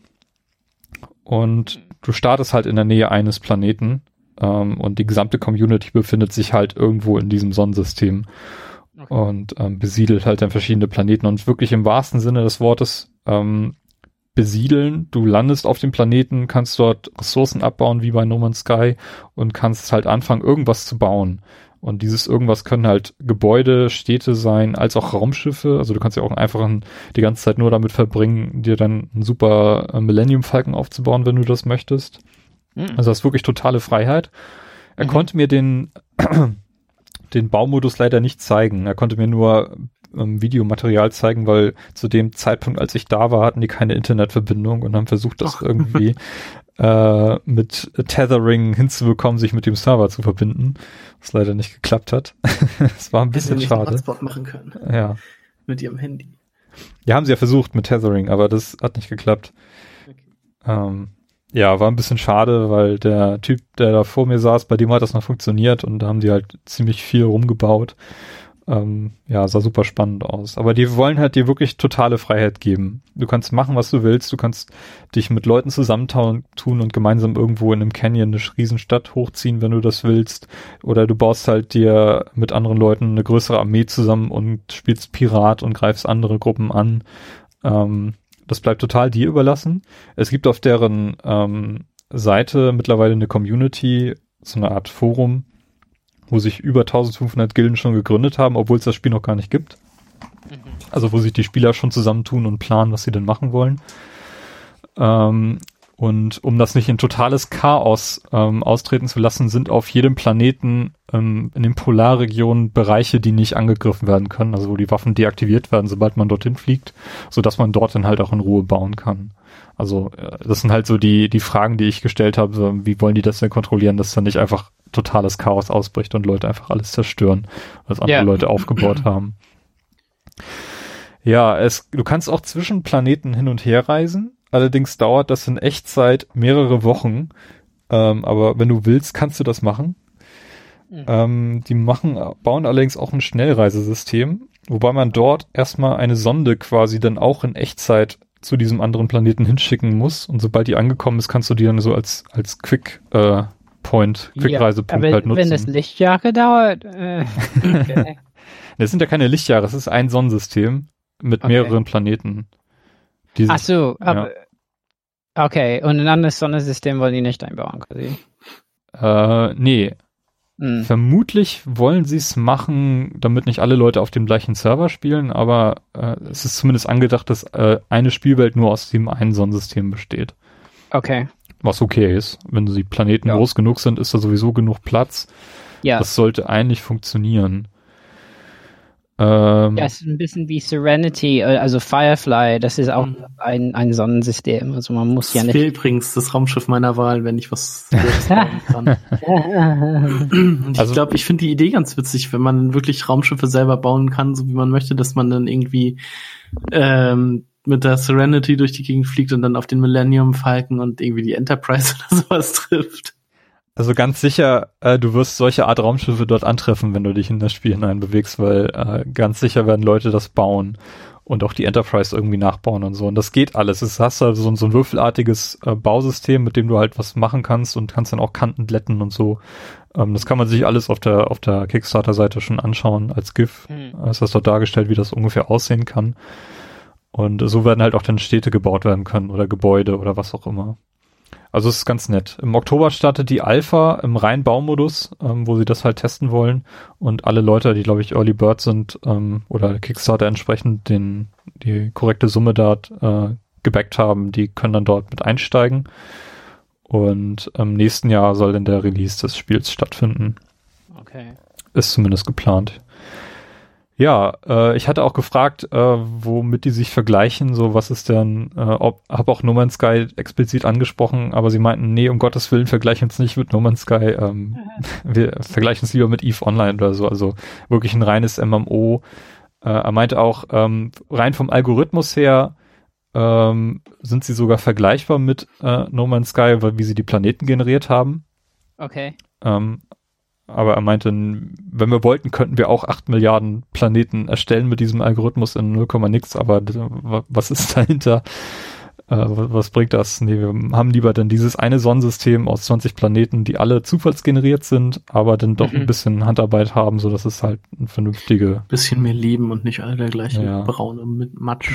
und du startest halt in der Nähe eines Planeten ähm, und die gesamte Community befindet sich halt irgendwo in diesem Sonnensystem okay. und ähm, besiedelt halt dann verschiedene Planeten und wirklich im wahrsten Sinne des Wortes ähm, besiedeln. Du landest auf dem Planeten, kannst dort Ressourcen abbauen wie bei No Man's Sky und kannst halt anfangen, irgendwas zu bauen. Und dieses irgendwas können halt Gebäude, Städte sein, als auch Raumschiffe. Also du kannst ja auch einfach ein, die ganze Zeit nur damit verbringen, dir dann einen super äh, Millennium Falcon aufzubauen, wenn du das möchtest. Mhm. Also das ist wirklich totale Freiheit. Er mhm. konnte mir den den Baumodus leider nicht zeigen. Er konnte mir nur ähm, Videomaterial zeigen, weil zu dem Zeitpunkt, als ich da war, hatten die keine Internetverbindung und haben versucht, das oh. irgendwie äh, mit Tethering hinzubekommen, sich mit dem Server zu verbinden, was leider nicht geklappt hat. Es war ein bisschen nicht schade. Einen Hotspot machen können. Ja. Mit ihrem Handy. Ja, haben sie ja versucht mit Tethering, aber das hat nicht geklappt. Okay. Ähm, ja, war ein bisschen schade, weil der Typ, der da vor mir saß, bei dem hat das noch funktioniert und da haben die halt ziemlich viel rumgebaut. Ähm, ja, sah super spannend aus. Aber die wollen halt dir wirklich totale Freiheit geben. Du kannst machen, was du willst. Du kannst dich mit Leuten zusammentun und gemeinsam irgendwo in einem Canyon eine Riesenstadt hochziehen, wenn du das willst. Oder du baust halt dir mit anderen Leuten eine größere Armee zusammen und spielst Pirat und greifst andere Gruppen an. Ähm, das bleibt total dir überlassen. Es gibt auf deren ähm, Seite mittlerweile eine Community, so eine Art Forum, wo sich über eintausendfünfhundert Gilden schon gegründet haben, obwohl es das Spiel noch gar nicht gibt. Mhm. Also wo sich die Spieler schon zusammentun und planen, was sie denn machen wollen. Ähm, Und um das nicht in totales Chaos ähm, austreten zu lassen, sind auf jedem Planeten ähm, in den Polarregionen Bereiche, die nicht angegriffen werden können, also wo die Waffen deaktiviert werden, sobald man dorthin fliegt, sodass man dort dann halt auch in Ruhe bauen kann. Also äh, das sind halt so die die Fragen, die ich gestellt habe, so, wie wollen die das denn kontrollieren, dass dann nicht einfach totales Chaos ausbricht und Leute einfach alles zerstören, was andere Ja. Leute aufgebaut haben. Ja, es, du kannst auch zwischen Planeten hin und her reisen. Allerdings dauert das in Echtzeit mehrere Wochen. Ähm, aber wenn du willst, kannst du das machen. Mhm. Ähm, die machen, bauen allerdings auch ein Schnellreisesystem, wobei man dort erstmal eine Sonde quasi dann auch in Echtzeit zu diesem anderen Planeten hinschicken muss. Und sobald die angekommen ist, kannst du die dann so als, als Quick, äh, Point, Quick-Reisepunkt ja, halt nutzen. Wenn das Lichtjahre dauert, äh, okay. Das sind ja keine Lichtjahre, es ist ein Sonnensystem mit Okay. mehreren Planeten. Die Ach sich- so, aber okay, und ein anderes Sonnensystem wollen die nicht einbauen, quasi. Äh, nee. Hm. Vermutlich wollen sie es machen, damit nicht alle Leute auf dem gleichen Server spielen, aber äh, es ist zumindest angedacht, dass äh, eine Spielwelt nur aus dem einen Sonnensystem besteht. Okay, Was okay ist. Wenn die Planeten Ja. groß genug sind, ist da sowieso genug Platz. ja. Das sollte eigentlich funktionieren. Ähm, Ja, es ist ein bisschen wie Serenity, äh, also Firefly, das ist auch Mhm. ein, ein Sonnensystem, also man muss ja Das nicht. wäre übrigens das Raumschiff meiner Wahl, wenn ich was selbst bauen kann. Und ich Also- glaube, ich finde die Idee ganz witzig, wenn man wirklich Raumschiffe selber bauen kann, so wie man möchte, dass man dann irgendwie ähm, mit der Serenity durch die Gegend fliegt und dann auf den Millennium Falcon und irgendwie die Enterprise oder sowas trifft. Also ganz sicher, äh, du wirst solche Art Raumschiffe dort antreffen, wenn du dich in das Spiel hinein bewegst, weil äh, ganz sicher werden Leute das bauen und auch die Enterprise irgendwie nachbauen und so. Und das geht alles. Es hast halt so, ein- so ein würfelartiges äh, Bausystem, mit dem du halt was machen kannst und kannst dann auch Kanten glätten und so. Ähm, das kann man sich alles auf der auf der Kickstarter-Seite schon anschauen als GIF. Hm. Es ist dort dargestellt, wie das ungefähr aussehen kann. Und so werden halt auch dann Städte gebaut werden können oder Gebäude oder was auch immer. Also es ist ganz nett. Im Oktober startet die Alpha im reinen Baumodus, ähm, wo sie das halt testen wollen. Und alle Leute, die, glaube ich, Early Bird sind ähm, oder Kickstarter entsprechend den die korrekte Summe da äh, gebackt haben, die können dann dort mit einsteigen. Und im nächsten Jahr soll dann der Release des Spiels stattfinden. Okay. Ist zumindest geplant. Ja, äh, ich hatte auch gefragt, äh, womit die sich vergleichen, so was ist denn, äh, ob, habe auch No Man's Sky explizit angesprochen, aber sie meinten, nee, um Gottes Willen, vergleichen uns nicht mit No Man's Sky, ähm, wir vergleichen uns lieber mit EVE Online oder so, also wirklich ein reines M M O. Äh, er meinte auch, ähm, rein vom Algorithmus her ähm, sind sie sogar vergleichbar mit äh, No Man's Sky, weil wie sie die Planeten generiert haben. Okay. Ähm, aber er meinte, wenn wir wollten, könnten wir auch acht Milliarden Planeten erstellen mit diesem Algorithmus in null Komma nix, aber d- wa- was ist dahinter? Äh, wa- was bringt das? Nee, wir haben lieber dann dieses eine Sonnensystem aus zwanzig Planeten, die alle zufallsgeneriert sind, aber dann doch Mhm. ein bisschen Handarbeit haben, so dass es halt eine vernünftige... Bisschen mehr Leben und nicht alle der gleichen Ja. braune mit Matsch.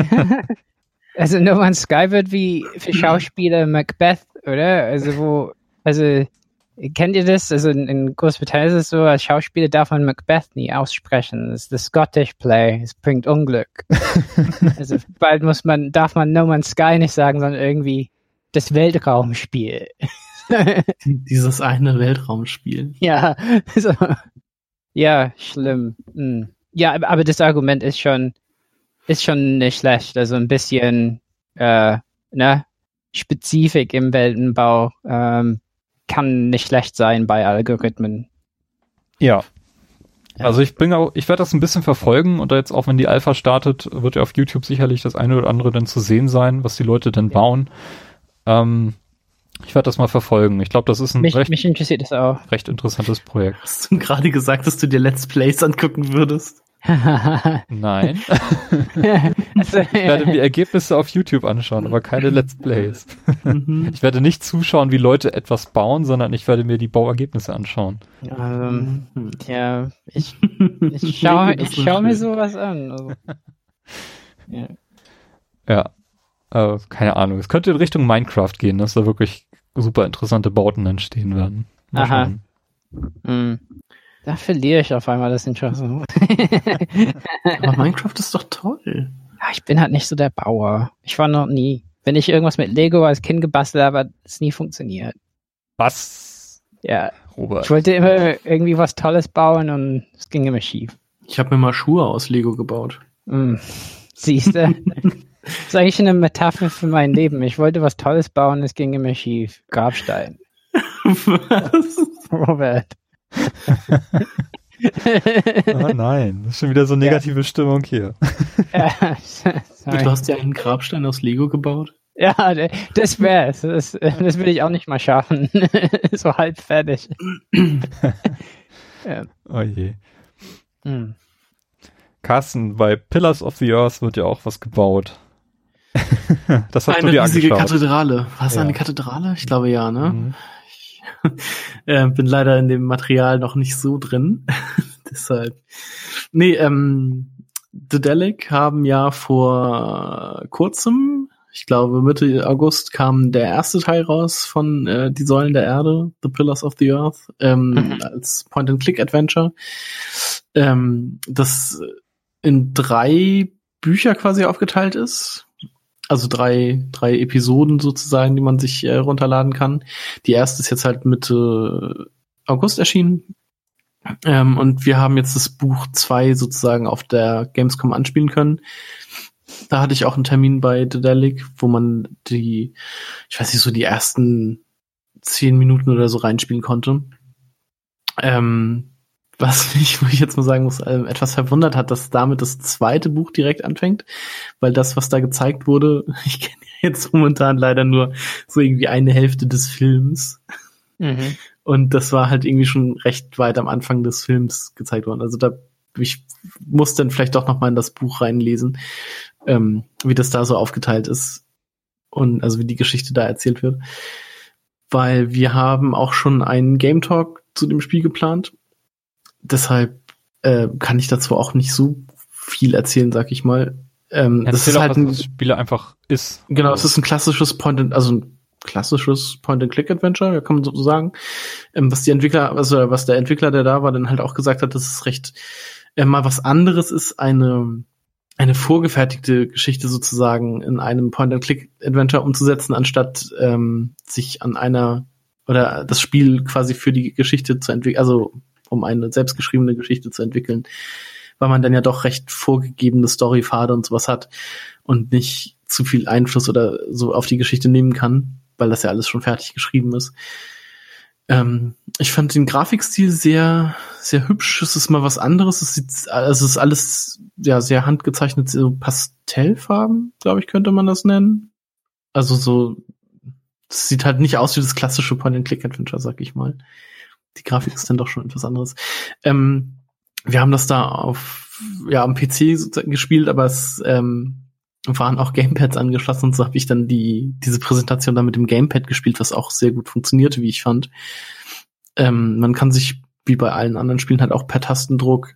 Also No Man's Sky wird wie für Schauspieler Macbeth, oder? Also wo, also kennt ihr das? Also in, in Großbritannien ist es so, als Schauspieler darf man Macbeth nie aussprechen. Das ist das Scottish Play. Es bringt Unglück. Also bald muss man, darf man No Man's Sky nicht sagen, sondern irgendwie das Weltraumspiel. Dieses eine Weltraumspiel. Ja, so. Ja, schlimm. Hm. Ja, aber, aber das Argument ist schon, ist schon nicht schlecht. Also ein bisschen, äh, ne, Spezifik im Weltenbau ähm, kann nicht schlecht sein bei Algorithmen. Ja. Ja. Also ich bin auch, ich werde das ein bisschen verfolgen und jetzt auch wenn die Alpha startet, wird ja auf YouTube sicherlich das eine oder andere dann zu sehen sein, was die Leute denn bauen. Ähm, ich werde das mal verfolgen. Ich glaube, das ist ein Mich, recht, mich interessiert das auch. recht interessantes Projekt. Hast du gerade gesagt, dass du dir Let's Plays angucken würdest? Nein. also, Ich werde die Ergebnisse auf YouTube anschauen, aber keine Let's Plays. Mhm. Ich werde nicht zuschauen, wie Leute etwas bauen, sondern ich werde mir die Bauergebnisse anschauen. ähm, Mhm. ja, ich, ich schaue Das ich ist schau mir schön. sowas an. Also, ja. Ja. Äh, keine Ahnung. Es könnte in Richtung Minecraft gehen, dass da wirklich super interessante Bauten entstehen werden. Mal Aha. schauen. Hm. Da verliere ich auf einmal das Interesse. Aber Minecraft ist doch toll. Ja, ich bin halt nicht so der Bauer. Ich war noch nie wenn ich irgendwas mit Lego als Kind gebastelt habe, hat es nie funktioniert. Was? Ja. Robert. Ich wollte immer irgendwie was Tolles bauen und es ging immer schief. Ich habe mir mal Schuhe aus Lego gebaut. Mm. Siehst du? Das ist eigentlich eine Metapher für mein Leben. Ich wollte was Tolles bauen, es ging immer schief. Grabstein. Was? Robert. Oh nein, das ist schon wieder so negative ja. Stimmung hier. Ja, du hast ja einen Grabstein aus Lego gebaut? Ja, das wär's. Das, das will ich auch nicht mal schaffen. So halb fertig. Ja. Oh je. Hm. Carsten, bei Pillars of the Earth wird ja auch was gebaut. Das hast eine du dir riesige angeschaut. Kathedrale. War es ja. eine Kathedrale? Ich glaube ja, ne? Mhm. Ich äh, bin leider in dem Material noch nicht so drin. Deshalb. Nee, ähm, Daedalic haben ja vor kurzem, ich glaube Mitte August, kam der erste Teil raus von äh, Die Säulen der Erde, The Pillars of the Earth, ähm, mhm. als Point-and-Click-Adventure. Ähm, das in drei Bücher quasi aufgeteilt ist. Also drei, drei Episoden sozusagen, die man sich äh, runterladen kann. Die erste ist jetzt halt Mitte August erschienen. Ähm, und wir haben jetzt das Buch zwei sozusagen auf der Gamescom anspielen können. Da hatte ich auch einen Termin bei Daedalic, wo man die, ich weiß nicht, so die ersten zehn Minuten oder so reinspielen konnte. Ähm, was mich, wo ich jetzt mal sagen muss, äh, etwas verwundert hat, dass damit das zweite Buch direkt anfängt, weil das, was da gezeigt wurde, ich kenne ja jetzt momentan leider nur so irgendwie eine Hälfte des Films. Mhm. Und das war halt irgendwie schon recht weit am Anfang des Films gezeigt worden. Also da, ich muss dann vielleicht doch noch mal in das Buch reinlesen, ähm, wie das da so aufgeteilt ist und also wie die Geschichte da erzählt wird. Weil wir haben auch schon einen Game Talk zu dem Spiel geplant. Deshalb äh, kann ich dazu auch nicht so viel erzählen, sag ich mal. Ähm, ja, das ist auch, halt was ein das Spiel einfach ist. Genau, es ist ein klassisches Point and, also ein klassisches Point-and-Click-Adventure, ja, kann man so sagen. Ähm, was die Entwickler, also was der Entwickler, der da war, dann halt auch gesagt hat, dass es recht äh, mal was anderes ist, eine eine vorgefertigte Geschichte sozusagen in einem Point-and-Click-Adventure umzusetzen, anstatt ähm, sich an einer oder das Spiel quasi für die Geschichte zu entwickeln, also um eine selbstgeschriebene Geschichte zu entwickeln, weil man dann ja doch recht vorgegebene Storypfade und sowas hat und nicht zu viel Einfluss oder so auf die Geschichte nehmen kann, weil das ja alles schon fertig geschrieben ist. Ähm, ich fand den Grafikstil sehr, sehr hübsch. Es ist mal was anderes. Es sieht, also es ist alles ja sehr handgezeichnet, so Pastellfarben, glaube ich, könnte man das nennen. Also so, es sieht halt nicht aus wie das klassische Point-and-Click-Adventure, sag ich mal. Die Grafik ist dann doch schon etwas anderes. Ähm, wir haben das da auf, ja, am P C gespielt, aber es ähm, waren auch Gamepads angeschlossen und so habe ich dann die diese Präsentation da mit dem Gamepad gespielt, was auch sehr gut funktionierte, wie ich fand. Ähm, man kann sich, wie bei allen anderen Spielen, halt auch per Tastendruck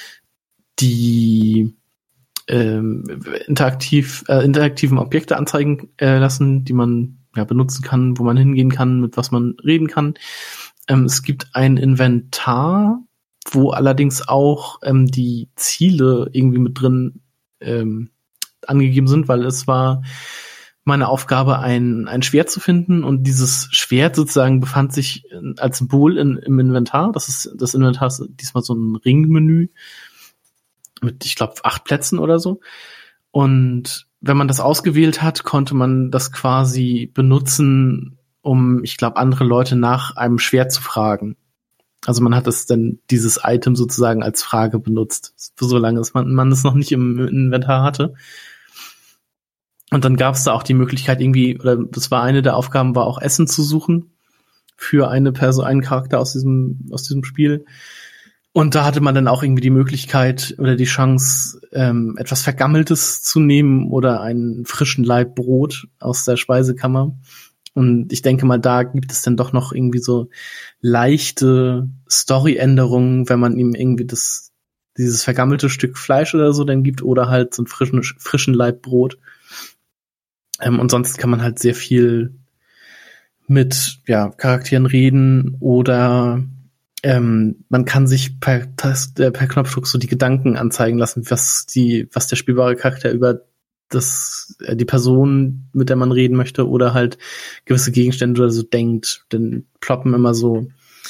die ähm, interaktiv äh, interaktiven Objekte anzeigen äh, lassen, die man ja benutzen kann, wo man hingehen kann, mit was man reden kann. Ähm, es gibt ein Inventar, wo allerdings auch ähm, die Ziele irgendwie mit drin ähm, angegeben sind, weil es war meine Aufgabe, ein ein Schwert zu finden und dieses Schwert sozusagen befand sich als Symbol in, im Inventar. Das ist das Inventar ist diesmal so ein Ringmenü mit, ich glaube, acht Plätzen oder so. Und wenn man das ausgewählt hat, konnte man das quasi benutzen, um, ich glaube, andere Leute nach einem Schwert zu fragen. Also man hat das dann, dieses Item sozusagen als Frage benutzt, solange es man, man es noch nicht im Inventar hatte. Und dann gab es da auch die Möglichkeit irgendwie, oder das war eine der Aufgaben, war auch Essen zu suchen für eine Person, einen Charakter aus diesem, aus diesem Spiel. Und da hatte man dann auch irgendwie die Möglichkeit oder die Chance, ähm, etwas Vergammeltes zu nehmen oder einen frischen Laib Brot aus der Speisekammer. Und ich denke mal, da gibt es dann doch noch irgendwie so leichte Story-Änderungen, wenn man ihm irgendwie das, dieses vergammelte Stück Fleisch oder so dann gibt oder halt so einen frischen, frischen Laib Brot. Ähm, und sonst kann man halt sehr viel mit, ja, Charakteren reden oder ähm, man kann sich per, Tast, äh, per Knopfdruck so die Gedanken anzeigen lassen, was die, was der spielbare Charakter über das äh, die Person, mit der man reden möchte, oder halt gewisse Gegenstände oder so denkt. Dann ploppen immer so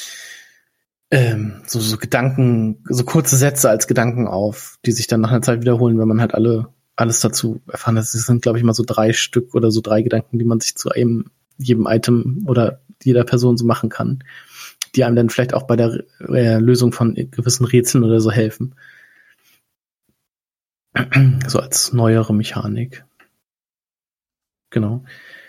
ähm, so, so Gedanken, so kurze Sätze als Gedanken auf, die sich dann nach einer Zeit wiederholen, wenn man halt alle alles dazu erfahren hat. Es sind, glaube ich, mal so drei Stück oder so drei Gedanken, die man sich zu einem, jedem Item oder jeder Person so machen kann, die einem dann vielleicht auch bei der äh, Lösung von gewissen Rätseln oder so helfen. So als neuere Mechanik. Genau.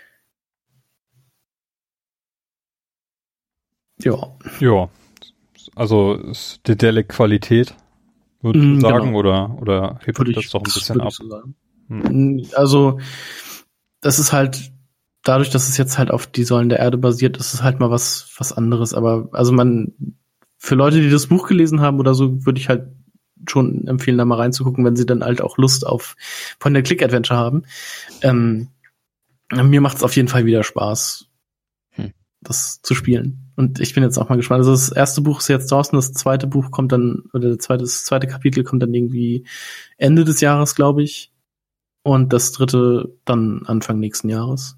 Ja. Ja. Also ist Dedelic-Qualität, würdest du sagen, genau. oder, oder hebt würde das ich, doch ein bisschen ab? So hm. Also, das ist halt, dadurch, dass es jetzt halt auf die Säulen der Erde basiert, ist es halt mal was, was anderes. Aber, also man, für Leute, die das Buch gelesen haben oder so, würde ich halt schon empfehlen, da mal reinzugucken, wenn sie dann halt auch Lust auf Point-and-Click-Adventure haben. Ähm, mir macht es auf jeden Fall wieder Spaß, hm. das zu spielen. Und ich bin jetzt auch mal gespannt. Also das erste Buch ist jetzt draußen, das zweite Buch kommt dann, oder das zweite, das zweite Kapitel kommt dann irgendwie Ende des Jahres, glaube ich. Und das dritte dann Anfang nächsten Jahres.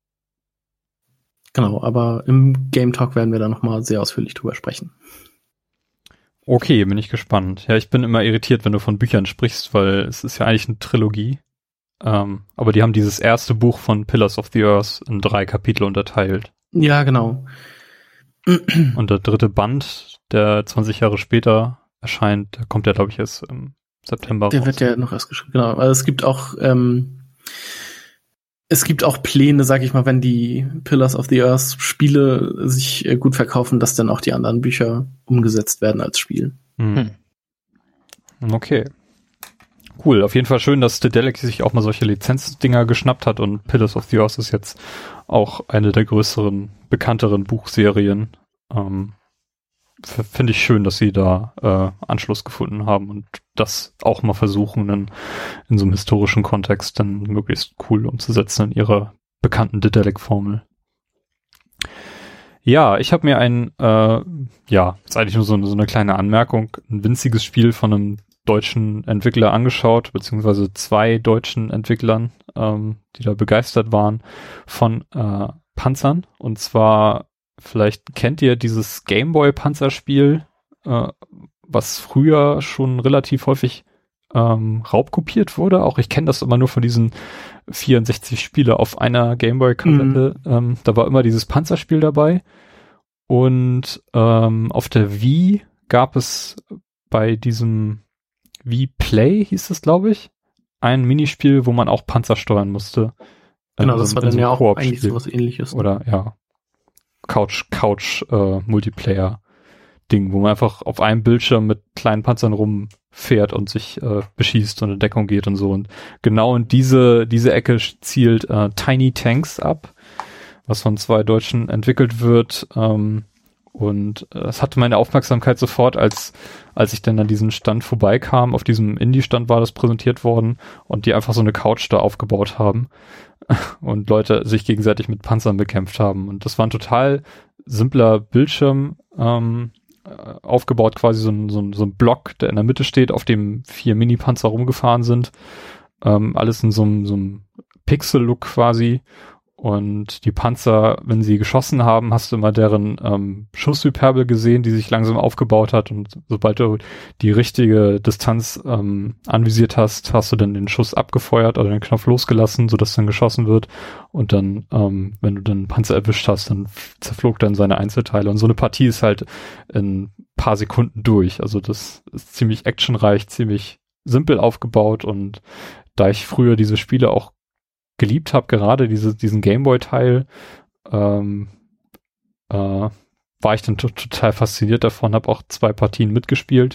Genau, aber im Game Talk werden wir da nochmal sehr ausführlich drüber sprechen. Okay, bin ich gespannt. Ja, ich bin immer irritiert, wenn du von Büchern sprichst, weil es ist ja eigentlich eine Trilogie. Ähm, aber die haben dieses erste Buch von Pillars of the Earth in drei Kapitel unterteilt. Ja, genau. Und der dritte Band, der zwanzig Jahre später erscheint, der kommt ja, glaube ich, erst im September Der raus. wird ja noch erst geschrieben, genau. Also es gibt auch ähm, es gibt auch Pläne, sag ich mal, wenn die Pillars of the Earth Spiele sich äh, gut verkaufen, dass dann auch die anderen Bücher umgesetzt werden als Spiel. Hm. Okay. Cool, auf jeden Fall schön, dass Dedelic sich auch mal solche Lizenzdinger geschnappt hat und Pillars of the Earth ist jetzt auch eine der größeren, bekannteren Buchserien. Ähm, Finde ich schön, dass sie da äh, Anschluss gefunden haben und das auch mal versuchen, in, in so einem historischen Kontext dann möglichst cool umzusetzen in ihrer bekannten Dedelic-Formel. Ja, ich habe mir ein, äh, ja, ist eigentlich nur so, so eine kleine Anmerkung, ein winziges Spiel von einem deutschen Entwickler angeschaut, beziehungsweise zwei deutschen Entwicklern, ähm, die da begeistert waren von äh, Panzern. Und zwar, vielleicht kennt ihr dieses Gameboy-Panzerspiel, äh, was früher schon relativ häufig ähm, raubkopiert wurde. Auch ich kenne das immer nur von diesen vierundsechzig Spiele auf einer Gameboy-Kassette. Mhm. Ähm, da war immer dieses Panzerspiel dabei. Und ähm, auf der Wii gab es bei diesem Wii Play, hieß es, glaube ich, ein Minispiel, wo man auch Panzer steuern musste. Genau, das war dann so ja auch eigentlich sowas Ähnliches. Oder, ja, Couch, Couch, äh, Multiplayer-Ding, wo man einfach auf einem Bildschirm mit kleinen Panzern rumfährt und sich äh, beschießt und in Deckung geht und so. Und genau in diese, diese Ecke zielt äh, Tiny Tanks ab, was von zwei Deutschen entwickelt wird. Ähm, und äh, es hatte meine Aufmerksamkeit sofort, als als ich dann an diesen Stand vorbeikam. Auf diesem Indie-Stand war das präsentiert worden und die einfach so eine Couch da aufgebaut haben und Leute sich gegenseitig mit Panzern bekämpft haben. Und das war ein total simpler Bildschirm, ähm, aufgebaut, quasi so ein, so, ein, so ein Block, der in der Mitte steht, auf dem vier Mini-Panzer rumgefahren sind. Ähm, alles in so einem, so einem Pixel-Look quasi. Und die Panzer, wenn sie geschossen haben, hast du immer deren ähm, Schusshyperbel gesehen, die sich langsam aufgebaut hat. Und sobald du die richtige Distanz ähm, anvisiert hast, hast du dann den Schuss abgefeuert oder den Knopf losgelassen, sodass dann geschossen wird. Und dann, ähm, wenn du dann einen Panzer erwischt hast, dann zerflog dann seine Einzelteile. Und so eine Partie ist halt in ein paar Sekunden durch. Also das ist ziemlich actionreich, ziemlich simpel aufgebaut. Und da ich früher diese Spiele auch geliebt habe, gerade diese, diesen Gameboy-Teil, ähm, äh, war ich dann t- total fasziniert davon, habe auch zwei Partien mitgespielt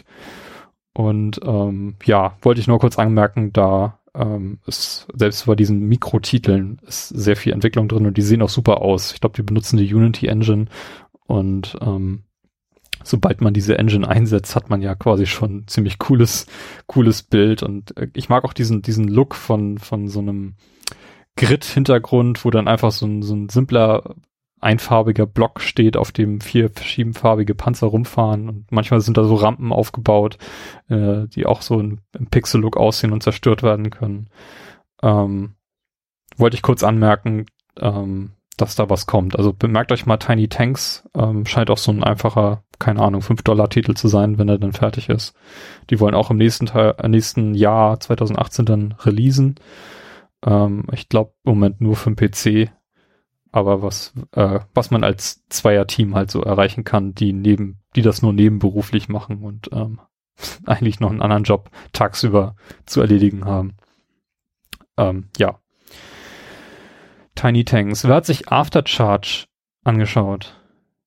und ähm, ja, wollte ich nur kurz anmerken, da ähm, ist selbst bei diesen Mikrotiteln ist sehr viel Entwicklung drin und die sehen auch super aus. Ich glaube, die benutzen die Unity Engine und ähm, sobald man diese Engine einsetzt, hat man ja quasi schon ein ziemlich cooles, cooles Bild und äh, ich mag auch diesen, diesen Look von, von so einem Grid-Hintergrund, wo dann einfach so ein, so ein simpler, einfarbiger Block steht, auf dem vier verschiedenfarbige Panzer rumfahren und manchmal sind da so Rampen aufgebaut, äh, die auch so in, im Pixel-Look aussehen und zerstört werden können. ähm, wollte ich kurz anmerken, ähm, dass da was kommt. Also bemerkt euch mal Tiny Tanks, ähm, scheint auch so ein einfacher, keine Ahnung, fünf Dollar Titel zu sein, wenn er dann fertig ist. Die wollen auch im nächsten Teil, äh, nächsten Jahr zwanzig achtzehn dann releasen. Ähm, ich glaube im Moment nur für den P C, aber was, äh, was man als Zweier-Team halt so erreichen kann, die neben, die das nur nebenberuflich machen und ähm, eigentlich noch einen anderen Job tagsüber zu erledigen haben. Ähm, ja. Tiny Tanks. Wer hat sich Aftercharge angeschaut?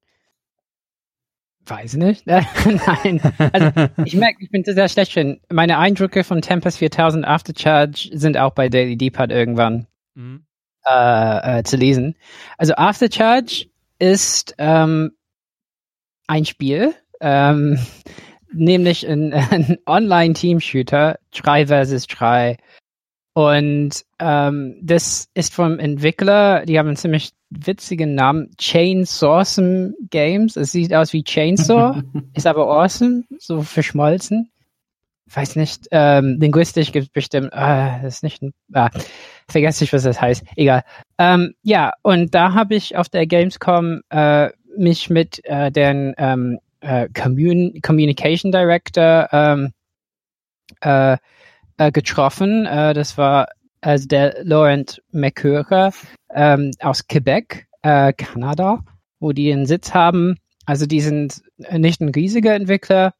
Weiß nicht. Nein. Also ich merke, ich bin sehr schlecht drin. Meine Eindrücke von Tempest viertausend Aftercharge sind auch bei Daily D-Pad irgendwann mhm. äh, äh, zu lesen. Also Aftercharge ist ähm, ein Spiel, ähm, nämlich ein, ein Online-Team-Shooter, drei versus drei. Und ähm, das ist vom Entwickler, die haben einen ziemlich witzigen Namen, Chainsawsome Games. Es sieht aus wie Chainsaw, ist aber awesome, so verschmolzen. Weiß nicht, ähm, linguistisch gibt es bestimmt, ah, das ist nicht, ein, ah, vergesse ich, was das heißt, egal. Ähm, ja, und da habe ich auf der Gamescom äh, mich mit äh, den ähm, äh, Commun- Communication Director ähm, äh, äh, getroffen. Äh, das war also der Laurent Mercure ähm, aus Quebec, äh, Kanada, wo die einen Sitz haben. Also die sind nicht ein riesiger Entwickler.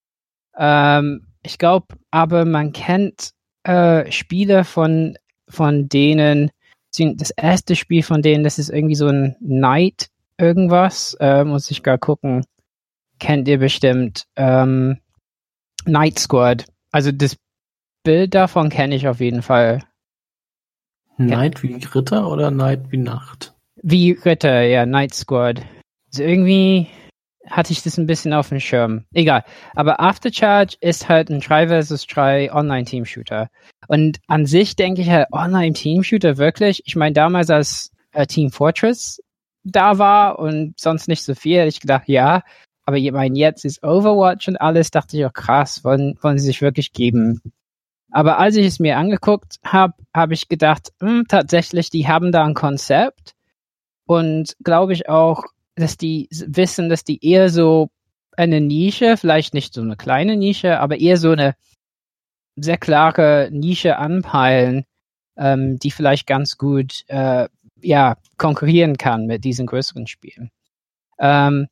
Ähm, ich glaube, aber man kennt äh, Spiele von von denen. Das erste Spiel von denen, das ist irgendwie so ein Night irgendwas. Äh, muss ich gar gucken. Kennt ihr bestimmt. Ähm, Night Squad. Also das Bild davon kenne ich auf jeden Fall. Night wie Ritter oder Night wie Nacht? Wie Ritter, ja, Night Squad. Also irgendwie hatte ich das ein bisschen auf dem Schirm. Egal. Aber Aftercharge ist halt ein drei versus drei Online-Team-Shooter. Und an sich denke ich halt, Online-Team-Shooter wirklich, ich meine, damals als äh, Team Fortress da war und sonst nicht so viel, hätte ich gedacht, ja. Aber ich meine, jetzt ist Overwatch und alles, dachte ich auch, krass, wollen, wollen sie sich wirklich geben. Aber als ich es mir angeguckt habe, habe ich gedacht, mh, tatsächlich, die haben da ein Konzept und glaube ich auch, dass die wissen, dass die eher so eine Nische, vielleicht nicht so eine kleine Nische, aber eher so eine sehr klare Nische anpeilen, ähm, die vielleicht ganz gut äh, ja konkurrieren kann mit diesen größeren Spielen. Ähm,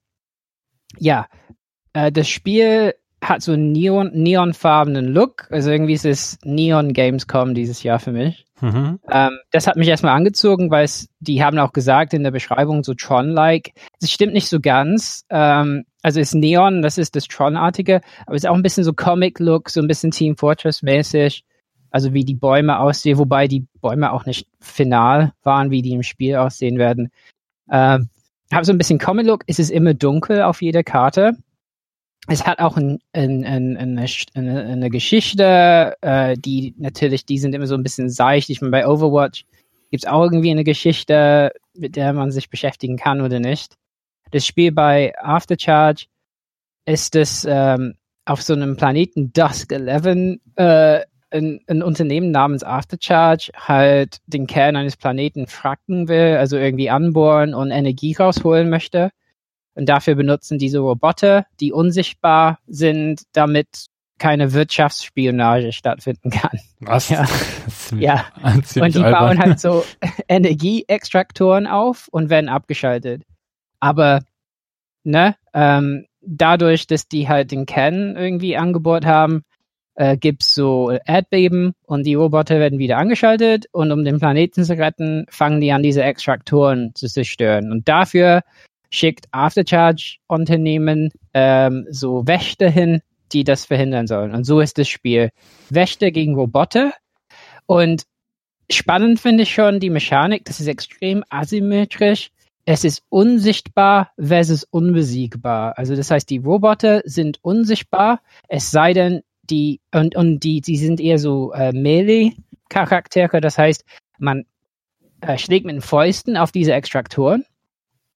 ja, äh, das Spiel hat so einen Neon, neonfarbenen Look. Also irgendwie ist es Neon Gamescom dieses Jahr für mich. Mhm. Ähm, das hat mich erstmal angezogen, weil es, die haben auch gesagt in der Beschreibung so Tron-like. Das stimmt nicht so ganz. Ähm, also ist Neon, das ist das Tron-artige, aber es ist auch ein bisschen so Comic-Look, so ein bisschen Team Fortress-mäßig. Also wie die Bäume aussehen, wobei die Bäume auch nicht final waren, wie die im Spiel aussehen werden. Ähm, habe so ein bisschen Comic-Look. Es ist immer dunkel auf jeder Karte. Es hat auch ein, ein, ein, eine, eine, eine Geschichte, äh, die natürlich, die sind immer so ein bisschen seicht. Ich meine, bei Overwatch gibt es auch irgendwie eine Geschichte, mit der man sich beschäftigen kann oder nicht. Das Spiel bei Aftercharge ist es ähm, auf so einem Planeten Dusk elf äh, ein, ein Unternehmen namens Aftercharge halt den Kern eines Planeten fracken will, also irgendwie anbohren und Energie rausholen möchte. Und dafür benutzen diese Roboter, die unsichtbar sind, damit keine Wirtschaftsspionage stattfinden kann. Was? Ja. Ziemlich, ja. Und die albern. bauen halt so Energieextraktoren auf und werden abgeschaltet. Aber ne, ähm, dadurch, dass die halt den Kern irgendwie angebohrt haben, äh, gibt's so Erdbeben und die Roboter werden wieder angeschaltet und um den Planeten zu retten, fangen die an, diese Extraktoren zu zerstören. Und dafür schickt Aftercharge-Unternehmen ähm, so Wächter hin, die das verhindern sollen. Und so ist das Spiel. Wächter gegen Roboter. Und spannend finde ich schon die Mechanik, das ist extrem asymmetrisch. Es ist unsichtbar versus unbesiegbar. Also das heißt, die Roboter sind unsichtbar, es sei denn, die, und, und die, die sind eher so äh, Melee-Charaktere. Das heißt, man äh, schlägt mit den Fäusten auf diese Extraktoren.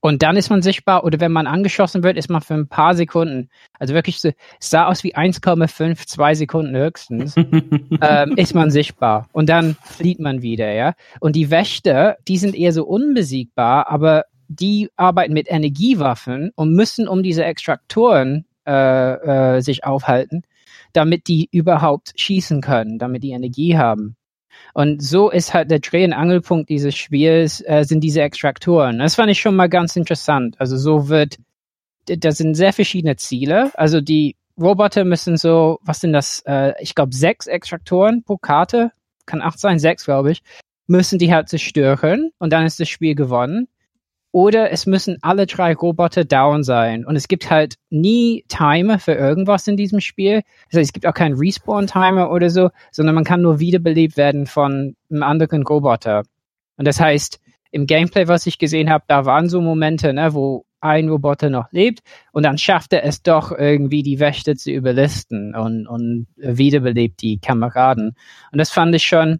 Und dann ist man sichtbar, oder wenn man angeschossen wird, ist man für ein paar Sekunden, also wirklich so, es sah aus wie eins Komma fünf, zwei Sekunden höchstens, ähm, ist man sichtbar. Und dann flieht man wieder, ja. Und die Wächter, die sind eher so unbesiegbar, aber die arbeiten mit Energiewaffen und müssen um diese Extraktoren äh, äh, sich aufhalten, damit die überhaupt schießen können, damit die Energie haben. Und so ist halt der Dreh- und Angelpunkt dieses Spiels, äh, sind diese Extraktoren. Das fand ich schon mal ganz interessant. Also so wird, das sind sehr verschiedene Ziele. Also die Roboter müssen so, was sind das, äh, ich glaube sechs Extraktoren pro Karte, kann acht sein, sechs glaube ich, müssen die halt zerstören und dann ist das Spiel gewonnen. Oder es müssen alle drei Roboter down sein. Und es gibt halt nie Timer für irgendwas in diesem Spiel. Das heißt, es gibt auch keinen Respawn-Timer oder so, sondern man kann nur wiederbelebt werden von einem anderen Roboter. Und das heißt, im Gameplay, was ich gesehen habe, da waren so Momente, ne, wo ein Roboter noch lebt und dann schafft er es doch irgendwie, die Wächter zu überlisten und, und wiederbelebt die Kameraden. Und das fand ich schon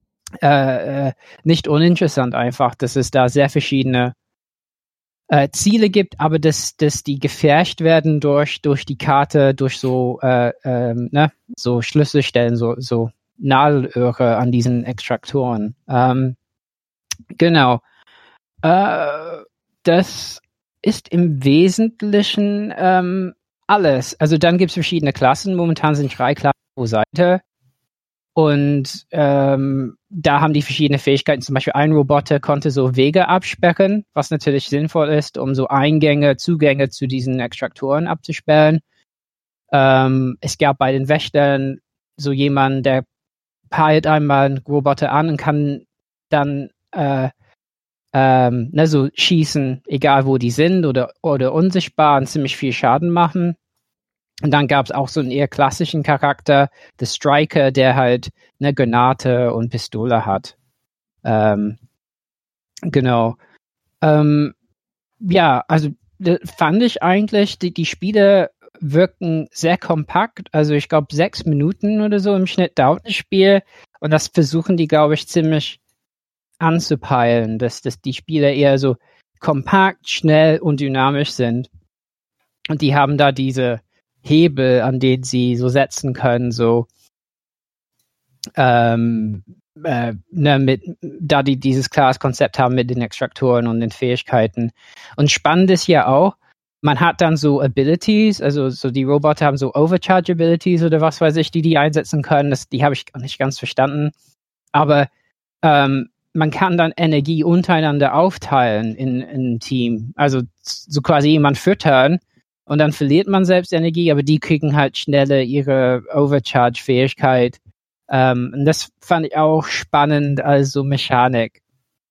äh, nicht uninteressant einfach, dass es da sehr verschiedene Äh, Ziele gibt, aber dass, dass die gefärcht werden durch, durch die Karte, durch so, äh, ähm, ne, so Schlüsselstellen, so, so Nadelöhre an diesen Extraktoren. Ähm, genau. Äh, das ist im Wesentlichen ähm, alles. Also dann gibt es verschiedene Klassen. Momentan sind drei Klassen pro Seite. Und ähm, da haben die verschiedene Fähigkeiten. Zum Beispiel ein Roboter konnte so Wege absperren, was natürlich sinnvoll ist, um so Eingänge, Zugänge zu diesen Extraktoren abzusperren. Ähm, es gab bei den Wächtern so jemanden, der peilt einmal einen Roboter an und kann dann äh, ähm, ne, so schießen, egal wo die sind oder, oder unsichtbar und ziemlich viel Schaden machen. Und dann gab es auch so einen eher klassischen Charakter, der Striker, der halt eine Granate und Pistole hat. Ähm, genau. Ähm, ja, also fand ich eigentlich, die, die Spiele wirken sehr kompakt. Also ich glaube sechs Minuten oder so im Schnitt dauert das Spiel. Und das versuchen die, glaube ich, ziemlich anzupeilen, dass, dass die Spiele eher so kompakt, schnell und dynamisch sind. Und die haben da diese Hebel, an denen sie so setzen können, so ähm, äh, ne, mit, da die dieses klares Konzept haben mit den Extraktoren und den Fähigkeiten. Und spannend ist ja auch, man hat dann so Abilities, also so die Roboter haben so Overcharge Abilities oder was weiß ich, die die einsetzen können. Das, die habe ich nicht ganz verstanden. Aber ähm, man kann dann Energie untereinander aufteilen in, in ein Team. Also so quasi jemand füttern und dann verliert man selbst Energie, aber die kriegen halt schneller ihre Overcharge-Fähigkeit. Ähm, und das fand ich auch spannend als so Mechanik.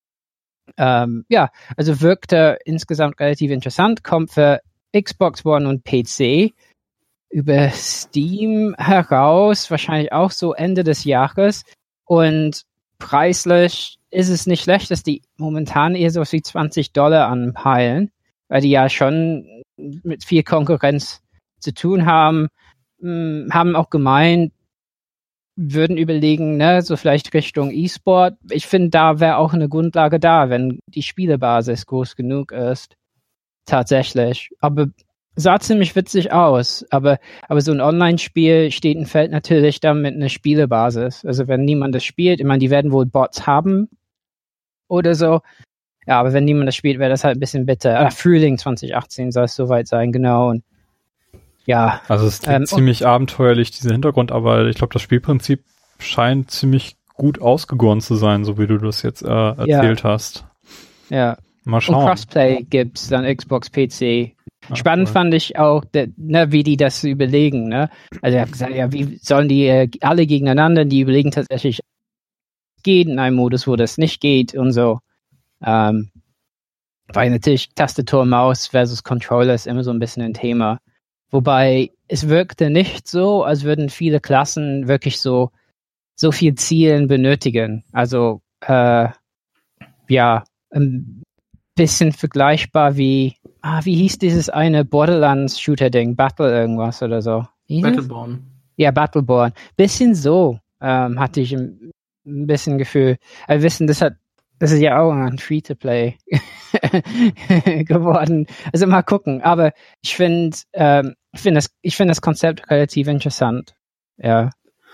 Ähm, ja, also wirkte insgesamt relativ interessant, kommt für Xbox One und P C über Steam heraus, wahrscheinlich auch so Ende des Jahres. Und preislich ist es nicht schlecht, dass die momentan eher so wie zwanzig Dollar anpeilen, weil die ja schon mit viel Konkurrenz zu tun haben, mh, haben auch gemeint, würden überlegen, ne, so vielleicht Richtung E-Sport. Ich finde, da wäre auch eine Grundlage da, wenn die Spielebasis groß genug ist. Tatsächlich. Aber sah ziemlich witzig aus. Aber, aber so ein Online-Spiel steht und fällt natürlich dann mit einer Spielebasis. Also wenn niemand das spielt, ich meine, die werden wohl Bots haben oder so. Ja, aber wenn niemand das spielt, wäre das halt ein bisschen bitter. Ah, Frühling zwanzig achtzehn soll es soweit sein, genau. Und ja. Also es klingt ähm, ziemlich abenteuerlich, diese Hintergrundarbeit. Ich glaube, das Spielprinzip scheint ziemlich gut ausgegoren zu sein, so wie du das jetzt äh, erzählt ja. hast. Ja. Mal schauen. Und Crossplay gibt's dann Xbox, P C. Ach, Spannend cool. fand ich auch, de, ne, wie die das überlegen. Ne? Also ich habe gesagt, ja, wie sollen die äh, alle gegeneinander? Die überlegen tatsächlich, geht in einem Modus, wo das nicht geht und so. Ähm, weil natürlich Tastatur, Maus versus Controller ist immer so ein bisschen ein Thema. Wobei es wirkte nicht so, als würden viele Klassen wirklich so so viel Zielen benötigen. Also äh, ja, ein bisschen vergleichbar wie ah, wie hieß dieses eine Borderlands-Shooter-Ding, Battle irgendwas oder so. Battleborn. Ja, Battleborn. Bisschen so ähm, hatte ich ein, ein bisschen Gefühl. Wir wissen, das hat das ist ja auch ein Free-to-Play geworden. Also mal gucken. Aber ich finde, ähm, ich finde das, ich finde das Konzept relativ interessant. Ja.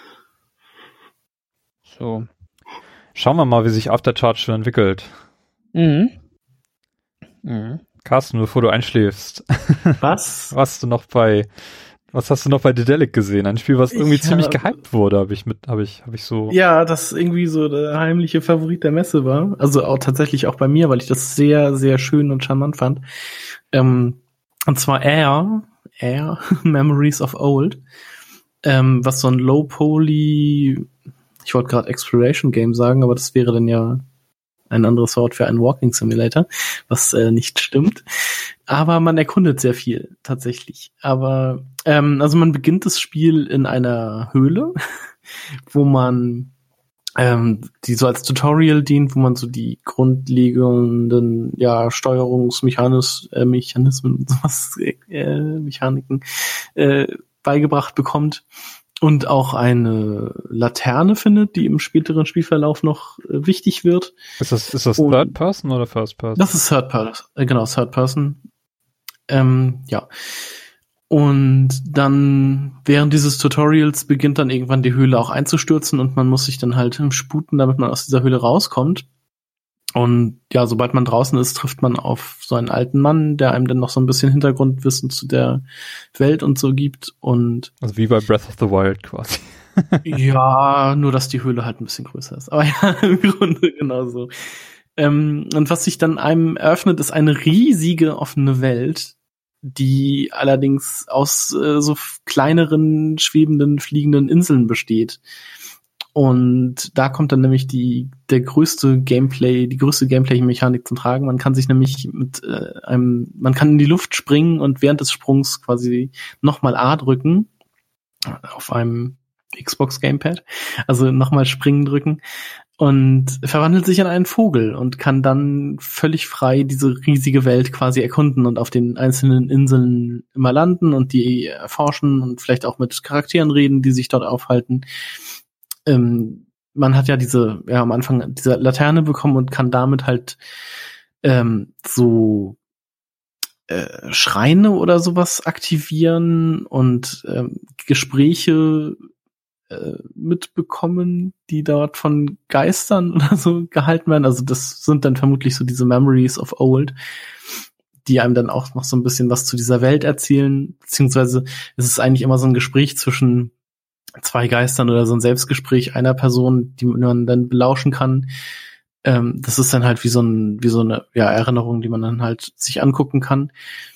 So. Schauen wir mal, wie sich Aftercharge entwickelt. Mhm. Mhm. Carsten, bevor du einschläfst. Was? Was hast du noch bei, was hast du noch bei Dedelic gesehen? Ein Spiel, was irgendwie Ich ziemlich hab- gehypt wurde, habe ich mit, habe ich, habe ich so. Ja, das irgendwie so der heimliche Favorit der Messe war. Also auch tatsächlich auch bei mir, weil ich das sehr, sehr schön und charmant fand. Ähm, und zwar Air, Air, Memories of Old, ähm, was so ein Low-Poly, ich wollte gerade Exploration Game sagen, aber das wäre dann ja ein anderes Wort für einen Walking Simulator, was äh, nicht stimmt. Aber man erkundet sehr viel, tatsächlich. Aber, ähm, also man beginnt das Spiel in einer Höhle, wo man, ähm, die so als Tutorial dient, wo man so die grundlegenden, ja, Steuerungsmechanismen, äh, Mechanismen und sowas, äh, Mechaniken, äh, beigebracht bekommt. Und auch eine Laterne findet, die im späteren Spielverlauf noch äh, wichtig wird. Ist das, ist das Und- Third Person oder First Person? Das ist Third Person, äh, genau, Third Person. Ähm, ja. Und dann während dieses Tutorials beginnt dann irgendwann die Höhle auch einzustürzen und man muss sich dann halt sputen, damit man aus dieser Höhle rauskommt. Und ja, sobald man draußen ist, trifft man auf so einen alten Mann, der einem dann noch so ein bisschen Hintergrundwissen zu der Welt und so gibt. Und Also wie bei Breath of the Wild quasi. ja, nur dass die Höhle halt ein bisschen größer ist. Aber ja, im Grunde genauso. Ähm, und was sich dann einem eröffnet, ist eine riesige offene Welt, die allerdings aus äh, so f- kleineren, schwebenden, fliegenden Inseln besteht. Und da kommt dann nämlich die der größte Gameplay, die größte Gameplay-Mechanik zum Tragen. Man kann sich nämlich mit äh, einem, man kann in die Luft springen und während des Sprungs quasi nochmal A drücken auf einem Xbox Gamepad, also nochmal springen drücken und verwandelt sich in einen Vogel und kann dann völlig frei diese riesige Welt quasi erkunden und auf den einzelnen Inseln immer landen und die erforschen und vielleicht auch mit Charakteren reden, die sich dort aufhalten. Ähm, man hat ja diese, ja, am Anfang diese Laterne bekommen und kann damit halt ähm, so äh, Schreine oder sowas aktivieren und ähm, Gespräche äh, mitbekommen, die dort von Geistern oder so gehalten werden. Also das sind dann vermutlich so diese Memories of Old, die einem dann auch noch so ein bisschen was zu dieser Welt erzählen, beziehungsweise es ist eigentlich immer so ein Gespräch zwischen zwei Geistern oder so ein Selbstgespräch einer Person, die man dann belauschen kann. Ähm, das ist dann halt wie so ein, wie so eine, ja, Erinnerung, die man dann halt sich angucken kann.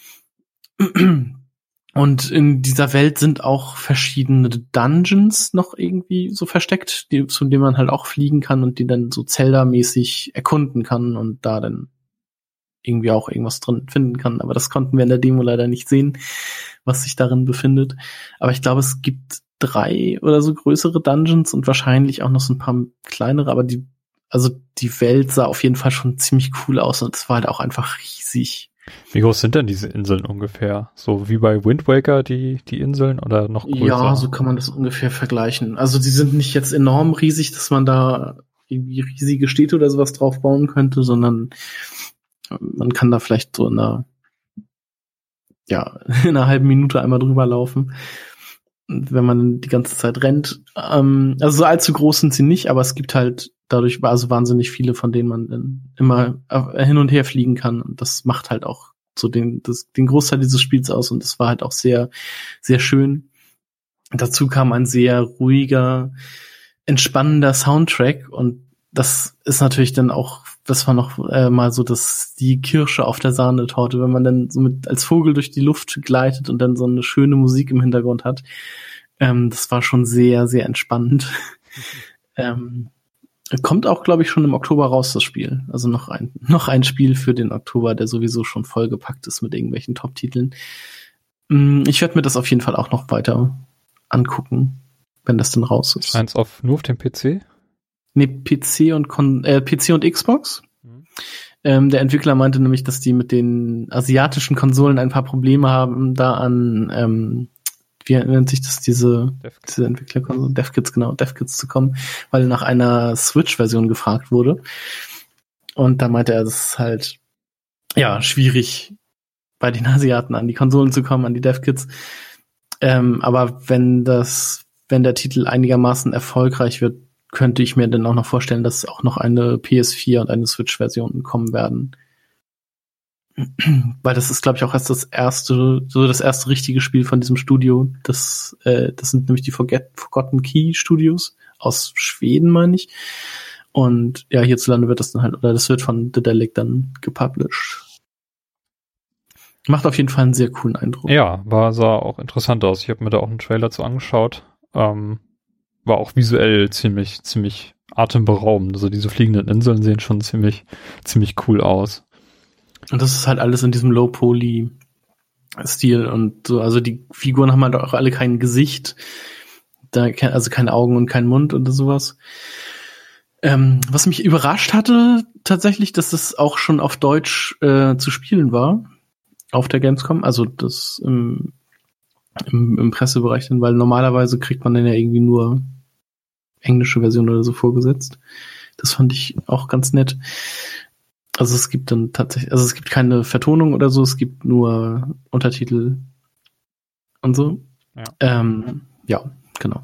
Und in dieser Welt sind auch verschiedene Dungeons noch irgendwie so versteckt, die, zu denen man halt auch fliegen kann und die dann so Zelda-mäßig erkunden kann und da dann irgendwie auch irgendwas drin finden kann. Aber das konnten wir in der Demo leider nicht sehen, was sich darin befindet. Aber ich glaube, es gibt drei oder so größere Dungeons und wahrscheinlich auch noch so ein paar kleinere, aber die, also die Welt sah auf jeden Fall schon ziemlich cool aus und es war halt auch einfach riesig. Wie groß sind denn diese Inseln ungefähr? So wie bei Wind Waker die, die Inseln oder noch größer? Ja, so kann man das ungefähr vergleichen. Also die sind nicht jetzt enorm riesig, dass man da irgendwie riesige Städte oder sowas drauf bauen könnte, sondern man kann da vielleicht so in einer, ja, in einer halben Minute einmal drüber laufen, wenn man die ganze Zeit rennt. Ähm, also so allzu groß sind sie nicht, aber es gibt halt dadurch also wahnsinnig viele, von denen man dann immer hin und her fliegen kann. Und das macht halt auch so den, das, den Großteil dieses Spiels aus. Und das war halt auch sehr, sehr schön. Dazu kam ein sehr ruhiger, entspannender Soundtrack. Und das ist natürlich dann auch, das war noch äh, mal so das, die Kirsche auf der Sahnetorte, wenn man dann so mit als Vogel durch die Luft gleitet und dann so eine schöne Musik im Hintergrund hat. Ähm, das war schon sehr, sehr entspannend. ähm, kommt auch, glaube ich, schon im Oktober raus, das Spiel. Also noch ein, noch ein Spiel für den Oktober, der sowieso schon vollgepackt ist mit irgendwelchen Top-Titeln. Mm, ich werde mir das auf jeden Fall auch noch weiter angucken, wenn das denn raus ist. Eins auf, nur auf dem P C? Nee, P C und Kon- äh, P C und Xbox. Mhm. Ähm, der Entwickler meinte nämlich, dass die mit den asiatischen Konsolen ein paar Probleme haben, da an, ähm, wie nennt sich das, diese, DevKit. diese Entwicklerkonsole, DevKits, genau, DevKits zu kommen, weil nach einer Switch-Version gefragt wurde. Und da meinte er, es ist halt ja schwierig, bei den Asiaten an die Konsolen zu kommen, an die Dev-Kits. Ähm, aber wenn das, wenn der Titel einigermaßen erfolgreich wird, könnte ich mir dann auch noch vorstellen, dass auch noch eine P S vier und eine Switch-Version kommen werden. Weil das ist, glaube ich, auch erst das erste, so das erste richtige Spiel von diesem Studio. Das, äh, das sind nämlich die Forget, Forgotten Key Studios aus Schweden, meine ich. Und ja, hierzulande wird das dann halt, oder das wird von Daedalic dann gepublished. Macht auf jeden Fall einen sehr coolen Eindruck. Ja, war, sah auch interessant aus. Ich habe mir da auch einen Trailer zu angeschaut. Ähm, war auch visuell ziemlich, ziemlich atemberaubend. Also diese fliegenden Inseln sehen schon ziemlich, ziemlich cool aus. Und das ist halt alles in diesem Low-Poly-Stil und so. Also die Figuren haben halt auch alle kein Gesicht, da, also keine Augen und kein Mund oder sowas. Ähm, was mich überrascht hatte, tatsächlich, dass das auch schon auf Deutsch äh, zu spielen war. Auf der Gamescom, also das im, im, im Pressebereich dann, weil normalerweise kriegt man dann ja irgendwie nur englische Version oder so vorgesetzt. Das fand ich auch ganz nett. Also es gibt dann tatsächlich, also es gibt keine Vertonung oder so, es gibt nur Untertitel und so. Ja, ähm, ja genau.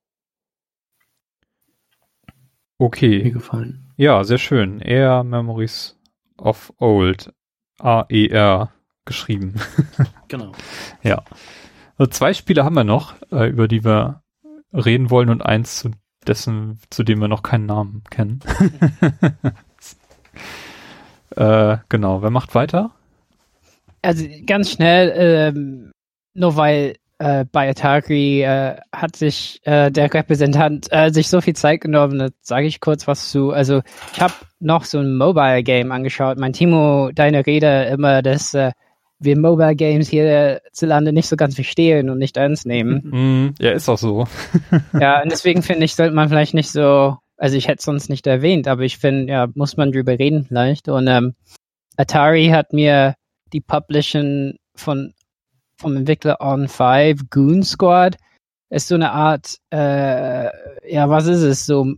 okay. Mir gefallen. Ja, sehr schön. Air Memories of Old. A E R geschrieben. Genau. Ja. Also zwei Spiele haben wir noch, äh, über die wir reden wollen und eins zu dessen, zu dem wir noch keinen Namen kennen. äh, genau. Wer macht weiter? Also ganz schnell, ähm, nur weil äh, bei Atari äh, hat sich äh, der Repräsentant äh, sich so viel Zeit genommen, da sage ich kurz was zu. Also ich habe noch so ein Mobile-Game angeschaut. Mein Timo, deine Rede immer, dass äh, wir Mobile-Games hierzulande nicht so ganz verstehen und nicht ernst nehmen. Mm, ja, ist auch so. Ja, und deswegen finde ich, sollte man vielleicht nicht so, also ich hätte es sonst nicht erwähnt, aber ich finde, ja, muss man drüber reden vielleicht. Und ähm, Atari hat mir die Publishing von vom Entwickler On fünf, Goon Squad, ist so eine Art, äh, ja, was ist es, so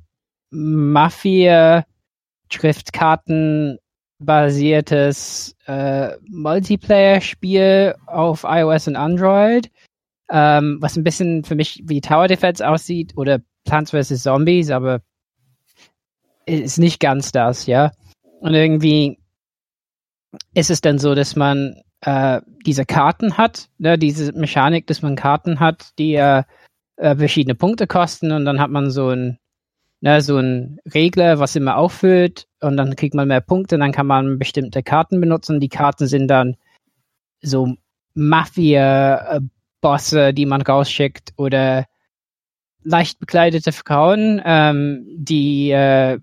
Mafia-Schriftkarten basiertes äh, Multiplayer-Spiel auf iOS und Android, ähm, was ein bisschen für mich wie Tower Defense aussieht oder Plants versus. Zombies, aber ist nicht ganz das, ja. Und irgendwie ist es dann so, dass man äh, diese Karten hat, ne, diese Mechanik, dass man Karten hat, die äh, äh, verschiedene Punkte kosten und dann hat man so ein Ne, so ein Regler, was immer auffüllt und dann kriegt man mehr Punkte, dann kann man bestimmte Karten benutzen. Die Karten sind dann so Mafia-Bosse, die man rausschickt oder leicht bekleidete Frauen, ähm, die äh,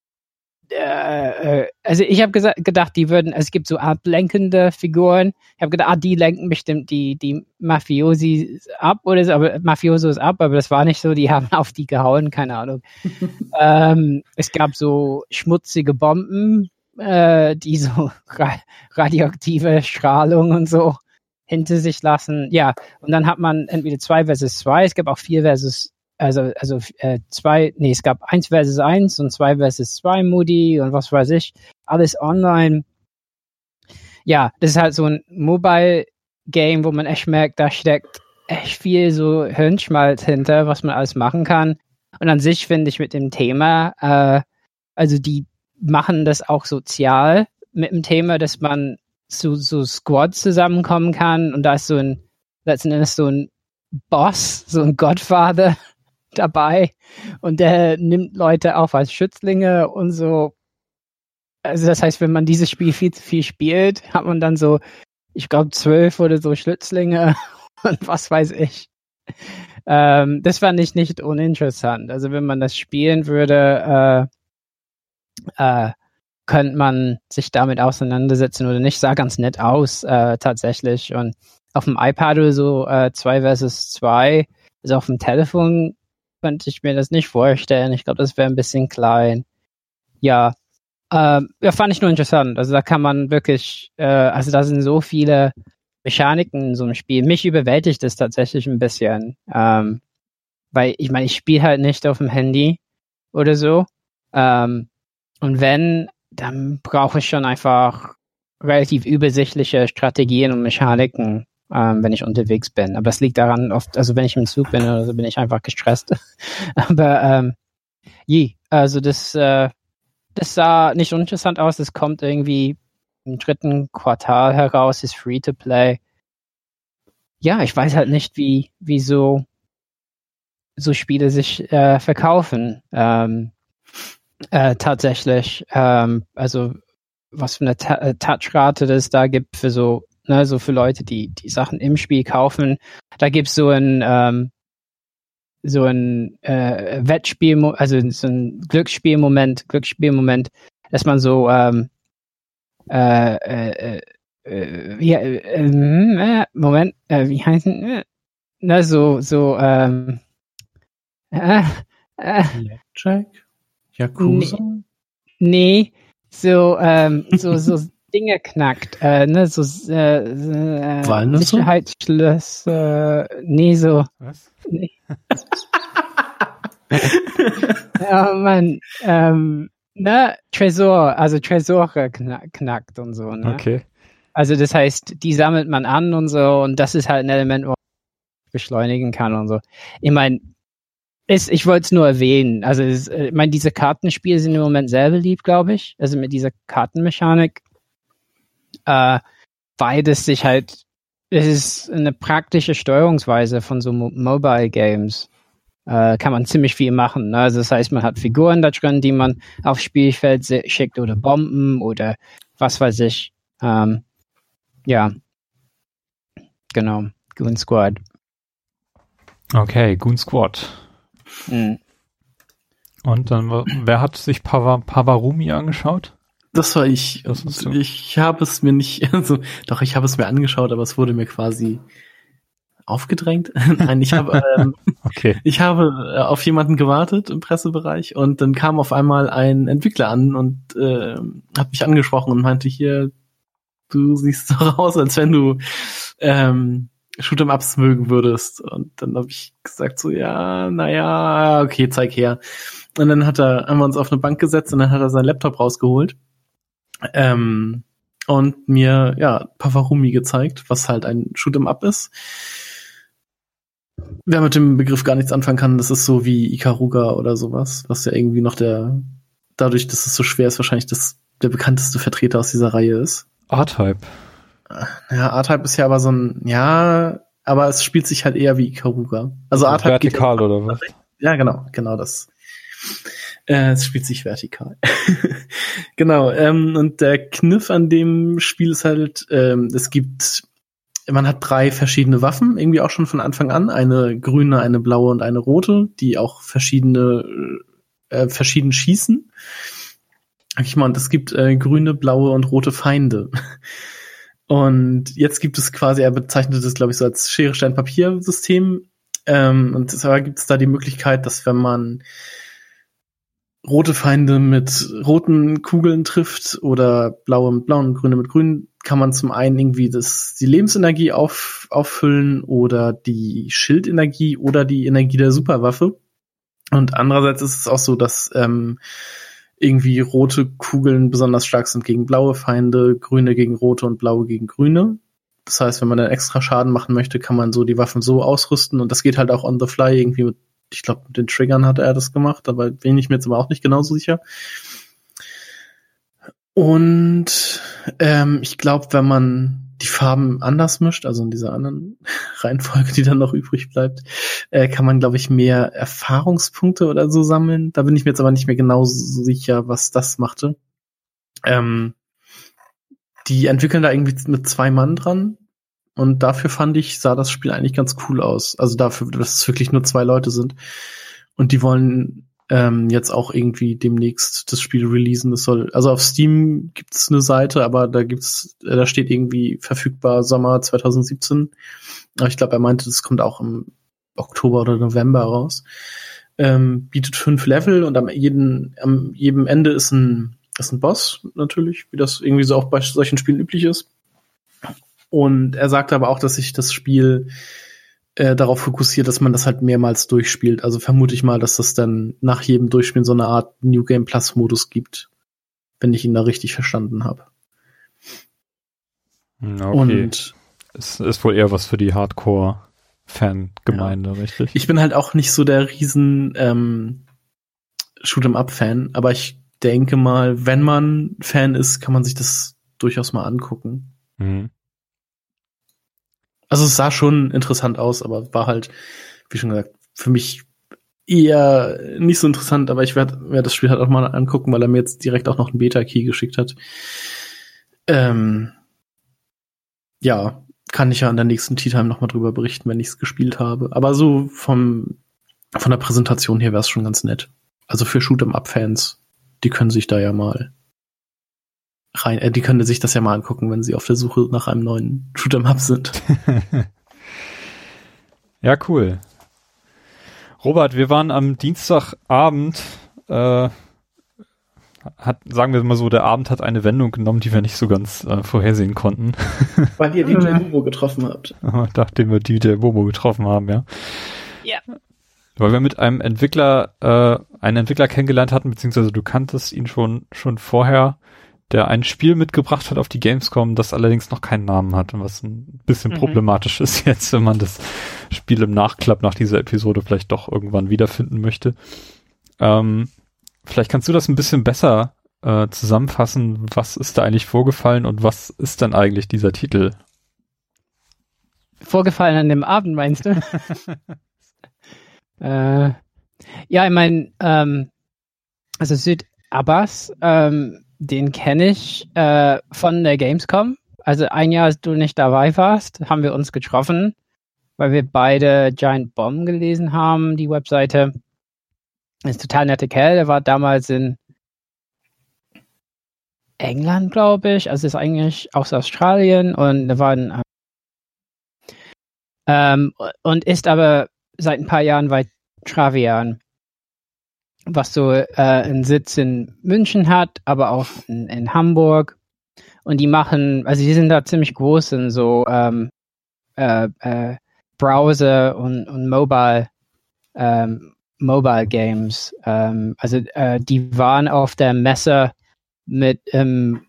äh, also ich habe gedacht, die würden, es gibt so ablenkende Figuren. Ich habe gedacht, ah, die lenken bestimmt die die Mafiosi ab oder so, aber Mafiosos ab, aber das war nicht so. Die haben auf die gehauen, keine Ahnung. ähm, es gab so schmutzige Bomben, äh, die so ra- radioaktive Strahlung und so hinter sich lassen. Ja, und dann hat man entweder zwei versus zwei. Es gab auch vier versus Also, also äh, zwei, nee, es gab eins versus eins und zwei versus zwei Modi und was weiß ich, alles online. Ja, das ist halt so ein Mobile-Game, wo man echt merkt, da steckt echt viel so Hirnschmalz hinter, was man alles machen kann. Und an sich finde ich mit dem Thema, äh, also die machen das auch sozial mit dem Thema, dass man zu so Squads zusammenkommen kann und da ist so ein, letzten Endes so ein Boss, so ein Godfather dabei und der nimmt Leute auf als Schützlinge und so. Also das heißt, wenn man dieses Spiel viel zu viel spielt, hat man dann so, ich glaube, zwölf oder so Schützlinge und was weiß ich. Ähm, das fand ich nicht uninteressant. Also wenn man das spielen würde, äh, äh, könnte man sich damit auseinandersetzen oder nicht. Sah ganz nett aus, äh, tatsächlich. Und auf dem iPad oder so äh, zwei versus zwei, also auf dem Telefon könnte ich mir das nicht vorstellen. Ich glaube, das wäre ein bisschen klein. Ja, ähm, ja, fand ich nur interessant. Also da kann man wirklich, äh, also da sind so viele Mechaniken in so einem Spiel. Mich überwältigt das tatsächlich ein bisschen. Ähm, weil, ich meine, ich spiele halt nicht auf dem Handy oder so. Ähm, und wenn, dann brauche ich schon einfach relativ übersichtliche Strategien und Mechaniken, ähm, wenn ich unterwegs bin. Aber es liegt daran oft, also wenn ich im Zug bin oder so, bin ich einfach gestresst. Aber ähm, je, also das, äh, das sah nicht uninteressant aus. Das kommt irgendwie im dritten Quartal heraus, ist Free-to-Play. Ja, ich weiß halt nicht, wie, wie so, so Spiele sich äh, verkaufen. Ähm, äh, tatsächlich, ähm, also was für eine Ta- Touchrate das da gibt für so, ne, so für Leute, die die Sachen im Spiel kaufen. Da gibt's so ein ähm, so ein äh, Wettspiel, also so ein Glücksspielmoment, Glücksspielmoment, dass man so ähm, äh, äh, äh, ja, äh, äh, Moment, äh, wie heißen, äh, ne, so so ähm, äh, äh, Blackjack? Yakuza? Nee, so, ähm, so, so Dinge knackt, äh, ne, so, äh, äh Walnüsse? Sicherheitsschlösser, äh, nee, so. Was? Nee. Ja, Mann, ähm, ne, Tresor, also Tresore knack, knackt und so, ne. Okay. Also das heißt, die sammelt man an und so, und das ist halt ein Element, wo man beschleunigen kann und so. Ich meine, Ist, ich wollte es nur erwähnen. Also, es, ich meine, diese Kartenspiele sind im Moment sehr beliebt, glaube ich. Also mit dieser Kartenmechanik. Äh, weil das sich halt, es ist eine praktische Steuerungsweise von so Mo- Mobile Games. Äh, kann man ziemlich viel machen. Ne? Also das heißt, man hat Figuren da drin, die man aufs Spielfeld se- schickt oder Bomben oder was weiß ich. Ähm, ja. Genau. Goon Squad. Okay, Goon Squad. Mhm. Und dann, wer hat sich Pava, Pavarumi angeschaut? Das war ich. Das warst du. Ich habe es mir nicht, also, doch, ich habe es mir angeschaut, aber es wurde mir quasi aufgedrängt. Nein, ich habe, ähm, Okay. ich habe äh, auf jemanden gewartet im Pressebereich, und dann kam auf einmal ein Entwickler an und äh, hat mich angesprochen und meinte, hier, du siehst doch aus, als wenn du ähm, Shoot'em-Ups mögen würdest. Und dann habe ich gesagt so, ja, naja, okay, zeig her. Und dann hat er, haben wir uns auf eine Bank gesetzt, und dann hat er seinen Laptop rausgeholt ähm, und mir, ja, Pavarumi gezeigt, was halt ein Shoot'em-Up ist. Wer mit dem Begriff gar nichts anfangen kann, das ist so wie Ikaruga oder sowas, was ja irgendwie noch der, dadurch, dass es so schwer ist, wahrscheinlich das, der bekannteste Vertreter aus dieser Reihe ist. R-Type. Ja, R-Type ist ja aber so ein, ja, aber es spielt sich halt eher wie Ikaruga. Also R-Type Vertikal geht, oder was? Ja, genau, genau das. Äh, es spielt sich vertikal. Genau, ähm, und der Kniff an dem Spiel ist halt, ähm, es gibt, man hat drei verschiedene Waffen, irgendwie auch schon von Anfang an. Eine grüne, eine blaue und eine rote, die auch verschiedene, äh, verschieden schießen. Ich meine, es gibt äh, grüne, blaue und rote Feinde. Und jetzt gibt es quasi, er bezeichnet es, glaube ich, so als Schere-Stein-Papier-System. Ähm, und zwar gibt es da die Möglichkeit, dass wenn man rote Feinde mit roten Kugeln trifft oder blaue mit blauen und grüne mit grünen, kann man zum einen irgendwie das, die Lebensenergie auf, auffüllen oder die Schildenergie oder die Energie der Superwaffe. Und andererseits ist es auch so, dass ähm, irgendwie rote Kugeln besonders stark sind gegen blaue Feinde, grüne gegen rote und blaue gegen grüne. Das heißt, wenn man dann extra Schaden machen möchte, kann man so die Waffen so ausrüsten, und das geht halt auch on the fly irgendwie mit, ich glaube, mit den Triggern hat er das gemacht, aber bin ich mir jetzt aber auch nicht genauso sicher. Und ähm, ich glaube, wenn man die Farben anders mischt, also in dieser anderen Reihenfolge, die dann noch übrig bleibt, äh, kann man, glaube ich, mehr Erfahrungspunkte oder so sammeln. Da bin ich mir jetzt aber nicht mehr genau so sicher, was das machte. Ähm, die entwickeln da irgendwie mit zwei Mann dran, und dafür fand ich, sah das Spiel eigentlich ganz cool aus. Also dafür, dass es wirklich nur zwei Leute sind. Und die wollen ähm, jetzt auch irgendwie demnächst das Spiel releasen. Das soll, also auf Steam gibt's eine Seite, aber da gibt's, da steht irgendwie verfügbar Sommer zwanzig siebzehn. Aber ich glaube, er meinte, das kommt auch im Oktober oder November raus. Ähm, bietet fünf Level, und am jeden, am jedem Ende ist ein, ist ein Boss natürlich, wie das irgendwie so auch bei solchen Spielen üblich ist. Und er sagte aber auch, dass sich das Spiel äh, darauf fokussiert, dass man das halt mehrmals durchspielt. Also vermute ich mal, dass das dann nach jedem Durchspielen so eine Art New Game Plus Modus gibt. wenn ich ihn da richtig verstanden habe. Okay. Und es ist wohl eher was für die Hardcore-Fan-Gemeinde, ja. Richtig? Ich bin halt auch nicht so der riesen ähm, Shoot'em-up-Fan, aber ich denke mal, wenn man Fan ist, kann man sich das durchaus mal angucken. Mhm. Also es sah schon interessant aus, aber war halt, wie schon gesagt, für mich eher nicht so interessant, aber ich werde werd das Spiel halt auch mal angucken, weil er mir jetzt direkt auch noch einen Beta-Key geschickt hat. Ähm, ja, kann ich ja an der nächsten Tea Time noch mal drüber berichten, wenn ich es gespielt habe. Aber so vom von der Präsentation her wäre es schon ganz nett. Also für Shoot'em-up-Fans, die können sich da ja mal rein, äh, die können sich das ja mal angucken, wenn sie auf der Suche nach einem neuen Shoot'em-up sind. Ja, cool. Robert, wir waren am Dienstagabend, äh, hat, sagen wir mal so, der Abend hat eine Wendung genommen, die wir nicht so ganz äh, vorhersehen konnten. Weil ihr D J Bobo getroffen habt. Nachdem wir D J Bobo getroffen haben, ja. Ja. Weil wir mit einem Entwickler, äh, einen Entwickler kennengelernt hatten, beziehungsweise du kanntest ihn schon, schon vorher, der ein Spiel mitgebracht hat auf die Gamescom, das allerdings noch keinen Namen hat und was ein bisschen mhm. problematisch ist jetzt, wenn man das Spiel im Nachklapp nach dieser Episode vielleicht doch irgendwann wiederfinden möchte. Ähm, vielleicht kannst du das ein bisschen besser äh, zusammenfassen. Was ist da eigentlich vorgefallen und was ist denn eigentlich dieser Titel? Vorgefallen an dem Abend, meinst du? äh, ja, ich meine, ähm, also Süd Abbas, ähm, den kenne ich äh, von der Gamescom. Also ein Jahr, als du nicht dabei warst, haben wir uns getroffen, weil wir beide Giant Bomb gelesen haben, die Webseite. Das ist ein total netter Kerl, der war damals in England, glaube ich. Also ist eigentlich aus Australien und der war in ähm, und ist aber seit ein paar Jahren bei Travian, was so äh, einen Sitz in München hat, aber auch in, in Hamburg. Und die machen, also die sind da ziemlich groß in so ähm, äh, äh, Browser und, und Mobile ähm, Mobile Games. Ähm, also äh, die waren auf der Messe mit ähm,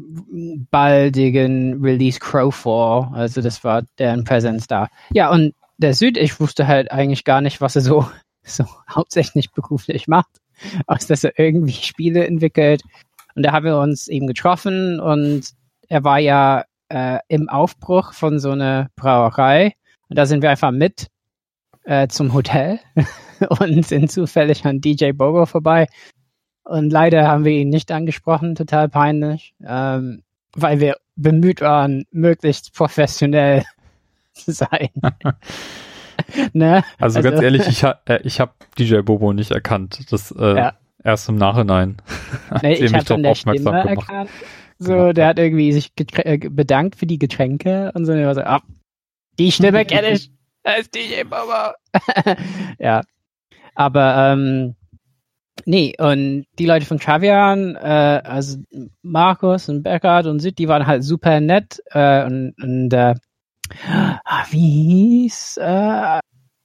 baldigen Release Crowfall. Also das war deren Präsenz da. Ja, und der Süd, ich wusste halt eigentlich gar nicht, was er so so hauptsächlich beruflich macht, aus dass er irgendwie Spiele entwickelt. Und da haben wir uns eben getroffen und er war ja äh, im Aufbruch von so einer Brauerei und da sind wir einfach mit äh, zum Hotel und sind zufällig an D J Bobo vorbei und leider haben wir ihn nicht angesprochen, total peinlich, ähm, weil wir bemüht waren, möglichst professionell zu sein. Ne? Also, also ganz ehrlich, ich, ha, äh, ich habe D J Bobo nicht erkannt. Das äh, ja. erst im Nachhinein. Nee, ich habe an der Stimme gemacht. erkannt. So, genau. Der hat irgendwie sich geträ- bedankt für die Getränke und so. Und ich war so, ah, die Stimme kenne ich. Das ist D J Bobo. Ja. Aber ähm, nee, und die Leute von Travian, äh, also Markus und Beckert und Sid, die waren halt super nett äh, und, und äh, wie hieß äh,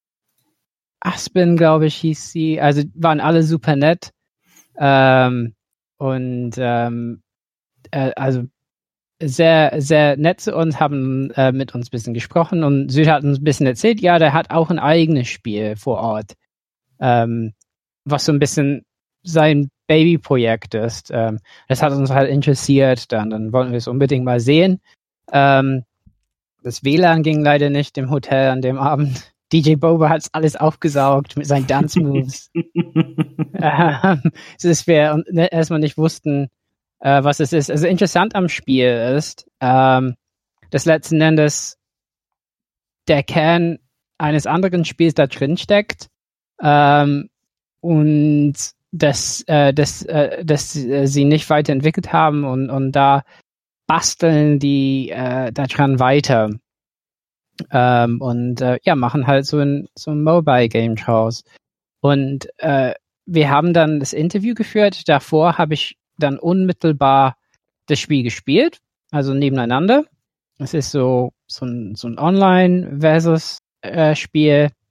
Aspen, glaube ich, hieß sie. Also waren alle super nett. Ähm, und ähm, äh, also sehr, sehr nett zu uns, haben äh, mit uns ein bisschen gesprochen und Süd hat uns ein bisschen erzählt, ja, der hat auch ein eigenes Spiel vor Ort, ähm, was so ein bisschen sein Babyprojekt ist. Ähm, das hat uns halt interessiert, dann, dann wollten wir es unbedingt mal sehen. Ähm, Das W L A N ging leider nicht im Hotel an dem Abend. D J Bobo hat alles aufgesaugt mit seinen Dance Moves. ähm, so dass wir erstmal nicht wussten, äh, was es ist. Also interessant am Spiel ist, ähm, dass letzten Endes der Kern eines anderen Spiels da drin steckt ähm, und dass, äh, dass, äh, dass sie nicht weiterentwickelt haben und, und da basteln die äh, daran weiter ähm, und äh, ja, machen halt so ein, so ein Mobile-Game draus. Und äh, wir haben dann das Interview geführt. Davor habe ich dann unmittelbar das Spiel gespielt, also nebeneinander. Es ist so, so ein, so ein Online-Versus-Spiel. Äh,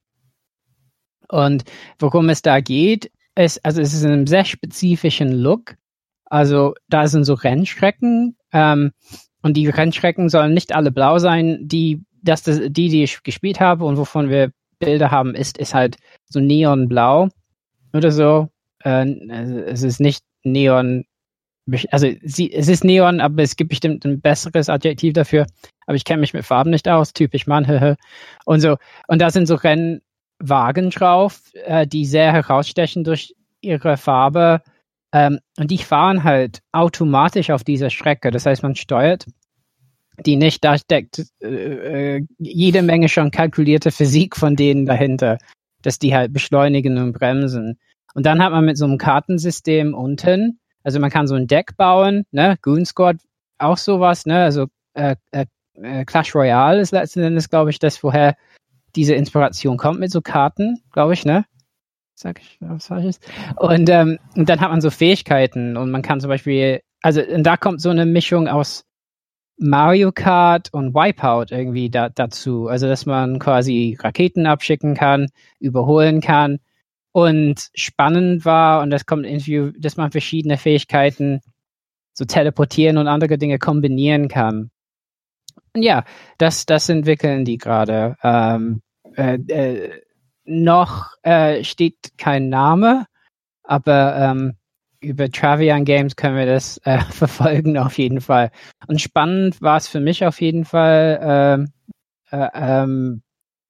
und worum es da geht, ist, also es ist in einem sehr spezifischen Look. Also da sind so Rennstrecken ähm, und die Rennstrecken sollen nicht alle blau sein. Die, das, das, die, die ich gespielt habe und wovon wir Bilder haben, ist, ist halt so neonblau oder so. Äh, es ist nicht neon, also sie, es ist Neon, aber es gibt bestimmt ein besseres Adjektiv dafür. Aber ich kenne mich mit Farben nicht aus, typisch Mann, und so. Und da sind so Rennwagen drauf, äh, die sehr herausstechen durch ihre Farbe. Ähm, und die fahren halt automatisch auf dieser Strecke. Das heißt, man steuert die nicht, da steckt äh, äh, jede Menge schon kalkulierte Physik von denen dahinter, dass die halt beschleunigen und bremsen. Und dann hat man mit so einem Kartensystem unten, also man kann so ein Deck bauen, ne, Goon Squad, auch sowas, ne, also äh, äh, Clash Royale ist letzten Endes, glaube ich, das, woher diese Inspiration kommt mit so Karten, glaube ich, ne? Sag ich was Falsches? Und, ähm, und dann hat man so Fähigkeiten und man kann zum Beispiel, also und da kommt so eine Mischung aus Mario Kart und Wipeout irgendwie da, dazu, also dass man quasi Raketen abschicken kann, überholen kann. Und spannend war, und das kommt im Interview, dass man verschiedene Fähigkeiten, so teleportieren und andere Dinge kombinieren kann. Und ja, das, das entwickeln die gerade. Ähm, äh, äh, noch äh, steht kein Name, aber ähm, über Travian Games können wir das äh, verfolgen auf jeden Fall. Und spannend war es für mich auf jeden Fall, äh, äh, ähm,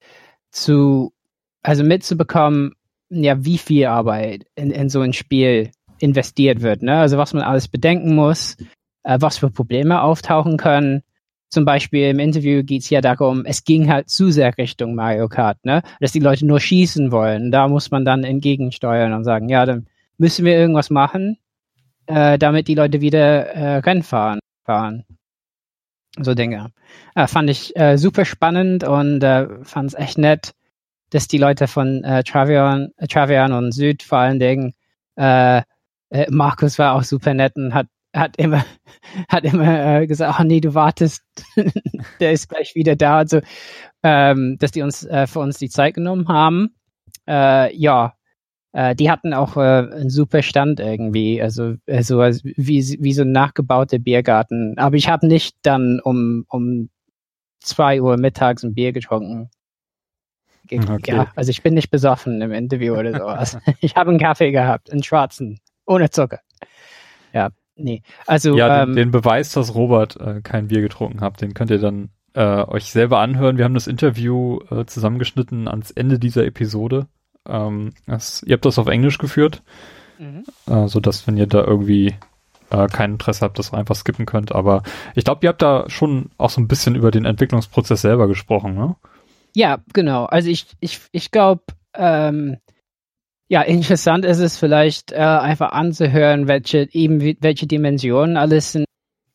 zu, also mitzubekommen, ja, wie viel Arbeit in, in so ein Spiel investiert wird, ne? Also was man alles bedenken muss, äh, was für Probleme auftauchen können. Zum Beispiel im Interview geht es ja darum, es ging halt zu sehr Richtung Mario Kart, ne? Dass die Leute nur schießen wollen. Da muss man dann entgegensteuern und sagen, ja, dann müssen wir irgendwas machen, äh, damit die Leute wieder äh, Rennen fahren, fahren. So Dinge. Äh, fand ich äh, super spannend und äh, fand es echt nett, dass die Leute von äh, Travian, äh, Travian und Süd vor allen Dingen, äh, äh, Markus war auch super nett und hat hat immer hat immer äh, gesagt, ach nee, du wartest, der ist gleich wieder da. Also, ähm, dass die uns äh, für uns die Zeit genommen haben. Äh, ja, äh, die hatten auch äh, einen super Stand irgendwie, also äh, so als, wie wie so ein nachgebauter Biergarten. Aber ich habe nicht dann um um zwei Uhr mittags ein Bier getrunken. Okay. Ja, also ich bin nicht besoffen im Interview oder sowas. Ich habe einen Kaffee gehabt, einen schwarzen, ohne Zucker. Ja, nee. Also ja, ähm, den, den Beweis, dass Robert äh, kein Bier getrunken hat, den könnt ihr dann äh, euch selber anhören. Wir haben das Interview äh, zusammengeschnitten ans Ende dieser Episode. Ähm, das, ihr habt das auf Englisch geführt, mhm. äh, sodass, wenn ihr da irgendwie äh, kein Interesse habt, das einfach skippen könnt. Aber ich glaube, ihr habt da schon auch so ein bisschen über den Entwicklungsprozess selber gesprochen, ne? Ja, genau. Also ich, ich, ich glaube, ähm, ja, interessant ist es vielleicht äh, einfach anzuhören, welche eben welche Dimensionen alles in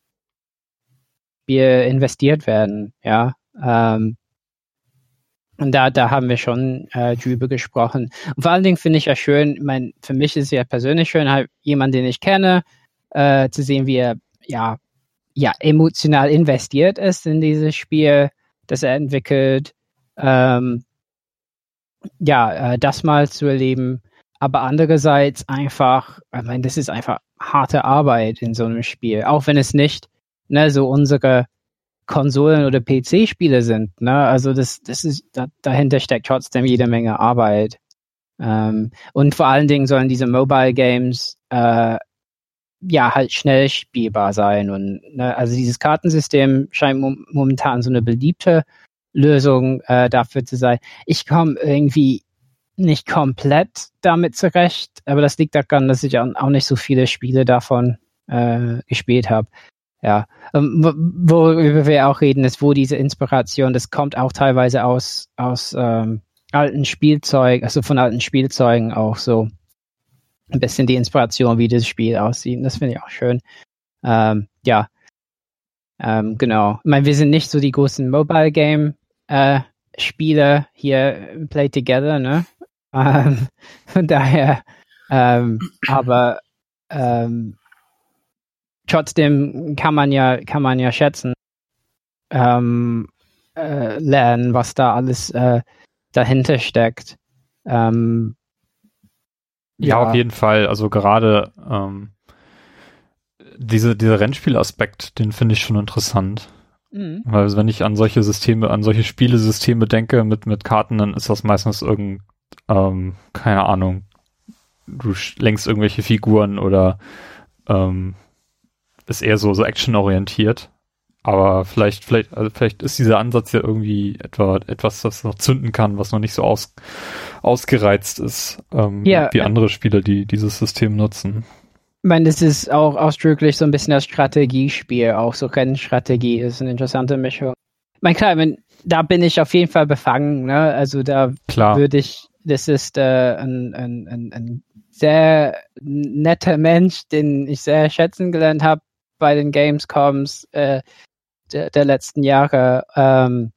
wir investiert werden, ja. Ähm, und da, da haben wir schon äh, drüber gesprochen. Und vor allen Dingen finde ich ja schön, ich mein, für mich ist es ja persönlich schön, halt jemanden, den ich kenne, äh, zu sehen, wie er ja, ja emotional investiert ist in dieses Spiel, das er entwickelt. Ähm, ja, äh, das mal zu erleben, aber andererseits einfach, ich meine, das ist einfach harte Arbeit in so einem Spiel, auch wenn es nicht, ne, so unsere Konsolen- oder P C-Spiele sind, ne, also das, das ist, da, dahinter steckt trotzdem jede Menge Arbeit. Ähm, und vor allen Dingen sollen diese Mobile Games, äh, ja, halt schnell spielbar sein und, ne, also dieses Kartensystem scheint mom- momentan so eine beliebte Lösung äh, dafür zu sein. Ich komme irgendwie nicht komplett damit zurecht, aber das liegt daran, dass ich auch nicht so viele Spiele davon äh, gespielt habe. Ja, ähm, worüber wir auch reden, ist, wo diese Inspiration, das kommt auch teilweise aus aus ähm, alten Spielzeug, also von alten Spielzeugen auch so ein bisschen die Inspiration, wie das Spiel aussieht. Das finde ich auch schön. Ähm, ja, ähm, genau. Ich meine, wir sind nicht so die großen Mobile Game Äh, Spiele hier Play Together, ne? Ähm, von daher, ähm, aber ähm, trotzdem kann man ja, kann man ja schätzen, ähm, äh, lernen, was da alles äh, dahinter steckt. Ähm, ja, ja, auf jeden Fall. Also gerade ähm, diese, dieser Rennspielaspekt, den finde ich schon interessant. Mhm. Weil wenn ich an solche Systeme, an solche Spielesysteme denke mit, mit Karten, dann ist das meistens irgend, ähm, keine Ahnung, du lenkst irgendwelche Figuren oder ähm, ist eher so, so actionorientiert. Aber vielleicht, vielleicht, also vielleicht ist dieser Ansatz ja irgendwie etwa etwas, das noch zünden kann, was noch nicht so aus, ausgereizt ist, ähm, ja, wie andere Spieler, die dieses System nutzen. Ich meine, das ist auch ausdrücklich so ein bisschen das Strategiespiel, auch so Rennstrategie ist eine interessante Mischung. Ich meine, klar, ich meine, da bin ich auf jeden Fall befangen, ne? Also da würde ich, das ist äh, ein, ein, ein, ein sehr netter Mensch, den ich sehr schätzen gelernt habe bei den Gamescoms äh, der, der letzten Jahre. Ähm,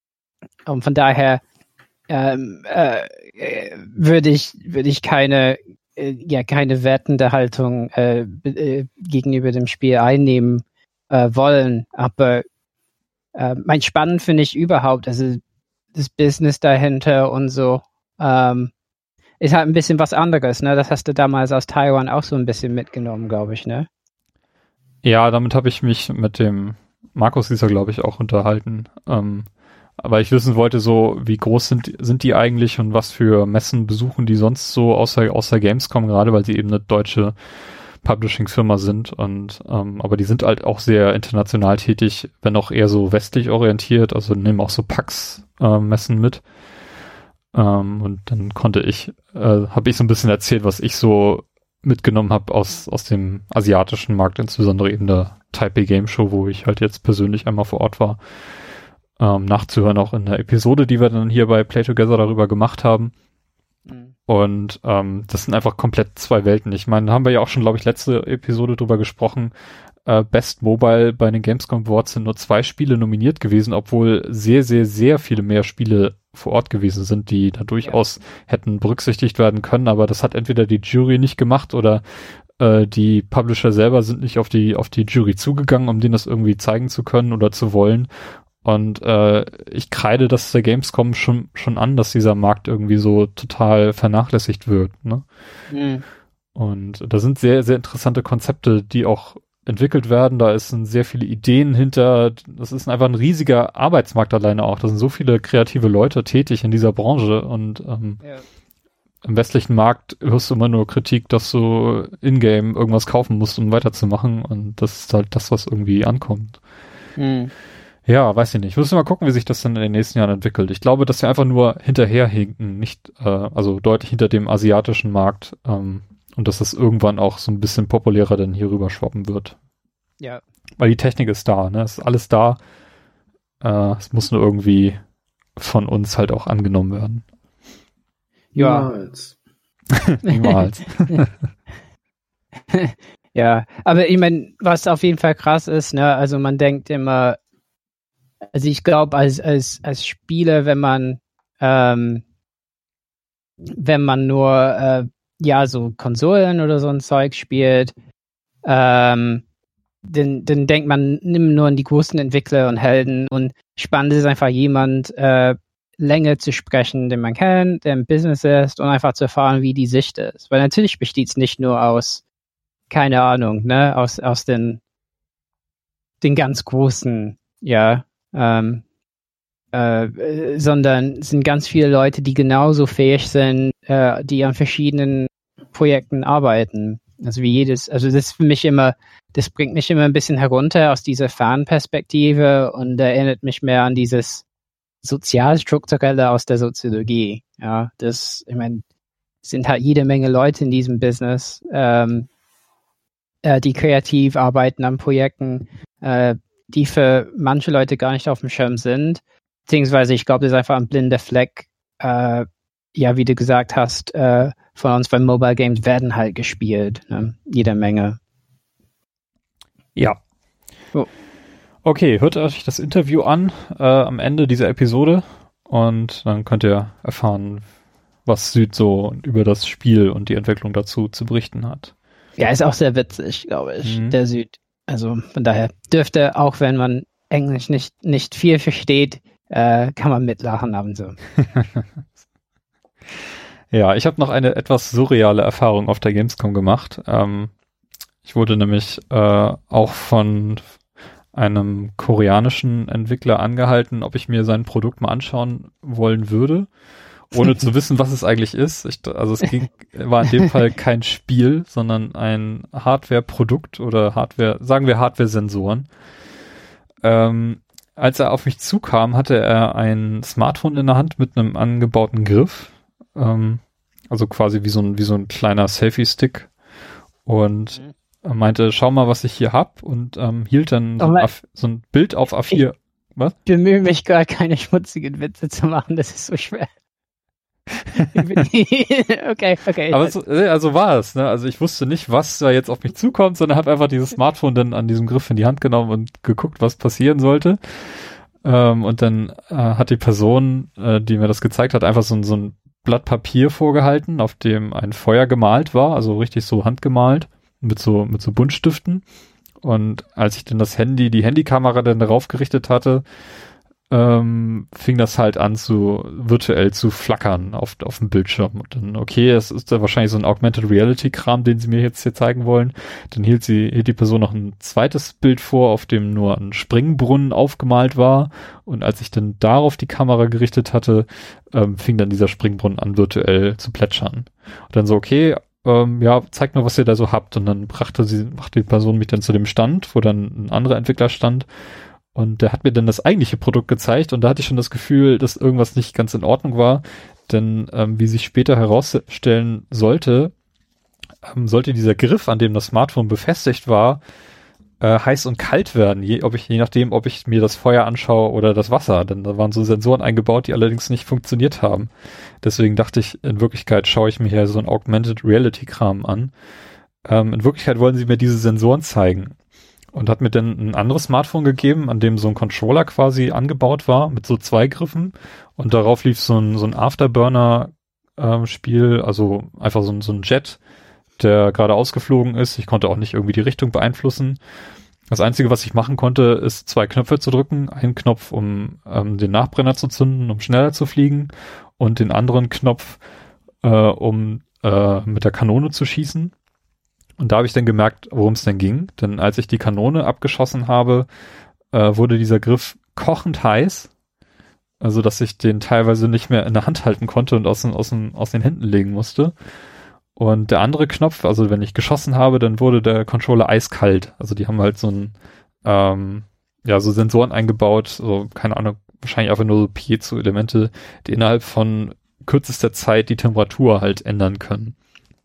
und von daher ähm, äh, würde ich, würde ich keine ja keine wertende Haltung äh, äh, gegenüber dem Spiel einnehmen äh, wollen, aber äh, mein spannend finde ich überhaupt, also das Business dahinter und so ähm, ist halt ein bisschen was anderes, ne? Das hast du damals aus Taiwan auch so ein bisschen mitgenommen, glaube ich, ne? Ja, damit habe ich mich mit dem Markus dieser, glaube ich, auch unterhalten. Ähm, weil ich wissen wollte, so wie groß sind sind die eigentlich und was für Messen besuchen die sonst so außer außer Gamescom, gerade weil sie eben eine deutsche Publishing-Firma sind und ähm, aber die sind halt auch sehr international tätig, wenn auch eher so westlich orientiert, also nehmen auch so PAX-Messen äh, mit. Ähm, und dann konnte ich, äh, habe ich so ein bisschen erzählt, was ich so mitgenommen habe aus aus dem asiatischen Markt, insbesondere eben der Taipei Game Show, wo ich halt jetzt persönlich einmal vor Ort war. Ähm, nachzuhören auch in der Episode, die wir dann hier bei Play Together darüber gemacht haben. Mhm. Und ähm, das sind einfach komplett zwei Welten. Ich meine, da haben wir ja auch schon, glaube ich, letzte Episode drüber gesprochen. Äh, Best Mobile bei den Gamescom Awards sind nur zwei Spiele nominiert gewesen, obwohl sehr, sehr, sehr viele mehr Spiele vor Ort gewesen sind, die da durchaus ja. hätten berücksichtigt werden können. Aber das hat entweder die Jury nicht gemacht oder äh, die Publisher selber sind nicht auf die auf die Jury zugegangen, um denen das irgendwie zeigen zu können oder zu wollen. Und äh, ich kreide das der Gamescom schon schon an, dass dieser Markt irgendwie so total vernachlässigt wird. Ne? Mhm. Und da sind sehr, sehr interessante Konzepte, die auch entwickelt werden. Da sind sehr viele Ideen hinter. Das ist einfach ein riesiger Arbeitsmarkt alleine auch. Da sind so viele kreative Leute tätig in dieser Branche. Und ähm, ja. im westlichen Markt hörst du immer nur Kritik, dass du in-game irgendwas kaufen musst, um weiterzumachen. Und das ist halt das, was irgendwie ankommt. Mhm. Ja, weiß ich nicht. Ich muss mal gucken, wie sich das dann in den nächsten Jahren entwickelt. Ich glaube, dass wir einfach nur hinterherhinken, nicht, äh, also deutlich hinter dem asiatischen Markt, ähm, und dass das irgendwann auch so ein bisschen populärer dann hier rüber schwappen wird. Ja. Weil die Technik ist da, ne? Es ist alles da. Äh, es muss nur irgendwie von uns halt auch angenommen werden. Ja. Niemals. Ja, aber ich meine, was auf jeden Fall krass ist, ne, also man denkt immer, also ich glaube, als, als, als Spieler, wenn man, ähm, wenn man nur, äh, ja, so Konsolen oder so ein Zeug spielt, ähm, dann, dann denkt man nimm nur an die großen Entwickler und Helden und spannend ist einfach jemand, äh, länger zu sprechen, den man kennt, der im Business ist und einfach zu erfahren, wie die Sicht ist. Weil natürlich besteht es nicht nur aus, keine Ahnung, ne, aus, aus den, den ganz großen, ja, Ähm, äh, sondern es sind ganz viele Leute, die genauso fähig sind, äh, die an verschiedenen Projekten arbeiten. Also wie jedes, also das ist für mich immer, das bringt mich immer ein bisschen herunter aus dieser Fernperspektive und erinnert mich mehr an dieses Sozialstrukturelle aus der Soziologie. Ja, das, ich meine, es sind halt jede Menge Leute in diesem Business, ähm, äh, die kreativ arbeiten an Projekten, äh, die für manche Leute gar nicht auf dem Schirm sind. Beziehungsweise, ich glaube, das ist einfach ein blinder Fleck. Äh, ja, wie du gesagt hast, äh, von uns, weil Mobile Games werden halt gespielt. Ne? Jede Menge. Ja. Oh. Okay, hört euch das Interview an äh, am Ende dieser Episode und dann könnt ihr erfahren, was Süd so über das Spiel und die Entwicklung dazu zu berichten hat. Ja, ist auch sehr witzig, glaube ich, mhm. der Süd. Also von daher dürfte, auch wenn man Englisch nicht, nicht viel versteht, äh, kann man mitlachen ab und so. Ja, ich habe noch eine etwas surreale Erfahrung auf der Gamescom gemacht. Ähm, Ich wurde nämlich äh, auch von einem koreanischen Entwickler angehalten, ob ich mir sein Produkt mal anschauen wollen würde, ohne zu wissen, was es eigentlich ist. Ich, also es ging, war in dem Fall kein Spiel, sondern ein Hardware-Produkt oder Hardware, sagen wir Hardware-Sensoren. Ähm, als er auf mich zukam, hatte er ein Smartphone in der Hand mit einem angebauten Griff, ähm, also quasi wie so ein, wie so ein kleiner Selfie-Stick, und mhm. er meinte, schau mal, was ich hier hab, und ähm, hielt dann so, oh ein, so ein Bild auf A vier. Ich was? bemühe mich gar, keine schmutzigen Witze zu machen, das ist so schwer. okay, okay. Aber so, also war es, ne? Also ich wusste nicht, was da jetzt auf mich zukommt, sondern habe einfach dieses Smartphone dann an diesem Griff in die Hand genommen und geguckt, was passieren sollte. Ähm, und dann äh, hat die Person, äh, die mir das gezeigt hat, einfach so, so ein Blatt Papier vorgehalten, auf dem ein Feuer gemalt war, also richtig so handgemalt, mit so, mit so Buntstiften. Und als ich dann das Handy, die Handykamera dann darauf gerichtet hatte, ähm, fing das halt an zu virtuell zu flackern auf, auf dem Bildschirm. Und dann, okay, es ist da wahrscheinlich so ein Augmented Reality Kram, den sie mir jetzt hier zeigen wollen. Dann hielt sie, hielt die Person noch ein zweites Bild vor, auf dem nur ein Springbrunnen aufgemalt war. Und als ich dann darauf die Kamera gerichtet hatte, ähm, fing dann dieser Springbrunnen an, virtuell zu plätschern. Und dann so, okay, ähm, ja, zeigt mir, was ihr da so habt. Und dann brachte sie, brachte die Person mich dann zu dem Stand, wo dann ein anderer Entwickler stand. Und der hat mir dann das eigentliche Produkt gezeigt, und da hatte ich schon das Gefühl, dass irgendwas nicht ganz in Ordnung war, denn ähm, wie sich später herausstellen sollte, ähm, sollte dieser Griff, an dem das Smartphone befestigt war, äh, heiß und kalt werden, je, ob ich, je nachdem, ob ich mir das Feuer anschaue oder das Wasser, denn da waren so Sensoren eingebaut, die allerdings nicht funktioniert haben. Deswegen dachte ich, in Wirklichkeit schaue ich mir hier so ein Augmented Reality Kram an. Ähm, in Wirklichkeit wollen sie mir diese Sensoren zeigen. Und hat mir dann ein anderes Smartphone gegeben, an dem so ein Controller quasi angebaut war, mit so zwei Griffen. Und darauf lief so ein, so ein Afterburner-Spiel, ähm, also einfach so ein, so ein Jet, der gerade ausgeflogen ist. Ich konnte auch nicht irgendwie die Richtung beeinflussen. Das Einzige, was ich machen konnte, ist zwei Knöpfe zu drücken. Einen Knopf, um ähm, den Nachbrenner zu zünden, um schneller zu fliegen. Und den anderen Knopf, äh, um äh, mit der Kanone zu schießen. Und da habe ich dann gemerkt, worum es denn ging. Denn als ich die Kanone abgeschossen habe, äh, wurde dieser Griff kochend heiß. Also, dass ich den teilweise nicht mehr in der Hand halten konnte und aus den, aus den, aus den Händen legen musste. Und der andere Knopf, also wenn ich geschossen habe, dann wurde der Controller eiskalt. Also die haben halt so ein, ähm, ja, so Sensoren eingebaut, so, keine Ahnung, wahrscheinlich einfach nur so Piezo-Elemente, die innerhalb von kürzester Zeit die Temperatur halt ändern können.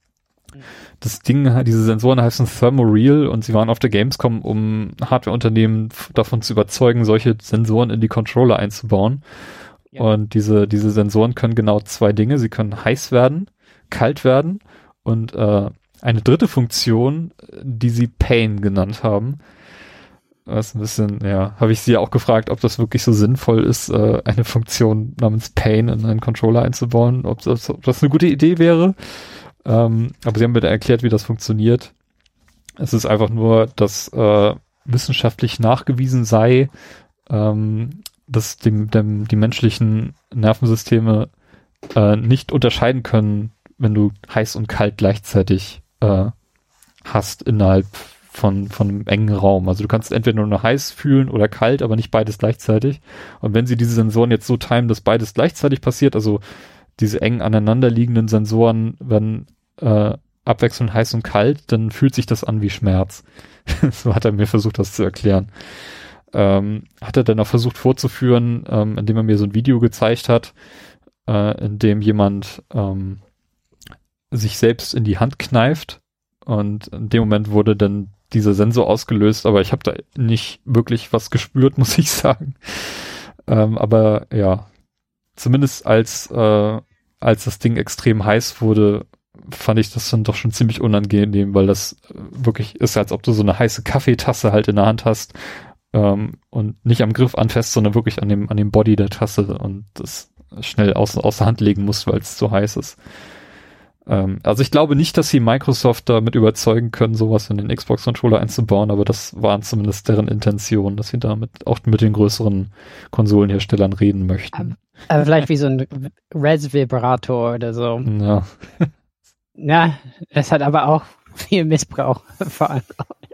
Das Ding, diese Sensoren heißen Thermoreal, und sie waren auf der Gamescom, um Hardwareunternehmen davon zu überzeugen, solche Sensoren in die Controller einzubauen. Ja. Und diese, diese Sensoren können genau zwei Dinge. Sie können heiß werden, kalt werden, und äh, eine dritte Funktion, die sie Pain genannt haben. Das ist ein bisschen, ja, habe ich sie auch gefragt, ob das wirklich so sinnvoll ist, äh, eine Funktion namens Pain in einen Controller einzubauen, ob das, ob das eine gute Idee wäre. Ähm, aber sie haben mir da erklärt, wie das funktioniert. Es ist einfach nur, dass äh, wissenschaftlich nachgewiesen sei, ähm, dass dem, dem, die menschlichen Nervensysteme äh, nicht unterscheiden können, wenn du heiß und kalt gleichzeitig äh, hast innerhalb von, von einem engen Raum. Also du kannst entweder nur heiß fühlen oder kalt, aber nicht beides gleichzeitig. Und wenn sie diese Sensoren jetzt so timen, dass beides gleichzeitig passiert, also diese eng aneinander liegenden Sensoren werden äh, abwechselnd heiß und kalt, dann fühlt sich das an wie Schmerz. So hat er mir versucht, das zu erklären. Ähm, hat er dann auch versucht vorzuführen, ähm, indem er mir so ein Video gezeigt hat, äh, in dem jemand ähm, sich selbst in die Hand kneift, und in dem Moment wurde dann dieser Sensor ausgelöst, aber ich habe da nicht wirklich was gespürt, muss ich sagen. Ähm, aber ja, zumindest als äh, als das Ding extrem heiß wurde, fand ich das dann doch schon ziemlich unangenehm, weil das wirklich ist, als ob du so eine heiße Kaffeetasse halt in der Hand hast, ähm, und nicht am Griff anfasst, sondern wirklich an dem an dem Body der Tasse und das schnell aus, aus der Hand legen musst, weil es so heiß ist. Ähm, also ich glaube nicht, dass sie Microsoft damit überzeugen können, sowas in den Xbox-Controller einzubauen, aber das waren zumindest deren Intention, dass sie damit auch mit den größeren Konsolenherstellern reden möchten. Aber vielleicht wie so ein Res-Vibrator oder so. Ja. Ja, das hat aber auch viel Missbrauch verantwortlich.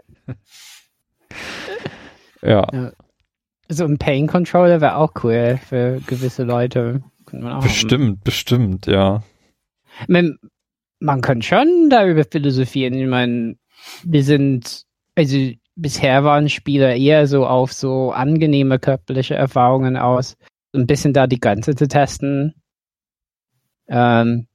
Ja. ja. So ein Pain-Controller wäre auch cool für gewisse Leute. Man auch bestimmt, haben. bestimmt, ja. Man, man kann schon darüber philosophieren. Ich meine, wir sind, also bisher waren Spieler eher so auf so angenehme körperliche Erfahrungen aus. So ein bisschen da die Grenze zu testen. Ähm,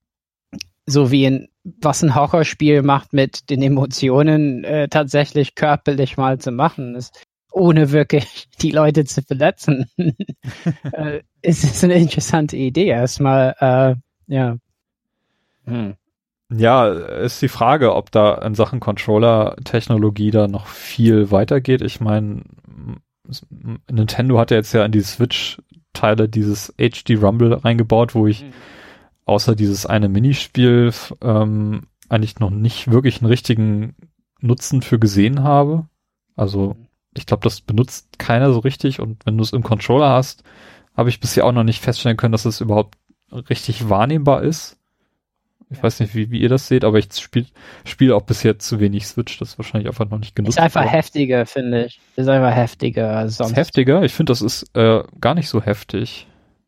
so wie ein, was ein Horrorspiel macht mit den Emotionen äh, tatsächlich körperlich mal zu machen. Das, ohne wirklich die Leute zu verletzen. äh, es ist eine interessante Idee erstmal. Äh, ja. Hm. Ja, ist die Frage, ob da in Sachen Controller-Technologie da noch viel weitergeht. Ich meine, Nintendo hat ja jetzt ja in die Switch-Teile dieses H D Rumble reingebaut, wo ich mhm. außer dieses eine Minispiel ähm, eigentlich noch nicht wirklich einen richtigen Nutzen für gesehen habe. Also ich glaube, das benutzt keiner so richtig und wenn du es im Controller hast, habe ich bisher auch noch nicht feststellen können, dass es überhaupt richtig wahrnehmbar ist. Ich ja. weiß nicht, wie, wie ihr das seht, aber ich spiele spiel auch bisher zu wenig Switch, das ist wahrscheinlich einfach noch nicht genutzt. Ist einfach worden. heftiger, finde ich. Ist einfach heftiger als sonst. Ist heftiger? Ich finde, das ist äh, gar nicht so heftig.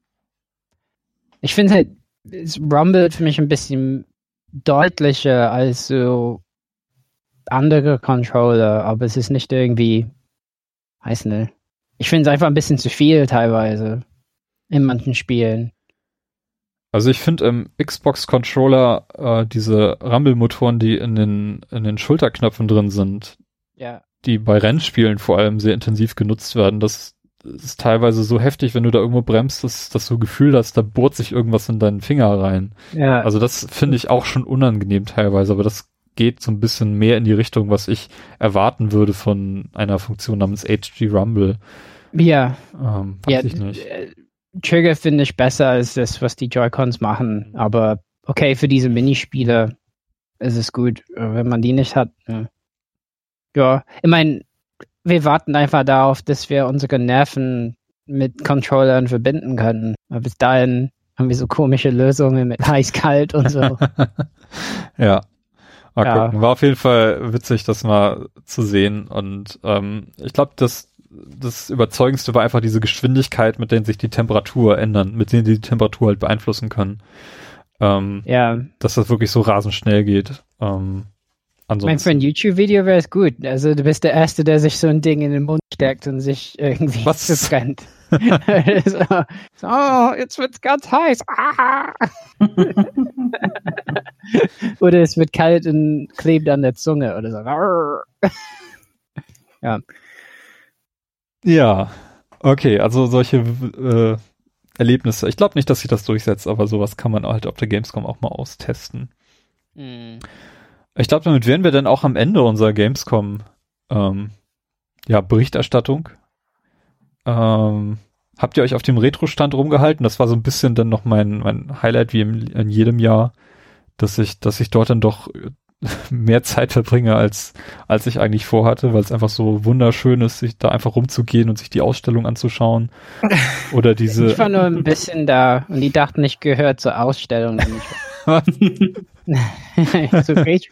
Ich finde halt, es rumbelt für mich ein bisschen deutlicher als so andere Controller, aber es ist nicht irgendwie, weiß nicht. Ich finde es einfach ein bisschen zu viel teilweise in manchen Spielen. Also ich finde im Xbox-Controller äh, diese Rumble-Motoren, die in den, in den Schulterknöpfen drin sind, ja. die bei Rennspielen vor allem sehr intensiv genutzt werden, das ist teilweise so heftig, wenn du da irgendwo bremst, dass, dass du Gefühl hast, da bohrt sich irgendwas in deinen Finger rein. Ja. Also das finde ich auch schon unangenehm teilweise, aber das geht so ein bisschen mehr in die Richtung, was ich erwarten würde von einer Funktion namens H D Rumble. Ja. Ähm, weiß ja, ich nicht. Trigger finde ich besser als das, was die Joy-Cons machen, aber okay, für diese Minispiele ist es gut, wenn man die nicht hat. Ja, ja. Ich meine, wir warten einfach darauf, dass wir unsere Nerven mit Controllern verbinden können. Aber bis dahin haben wir so komische Lösungen mit heiß-kalt und so. Ja. Mal ja. gucken. War auf jeden Fall witzig, das mal zu sehen. Und ähm, ich glaube, das, das Überzeugendste war einfach diese Geschwindigkeit, mit der sich die Temperatur ändern, mit denen die Temperatur halt beeinflussen können. Ähm, ja. Dass das wirklich so rasend schnell geht. Ähm, Ich meine, für ein YouTube-Video wäre es gut. Also du bist der Erste, der sich so ein Ding in den Mund steckt und sich irgendwie verbrennt. so, so, oh, jetzt wird's ganz heiß. Ah. Oder es wird kalt und klebt an der Zunge oder so. ja. Ja, okay, also solche äh, Erlebnisse. Ich glaube nicht, dass sich das durchsetzt, aber sowas kann man halt auf der Gamescom auch mal austesten. Mhm. Ich glaube, damit wären wir dann auch am Ende unserer Gamescom ähm, ja, Berichterstattung. Ähm, habt ihr euch auf dem Retro-Stand rumgehalten? Das war so ein bisschen dann noch mein, mein Highlight wie im, in jedem Jahr, dass ich, dass ich dort dann doch mehr Zeit verbringe, als, als ich eigentlich vorhatte, weil es einfach so wunderschön ist, sich da einfach rumzugehen und sich die Ausstellung anzuschauen. Oder diese. Ich war nur ein bisschen da und die dachten, ich gehöre zur Ausstellung. so Retro.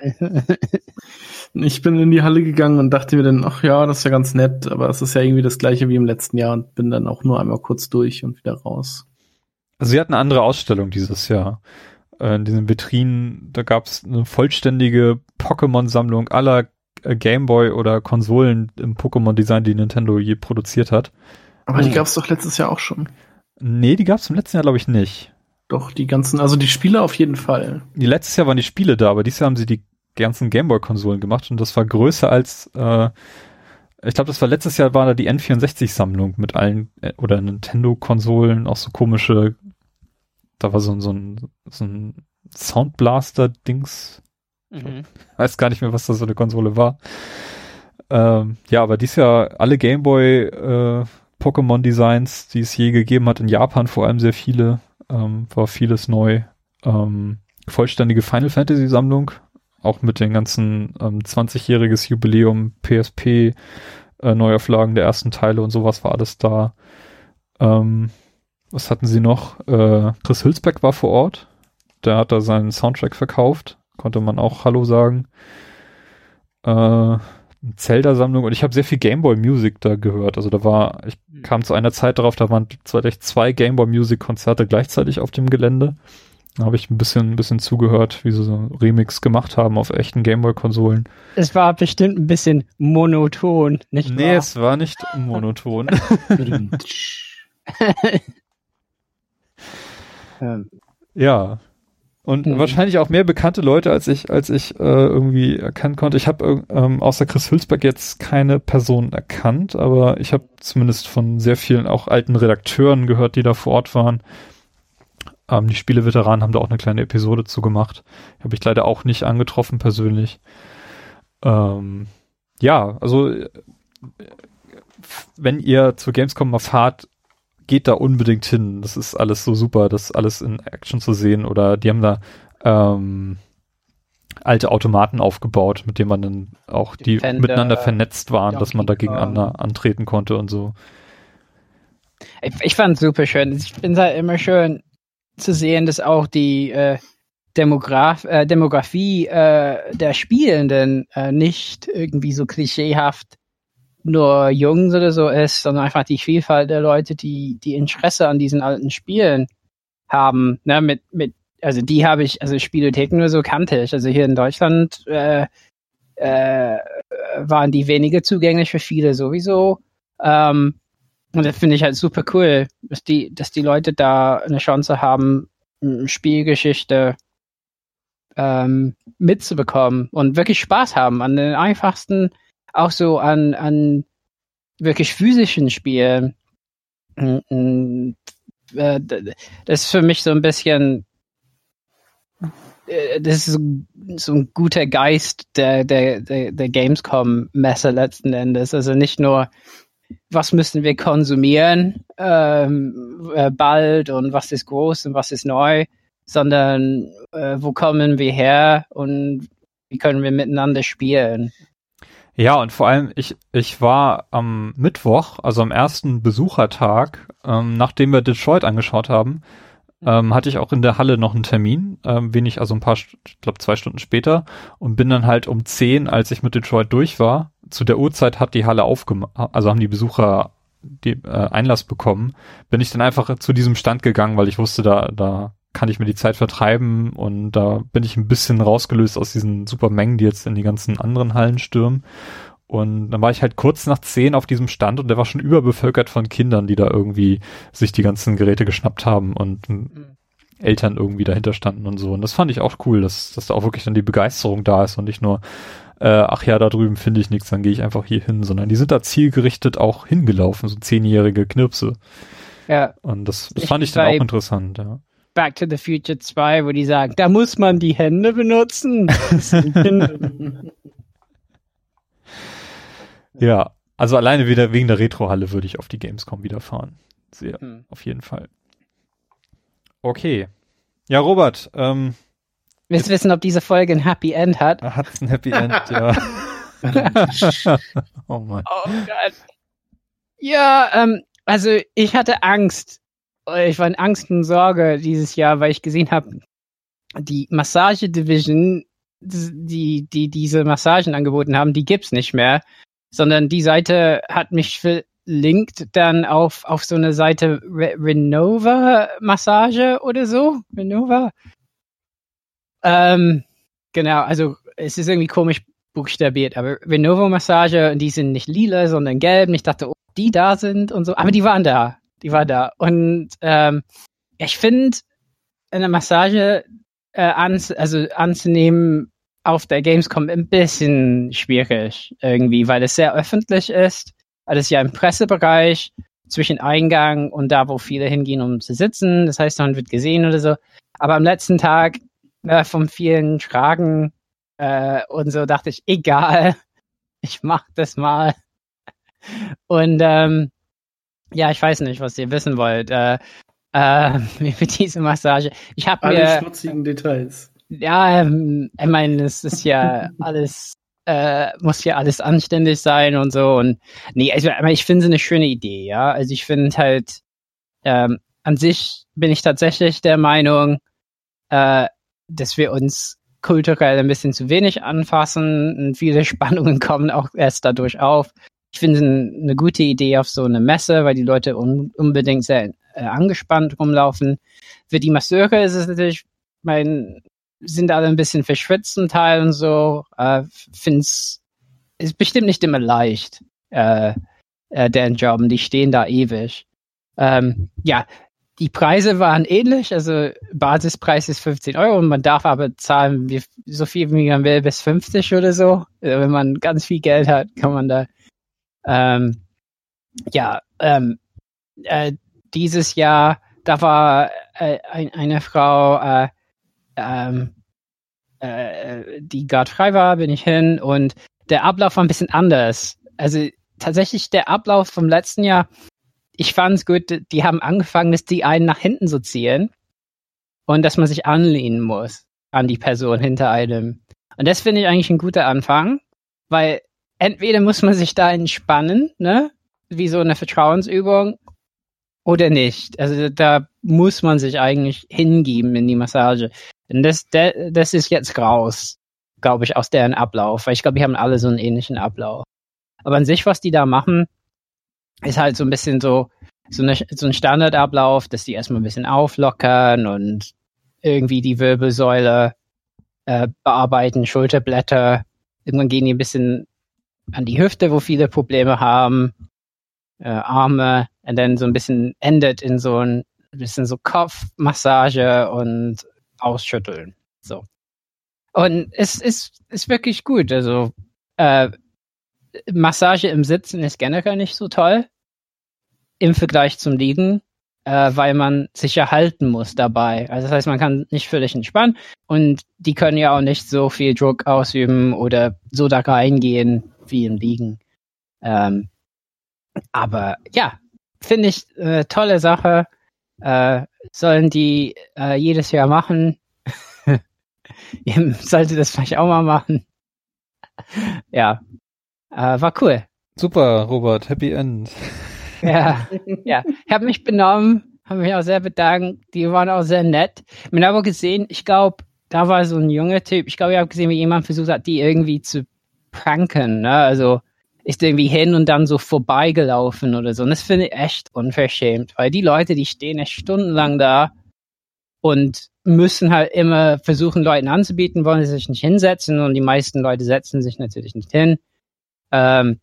Ich bin in die Halle gegangen und dachte mir dann, ach ja, das ist ja ganz nett, aber es ist ja irgendwie das gleiche wie im letzten Jahr und bin dann auch nur einmal kurz durch und wieder raus. Also sie hatten eine andere Ausstellung dieses Jahr. In diesen Vitrinen, da gab es eine vollständige Pokémon-Sammlung aller Gameboy oder Konsolen im Pokémon-Design, die Nintendo je produziert hat. Aber die gab es doch letztes Jahr auch schon. Nee, die gab es im letzten Jahr, glaube ich, nicht. Doch, die ganzen, also die Spiele auf jeden Fall. Die letztes Jahr waren die Spiele da, aber dieses Jahr haben sie die ganzen Gameboy-Konsolen gemacht und das war größer als, äh, ich glaube, das war letztes Jahr, war da die N vierundsechzig-Sammlung mit allen, äh, oder Nintendo-Konsolen, auch so komische, da war so, so ein, so ein Soundblaster-Dings. Mhm. Weiß gar nicht mehr, was das so eine Konsole war. Ähm, ja, aber dieses Jahr alle Gameboy äh, Pokémon-Designs, die es je gegeben hat, in Japan vor allem sehr viele, ähm, war vieles neu. Ähm, vollständige Final Fantasy Sammlung, auch mit den ganzen ähm, zwanzigjähriges Jubiläum, P S P, äh, Neuauflagen der ersten Teile und sowas war alles da. Ähm, was hatten sie noch? Äh, Chris Hülsbeck war vor Ort. Der hat da seinen Soundtrack verkauft. konnte man auch Hallo sagen. Äh, Zelda-Sammlung und ich habe sehr viel Gameboy Music da gehört. Also da war, ich kam zu einer Zeit darauf, da waren tatsächlich zwei Gameboy Music Konzerte gleichzeitig auf dem Gelände. Da habe ich ein bisschen, ein bisschen zugehört, wie sie so einen Remix gemacht haben auf echten Gameboy-Konsolen. Es war bestimmt ein bisschen monoton, nicht wahr? Nee, es war nicht monoton. Ja. Und mhm. wahrscheinlich auch mehr bekannte Leute, als ich, als ich äh, irgendwie erkennen konnte. Ich habe ähm, außer Chris Hülsberg jetzt keine Person erkannt, aber ich habe zumindest von sehr vielen auch alten Redakteuren gehört, die da vor Ort waren. Ähm, die Spieleveteranen haben da auch eine kleine Episode zu gemacht. Habe ich leider auch nicht angetroffen persönlich. Ähm, ja, also wenn ihr zur Gamescom mal fahrt, geht da unbedingt hin. Das ist alles so super, das alles in Action zu sehen. Oder die haben da ähm, alte Automaten aufgebaut, mit denen man dann auch die Defender, miteinander vernetzt waren, Donkey dass man da Kong. gegeneinander antreten konnte und so. Ich, ich fand es super schön. Ich finde es halt immer schön zu sehen, dass auch die äh, Demograf äh, Demografie äh, der Spielenden äh, nicht irgendwie so klischeehaft nur Jungs oder so ist, sondern einfach die Vielfalt der Leute, die die Interesse an diesen alten Spielen haben. Ne, mit mit also die habe ich, also Spielotheken nur so kannte ich. Also hier in Deutschland äh, äh, waren die weniger zugänglich für viele sowieso. Ähm, und das finde ich halt super cool, dass die, dass die Leute da eine Chance haben, Spielgeschichte ähm, mitzubekommen und wirklich Spaß haben an den einfachsten, auch so an, an wirklich physischen Spielen. Das ist für mich so ein bisschen, das ist so ein guter Geist der, der, der, der Gamescom-Messe letzten Endes. Also nicht nur, was müssen wir konsumieren ähm, äh, bald und was ist groß und was ist neu, sondern äh, wo kommen wir her und wie können wir miteinander spielen. Ja, und vor allem, ich, ich war am Mittwoch, also am ersten Besuchertag, ähm, nachdem wir Detroit angeschaut haben, ähm, hatte ich auch in der Halle noch einen Termin, ähm, wenig, also ein paar, ich glaube zwei Stunden später, und bin dann halt um zehn, als ich mit Detroit durch war, zu der Uhrzeit hat die Halle aufgemacht, also haben die Besucher die, äh, Einlass bekommen, bin ich dann einfach zu diesem Stand gegangen, weil ich wusste, da, da kann ich mir die Zeit vertreiben und da bin ich ein bisschen rausgelöst aus diesen super Mengen, die jetzt in die ganzen anderen Hallen stürmen. Und dann war ich halt kurz nach zehn auf diesem Stand und der war schon überbevölkert von Kindern, die da irgendwie sich die ganzen Geräte geschnappt haben und mhm. Eltern irgendwie dahinter standen und so. Und das fand ich auch cool, dass, dass da auch wirklich dann die Begeisterung da ist und nicht nur, äh, ach ja, da drüben finde ich nichts, dann gehe ich einfach hier hin, sondern die sind da zielgerichtet auch hingelaufen, so zehnjährige Knirpse. Ja. Und das, das fand ich dann auch interessant, ja. Back to the Future zwei, wo die sagen, da muss man die Hände benutzen. Ja, also alleine wieder wegen der Retrohalle würde ich auf die Gamescom wieder fahren. Sehr, hm. auf jeden Fall. Okay. Ja, Robert, ähm. Willst du wissen, ob diese Folge ein Happy End hat? Hat's ein Happy End, ja. Oh Mann. Oh Gott. Ja, ähm, also ich hatte Angst. Ich war in Angst und Sorge dieses Jahr, weil ich gesehen habe, die Massage-Division, die, die diese Massagen angeboten haben, die gibt's nicht mehr, sondern die Seite hat mich verlinkt dann auf, auf so eine Seite Re- Renova Massage oder so. Renova. Ähm, genau, also es ist irgendwie komisch buchstabiert, aber Renova Massage, die sind nicht lila, sondern gelb. Und ich dachte, oh, die da sind und so, aber die waren da. Die war da. Und ähm, ich finde, eine Massage äh, ans, also anzunehmen auf der Gamescom ein bisschen schwierig irgendwie, weil es sehr öffentlich ist. Das ist ja im Pressebereich zwischen Eingang und da, wo viele hingehen, um zu sitzen. Das heißt, man wird gesehen oder so. Aber am letzten Tag äh, von vielen Fragen äh, und so dachte ich, egal, ich mach das mal. Und ähm, ja, ich weiß nicht, was ihr wissen wollt. Äh, äh, für diese Massage. Ich habe mir alle schmutzigen Details. Ja, ähm, ich meine, es ist ja alles, äh, muss ja alles anständig sein und so. Und nee, also ich finde es eine schöne Idee, ja. Also ich finde halt, ähm, an sich bin ich tatsächlich der Meinung, äh, dass wir uns kulturell ein bisschen zu wenig anfassen und viele Spannungen kommen auch erst dadurch auf. Ich finde es eine gute Idee auf so eine Messe, weil die Leute un- unbedingt sehr äh, angespannt rumlaufen. Für die Masseure ist es natürlich, mein, sind alle ein bisschen verschwitzt zum Teil und so. Äh, finde es ist bestimmt nicht immer leicht, äh, äh, deren Job, und die stehen da ewig. Ähm, ja, die Preise waren ähnlich, also Basispreis ist fünfzehn Euro und man darf aber zahlen, wie, so viel wie man will, bis fünfzig oder so. Also wenn man ganz viel Geld hat, kann man da ähm, ja, ähm, äh, dieses Jahr, da war äh, ein, eine Frau, äh, ähm, äh, die gerade frei war, bin ich hin, und der Ablauf war ein bisschen anders. Also tatsächlich der Ablauf vom letzten Jahr, ich fand es gut, die haben angefangen, dass die einen nach hinten so ziehen und dass man sich anlehnen muss an die Person hinter einem. Und das finde ich eigentlich ein guter Anfang, weil entweder muss man sich da entspannen, ne, wie so eine Vertrauensübung, oder nicht. Also da muss man sich eigentlich hingeben in die Massage. Und das, das ist jetzt raus, glaube ich, aus deren Ablauf, weil ich glaube, die haben alle so einen ähnlichen Ablauf. Aber an sich, was die da machen, ist halt so ein bisschen so, so, eine, so ein Standardablauf, dass die erstmal ein bisschen auflockern und irgendwie die Wirbelsäule äh, bearbeiten, Schulterblätter. Irgendwann gehen die ein bisschen an die Hüfte, wo viele Probleme haben, äh, Arme, und dann so ein bisschen endet in so ein bisschen so Kopfmassage und Ausschütteln. So. Und es ist, ist wirklich gut. Also äh, Massage im Sitzen ist generell nicht so toll im Vergleich zum Liegen, äh, weil man sich ja halten muss dabei. Also das heißt, man kann nicht völlig entspannen und die können ja auch nicht so viel Druck ausüben oder so da reingehen wie im Liegen. Ähm, aber ja, finde ich äh, tolle Sache. Äh, sollen die äh, jedes Jahr machen. Ihr solltet das vielleicht auch mal machen. Ja, äh, war cool. Super, Robert, Happy End. Ja, ja. Ich habe mich benommen, habe mich auch sehr bedankt. Die waren auch sehr nett. Ich habe aber gesehen, ich glaube, da war so ein junger Typ. Ich glaube, ich habe gesehen, wie jemand versucht hat, die irgendwie zu pranken. Ne? Also ist irgendwie hin und dann so vorbeigelaufen oder so. Und das finde ich echt unverschämt, weil die Leute, die stehen echt stundenlang da und müssen halt immer versuchen, Leuten anzubieten, wollen sie sich nicht hinsetzen, und die meisten Leute setzen sich natürlich nicht hin. Ähm,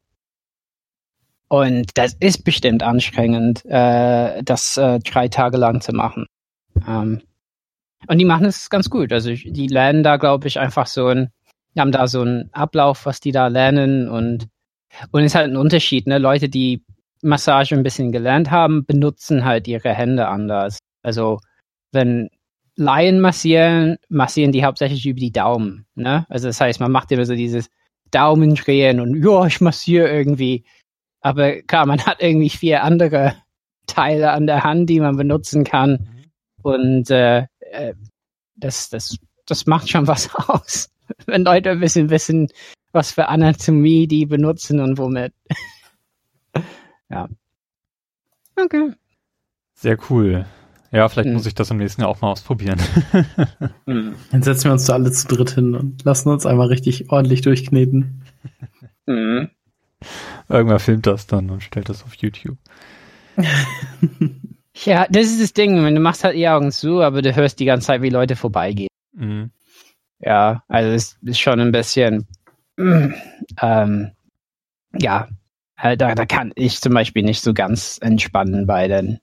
und das ist bestimmt anstrengend, äh, das äh, drei Tage lang zu machen. Ähm, und die machen es ganz gut. Also die lernen da, glaube ich, einfach so ein, haben da so einen Ablauf, was die da lernen, und und es ist halt ein Unterschied, ne? Leute, die Massage ein bisschen gelernt haben, benutzen halt ihre Hände anders. Also wenn Laien massieren, massieren die hauptsächlich über die Daumen, ne? Also das heißt, man macht immer so dieses Daumendrehen und ja, ich massiere irgendwie. Aber klar, man hat irgendwie vier andere Teile an der Hand, die man benutzen kann. Und äh, äh, das, das, das macht schon was aus. Wenn Leute ein bisschen wissen, was für Anatomie die benutzen und womit. Ja. Okay. Sehr cool. Ja, vielleicht hm. muss ich das im nächsten Jahr auch mal ausprobieren. Hm. Dann setzen wir uns da alle zu dritt hin und lassen uns einmal richtig ordentlich durchkneten. Hm. Irgendwer filmt das dann und stellt das auf YouTube. Ja, das ist das Ding. Du machst halt die Augen zu, aber du hörst die ganze Zeit, wie Leute vorbeigehen. Mhm. Ja, also es ist schon ein bisschen ähm, ja, da, da kann ich zum Beispiel nicht so ganz entspannen bei den.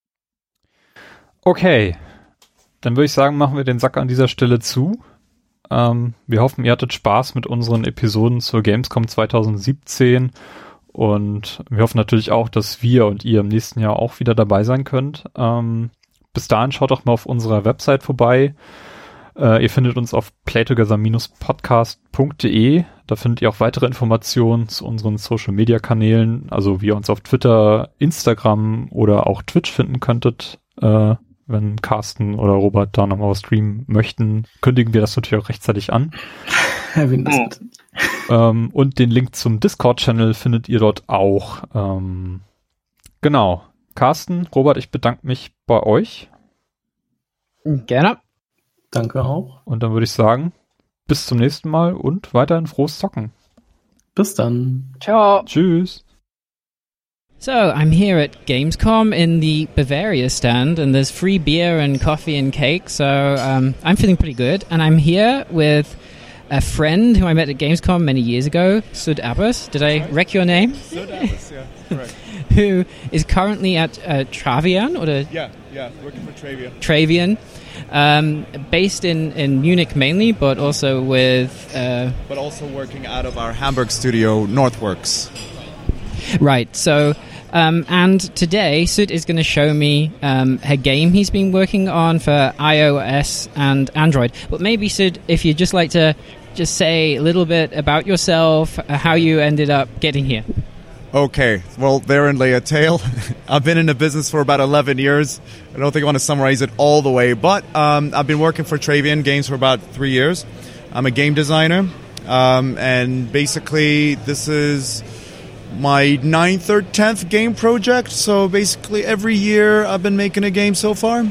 Okay, dann würde ich sagen, machen wir den Sack an dieser Stelle zu. Ähm, wir hoffen, ihr hattet Spaß mit unseren Episoden zur Gamescom zwanzig siebzehn, und wir hoffen natürlich auch, dass wir und ihr im nächsten Jahr auch wieder dabei sein könnt. Ähm, bis dahin schaut doch mal auf unserer Website vorbei. Uh, ihr findet uns auf playtogether Bindestrich podcast punkt de. Da findet ihr auch weitere Informationen zu unseren Social-Media-Kanälen, also wie ihr uns auf Twitter, Instagram oder auch Twitch finden könntet. Uh, wenn Carsten oder Robert da nochmal was streamen möchten, kündigen wir das natürlich auch rechtzeitig an. um, und den Link zum Discord-Channel findet ihr dort auch. Um, genau. Carsten, Robert, ich bedanke mich bei euch. Gerne. Danke auch. Und dann würde ich sagen, bis zum nächsten Mal und weiterhin frohes Zocken. Bis dann. Ciao. Tschüss. So, I'm here at Gamescom in the Bavaria stand, and there's free beer and coffee and cake, so um, I'm feeling pretty good. And I'm here with a friend who I met at Gamescom many years ago, Sud Abbas. Did I wreck your name? Sud Abbas, yeah, correct. Who is currently at uh, Travian, or the Yeah, yeah, working for Travian. Travian, um, based in, in Munich mainly, but also with... Uh, but also working out of our Hamburg studio, Northworks. Right, so... Um, and today, Sud is going to show me um, a game he's been working on for iOS and Android. But maybe, Sud, if you'd just like to just say a little bit about yourself, uh, how you ended up getting here. Okay, well, therein lay a tale. I've been in the business for about eleven years. I don't think I want to summarize it all the way, but um, I've been working for Travian Games for about three years. I'm a game designer, um, and basically this is my ninth or tenth game project. So basically every year I've been making a game so far.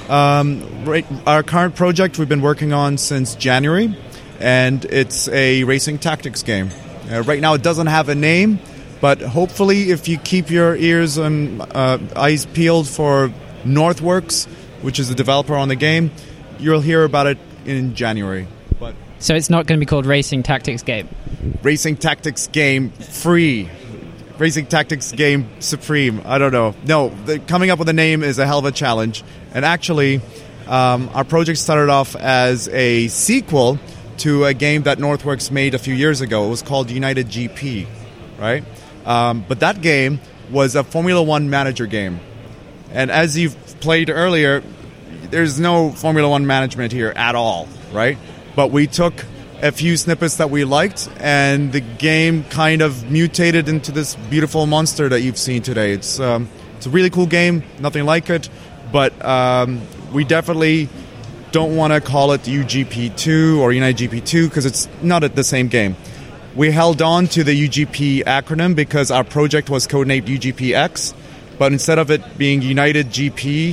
Um, right, our current project we've been working on since January, and it's a racing tactics game. Uh, right now it doesn't have a name, but hopefully if you keep your ears and uh, eyes peeled for Northworks, which is the developer on the game, you'll hear about it in January. But so it's not going to be called Racing Tactics Game? Racing Tactics Game Free. Racing Tactics Game Supreme. I don't know. No, the, coming up with a name is a hell of a challenge. And actually, um, our project started off as a sequel to a game that Northworks made a few years ago. It was called United G P, right? Um, but that game was a Formula One manager game. And as you've played earlier, there's no Formula One management here at all, right? But we took a few snippets that we liked, and the game kind of mutated into this beautiful monster that you've seen today. It's um, it's a really cool game, nothing like it, but um, we definitely don't want to call it U G P two or United G P two because it's not the same game. We held on to the U G P acronym because our project was codenamed U G P X, but instead of it being United G P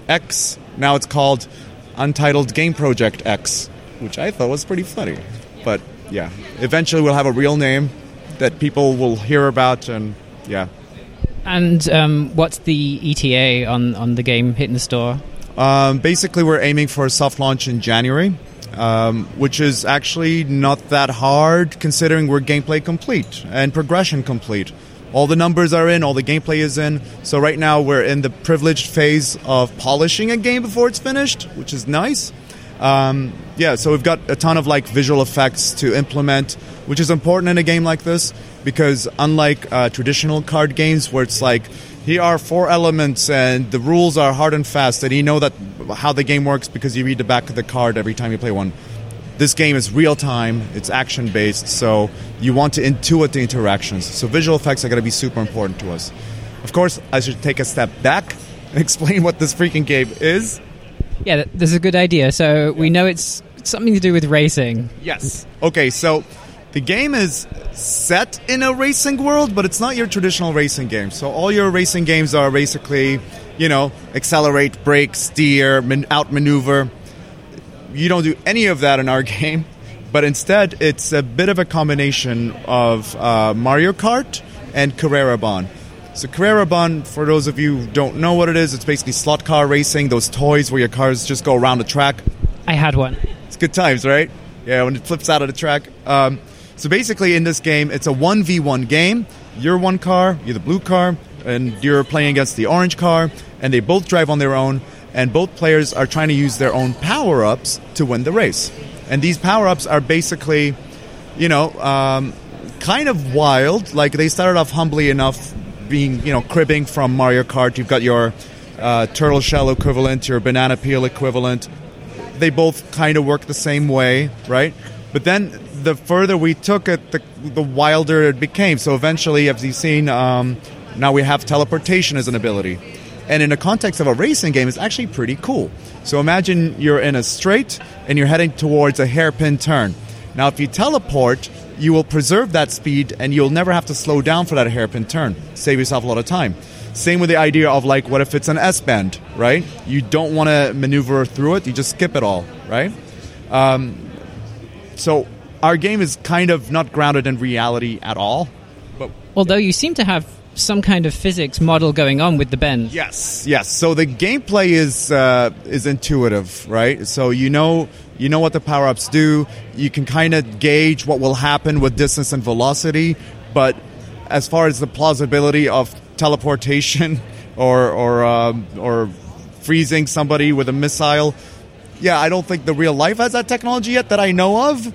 X, now it's called Untitled Game Project X, which I thought was pretty funny. But yeah, eventually we'll have a real name that people will hear about, and yeah. And um, what's the E T A on, on the game hitting the store? Um, basically, we're aiming for a soft launch in January, um, which is actually not that hard considering we're gameplay complete and progression complete. All the numbers are in, all the gameplay is in. So right now we're in the privileged phase of polishing a game before it's finished, which is nice. Um, yeah, so we've got a ton of like visual effects to implement, which is important in a game like this because unlike uh, traditional card games where it's like, here are four elements and the rules are hard and fast and you know that how the game works because you read the back of the card every time you play one. This game is real-time, it's action-based, so you want to intuit the interactions. So visual effects are going to be super important to us. Of course, I should take a step back and explain what this freaking game is. Yeah, that's a good idea. So we know it's something to do with racing. Yes. Okay, so the game is set in a racing world, but it's not your traditional racing game. So all your racing games are basically, you know, accelerate, brake, steer, man- outmaneuver. You don't do any of that in our game, but instead it's a bit of a combination of uh, Mario Kart and Carrera-Bon. So Carrera-Bon, for those of you who don't know what it is, it's basically slot car racing, those toys where your cars just go around the track. I had one. It's good times, right? Yeah, when it flips out of the track. Um, so basically in this game, it's a one v one game. You're one car, you're the blue car, and you're playing against the orange car, and they both drive on their own, and both players are trying to use their own power-ups to win the race. And these power-ups are basically, you know, um, kind of wild. Like, they started off humbly enough, being, you know, cribbing from Mario Kart. You've got your uh, turtle shell equivalent, your banana peel equivalent. They both kind of work the same way, right? But then the further we took it, the, the wilder it became. So eventually, as you've seen, um, now we have teleportation as an ability. And in the context of a racing game, it's actually pretty cool. So imagine you're in a straight and you're heading towards a hairpin turn. Now, if you teleport, you will preserve that speed and you'll never have to slow down for that hairpin turn. Save yourself a lot of time. Same with the idea of, like, what if it's an S-bend, right? You don't want to maneuver through it. You just skip it all, right? Um, so our game is kind of not grounded in reality at all. But although you seem to have some kind of physics model going on with the bend. Yes, yes. So the gameplay is uh, is intuitive, right? So you know you know what the power-ups do. You can kind of gauge what will happen with distance and velocity, but as far as the plausibility of teleportation or or um, or freezing somebody with a missile, yeah, I don't think the real life has that technology yet that I know of.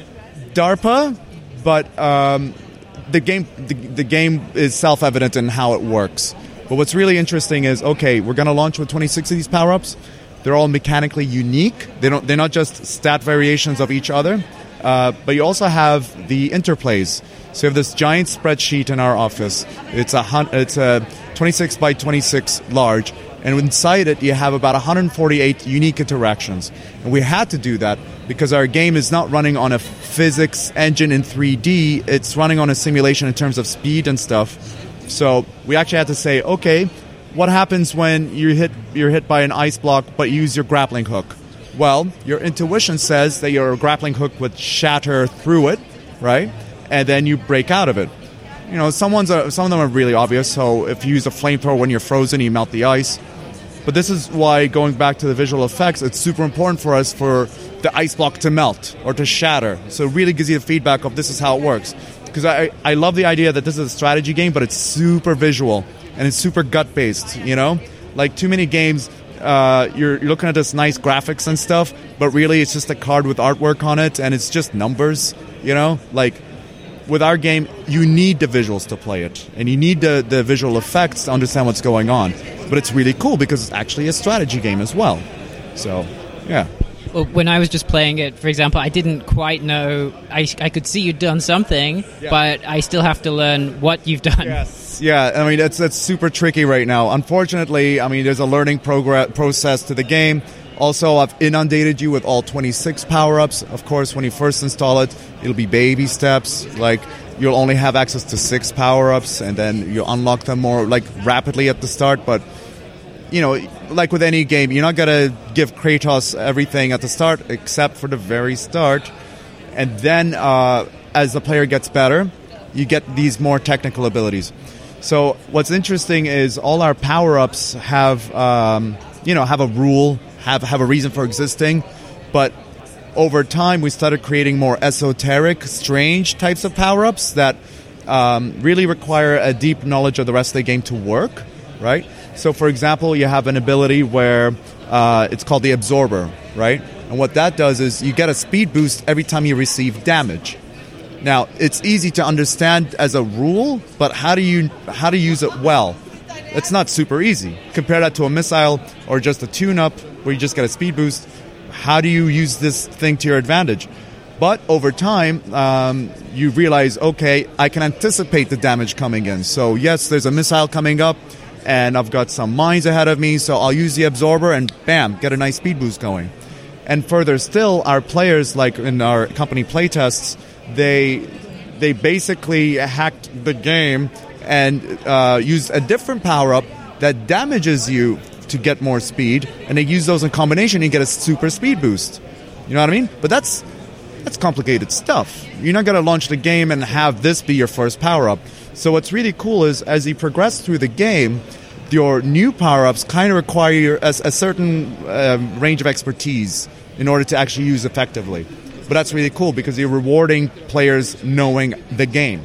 DARPA, but um, the game the, the game is self-evident in how it works. But what's really interesting is, okay, we're going to launch with twenty-six of these power-ups. They're all mechanically unique. They don't. They're not just stat variations of each other, uh, but you also have the interplays. So you have this giant spreadsheet in our office. It's a hun- it's a twenty-six by twenty-six large, and inside it you have about one hundred forty-eight unique interactions. And we had to do that because our game is not running on a physics engine in three D. It's running on a simulation in terms of speed and stuff. So we actually had to say, okay, what happens when you hit you're hit by an ice block but you use your grappling hook? Well, your intuition says that your grappling hook would shatter through it, right? And then you break out of it. You know, someone's a, some of them are really obvious. So if you use a flamethrower when you're frozen, you melt the ice. But this is why, going back to the visual effects, it's super important for us for the ice block to melt or to shatter. So it really gives you the feedback of this is how it works. Because I, I love the idea that this is a strategy game, but it's super visual and it's super gut-based, you know? Like too many games, uh, you're, you're looking at this nice graphics and stuff, but really it's just a card with artwork on it and it's just numbers, you know? Like, with our game, you need the visuals to play it, and you need the, the visual effects to understand what's going on. But it's really cool because it's actually a strategy game as well. So, yeah. Well, when I was just playing it, for example, I didn't quite know. I, I could see you'd done something, yeah. But I still have to learn what you've done. Yes. Yeah, I mean, that's, that's super tricky right now. Unfortunately, I mean, there's a learning progress, process to the game. Also, I've inundated you with all twenty-six power-ups. Of course, when you first install it, it'll be baby steps. Like, you'll only have access to six power-ups, and then you unlock them more, like, rapidly at the start. But, you know, like with any game, you're not going to give Kratos everything at the start, except for the very start. And then, uh, as the player gets better, you get these more technical abilities. So, what's interesting is all our power-ups have, um, you know, have a rule, have have a reason for existing, but over time we started creating more esoteric, strange types of power-ups that um, really require a deep knowledge of the rest of the game to work, right? So for example, you have an ability where uh, it's called the Absorber, right? And what that does is you get a speed boost every time you receive damage. Now, it's easy to understand as a rule, but how do you how to use it well? It's not super easy. Compare that to a missile or just a tune-up where you just get a speed boost. How do you use this thing to your advantage? But over time, um, you realize, okay, I can anticipate the damage coming in. So yes, there's a missile coming up, and I've got some mines ahead of me, so I'll use the Absorber and bam, get a nice speed boost going. And further still, our players, like in our company playtests, they they basically hacked the game and uh, use a different power-up that damages you to get more speed, and they use those in combination and you get a super speed boost. You know what I mean? But that's that's complicated stuff. You're not going to launch the game and have this be your first power-up. So what's really cool is as you progress through the game, your new power-ups kind of require a, a certain uh, range of expertise in order to actually use effectively. But that's really cool because you're rewarding players knowing the game.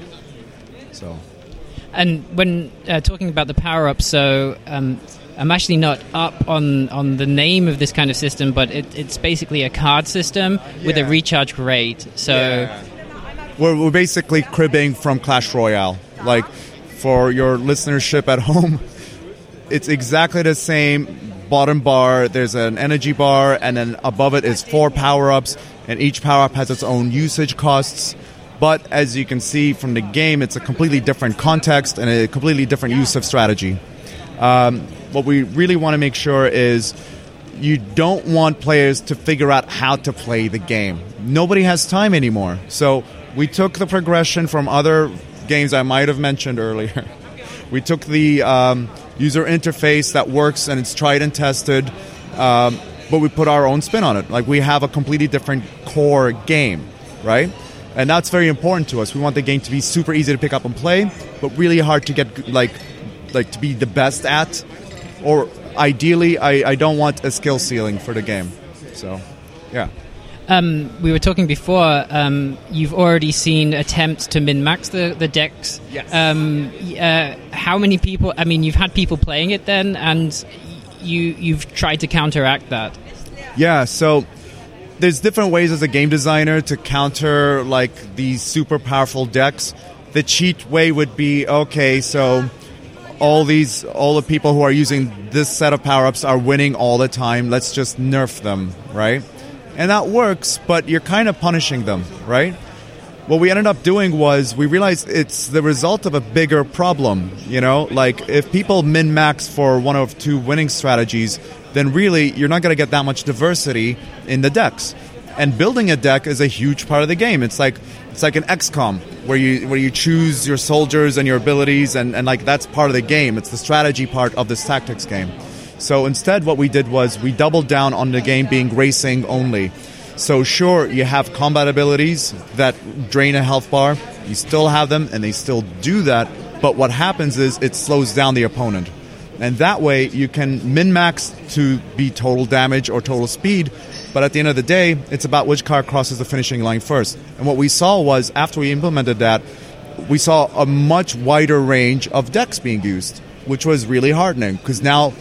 So... And when uh, talking about the power-up, so um, I'm actually not up on, on the name of this kind of system, but it, it's basically a card system yeah. with a recharge rate. So yeah. we're, we're basically cribbing from Clash Royale. Like, for your listenership at home, it's exactly the same bottom bar. There's an energy bar, and then above it is four power-ups, and each power-up has its own usage costs. But as you can see from the game, it's a completely different context and a completely different use of strategy. Um, what we really want to make sure is you don't want players to figure out how to play the game. Nobody has time anymore. So we took the progression from other games I might have mentioned earlier. We took the um, user interface that works and it's tried and tested, um, but we put our own spin on it. Like, we have a completely different core game. right? And that's very important to us. We want the game to be super easy to pick up and play, but really hard to get, like, like to be the best at. Or ideally, I, I don't want a skill ceiling for the game. So, yeah. Um, we were talking before, um, you've already seen attempts to min-max the, the decks. Yes. Um, uh, how many people, I mean, you've had people playing it then, and you, you've tried to counteract that. Yeah, so there's different ways as a game designer to counter, like, these super powerful decks. The cheat way would be, okay, so all these, all the people who are using this set of power-ups are winning all the time. Let's just nerf them, right? And that works, but you're kind of punishing them, right? What we ended up doing was we realized it's the result of a bigger problem, you know? Like, if people min-max for one of two winning strategies, then really you're not going to get that much diversity in the decks. And building a deck is a huge part of the game. It's like it's like an X COM where you where you choose your soldiers and your abilities, and, and like that's part of the game. It's the strategy part of this tactics game. So instead what we did was we doubled down on the game being racing only. So sure, you have combat abilities that drain a health bar. You still have them, and they still do that. But what happens is it slows down the opponent. And that way you can min-max to be total damage or total speed. But at the end of the day, it's about which card crosses the finishing line first. And what we saw was, after we implemented that, we saw a much wider range of decks being used, which was really heartening. Because now,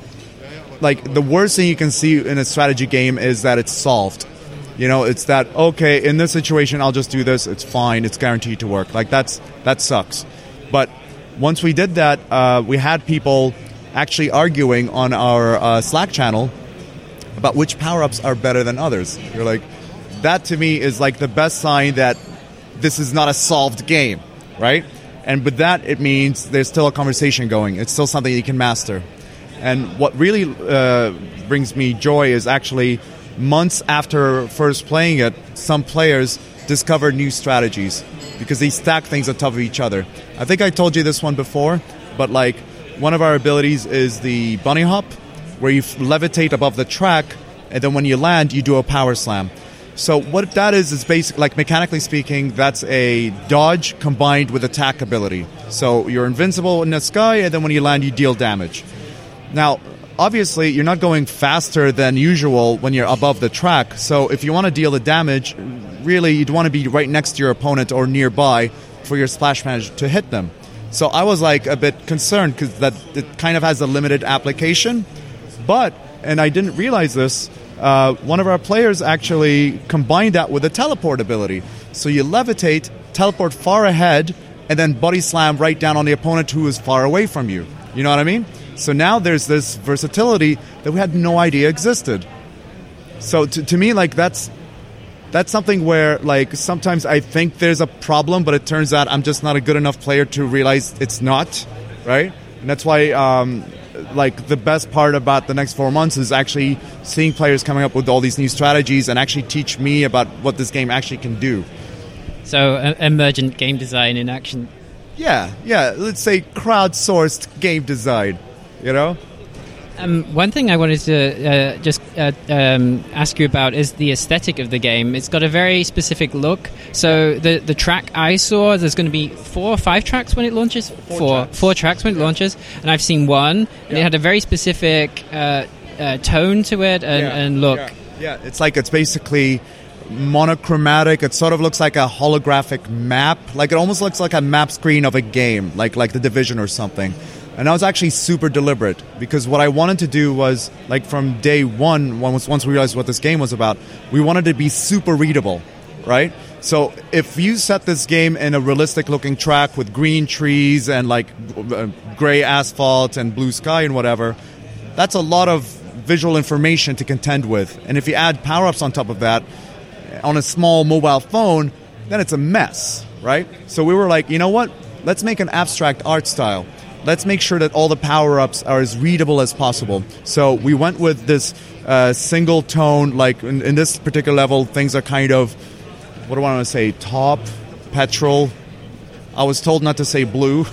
like, the worst thing you can see in a strategy game is that it's solved. You know, it's that, okay, in this situation, I'll just do this. It's fine. It's guaranteed to work. Like, that's that sucks. But once we did that, uh, we had people actually arguing on our uh, Slack channel about which power-ups are better than others. You're like, that to me is like the best sign that this is not a solved game, right? And with that, it means there's still a conversation going. It's still something you can master. And what really uh, brings me joy is actually months after first playing it, some players discover new strategies because they stack things on top of each other. I think I told you this one before, but like one of our abilities is the bunny hop, where you levitate above the track, and then when you land, you do a power slam. So what that is is basically, like mechanically speaking, that's a dodge combined with attack ability. So you're invincible in the sky, and then when you land, you deal damage. Now, obviously, you're not going faster than usual when you're above the track. So if you want to deal the damage, really, you'd want to be right next to your opponent or nearby for your splash damage to hit them. So I was like a bit concerned because that it kind of has a limited application. But, and I didn't realize this, uh, one of our players actually combined that with a teleport ability. So you levitate, teleport far ahead, and then body slam right down on the opponent who is far away from you. You know what I mean? So now there's this versatility that we had no idea existed. So to, to me, like, that's that's something where, like, sometimes I think there's a problem, but it turns out I'm just not a good enough player to realize it's not, right? And that's why, um, like, the best part about the next four months is actually seeing players coming up with all these new strategies and actually teach me about what this game actually can do. So, uh, emergent game design in action. Yeah, yeah, let's say crowdsourced game design, you know? Um, one thing I wanted to uh, just uh, um, ask you about is the aesthetic of the game. It's got a very specific look. So the the track I saw, there's going to be four or five tracks when it launches? Four, four tracks. Four tracks when it yeah. launches. And I've seen one, and yeah. it had a very specific uh, uh, tone to it and, yeah. and look. Yeah. yeah, it's like it's basically monochromatic. It sort of looks like a holographic map. Like it almost looks like a map screen of a game, like like The Division or something. And that was actually super deliberate because what I wanted to do was, like, from day one, once once we realized what this game was about, we wanted to be super readable, right? So if you set this game in a realistic-looking track with green trees and, like, uh, gray asphalt and blue sky and whatever, that's a lot of visual information to contend with. And if you add power-ups on top of that on a small mobile phone, then it's a mess, right? So we were like, you know what? Let's make an abstract art style. Let's make sure that all the power-ups are as readable as possible. So we went with this uh, single tone, like in, in this particular level, things are kind of, what do I want to say, top, petrol. I was told not to say blue,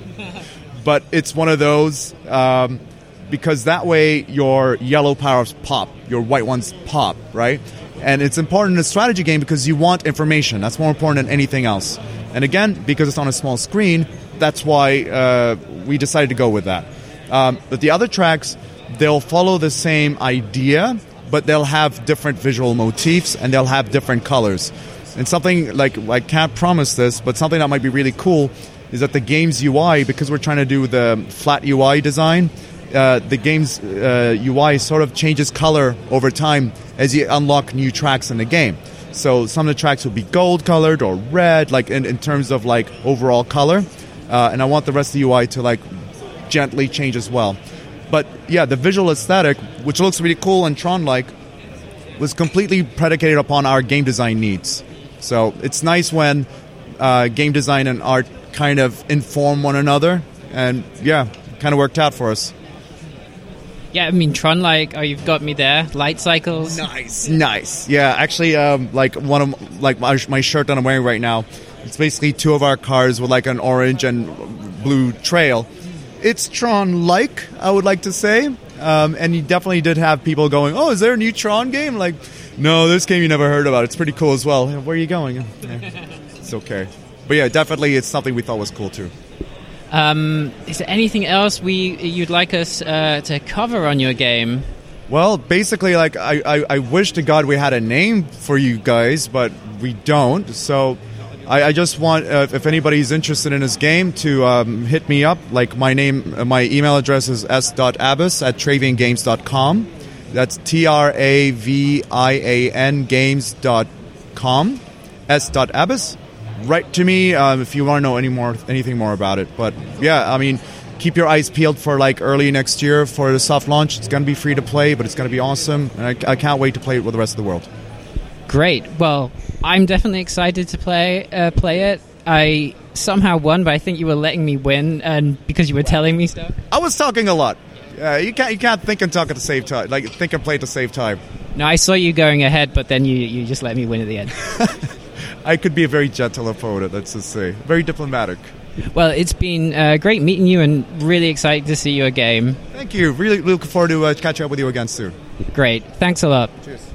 but it's one of those, um, because that way your yellow power-ups pop, your white ones pop, right? And it's important in a strategy game because you want information. That's more important than anything else. And again, because it's on a small screen, that's why uh, we decided to go with that. Um, but the other tracks, they'll follow the same idea, but they'll have different visual motifs and they'll have different colors. And something like, I can't promise this, but something that might be really cool is that the game's U I, because we're trying to do the flat U I design, uh, the game's uh, U I sort of changes color over time as you unlock new tracks in the game. So some of the tracks will be gold colored or red, like in, in terms of like overall color. Uh, and I want the rest of the U I to like gently change as well. But yeah, the visual aesthetic, which looks really cool and Tron-like, was completely predicated upon our game design needs. So it's nice when uh, game design and art kind of inform one another. And yeah, kind of worked out for us. Yeah, I mean, Tron-like, oh, you've got me there. Light cycles. Nice, nice. Yeah, actually, um, like one of like my, my shirt that I'm wearing right now, it's basically two of our cars with like an orange and blue trail. It's Tron-like, I would like to say. Um, and you definitely did have people going, oh, is there a new Tron game? Like, no, this game you never heard about. It's pretty cool as well. Where are you going? Yeah, it's okay. But yeah, definitely it's something we thought was cool too. Um, is there anything else we you'd like us uh, to cover on your game? Well, basically, like I, I, I wish to God we had a name for you guys, but we don't. So I, I just want, uh, if anybody's interested in this game, to um, hit me up. Like my name, uh, my email address is s dot abbas at travian games dot com. That's T R A V I A N games dot com. s dot abbas. Write to me um, if you want to know any more, anything more about it. But yeah, I mean, keep your eyes peeled for like early next year for the soft launch. It's going to be free to play, but it's going to be awesome. And I, I can't wait to play it with the rest of the world. Great. Well, I'm definitely excited to play uh, play it. I somehow won, but I think you were letting me win, and because you were telling me stuff. I was talking a lot. Uh, you can't you can't think and talk at the same time. Like think and play at the same time. No, I saw you going ahead, but then you you just let me win at the end. I could be a very gentle opponent, let's just say. Very diplomatic. Well, it's been uh, great meeting you and really excited to see your game. Thank you. Really looking forward to uh, catching up with you again soon. Great. Thanks a lot. Cheers.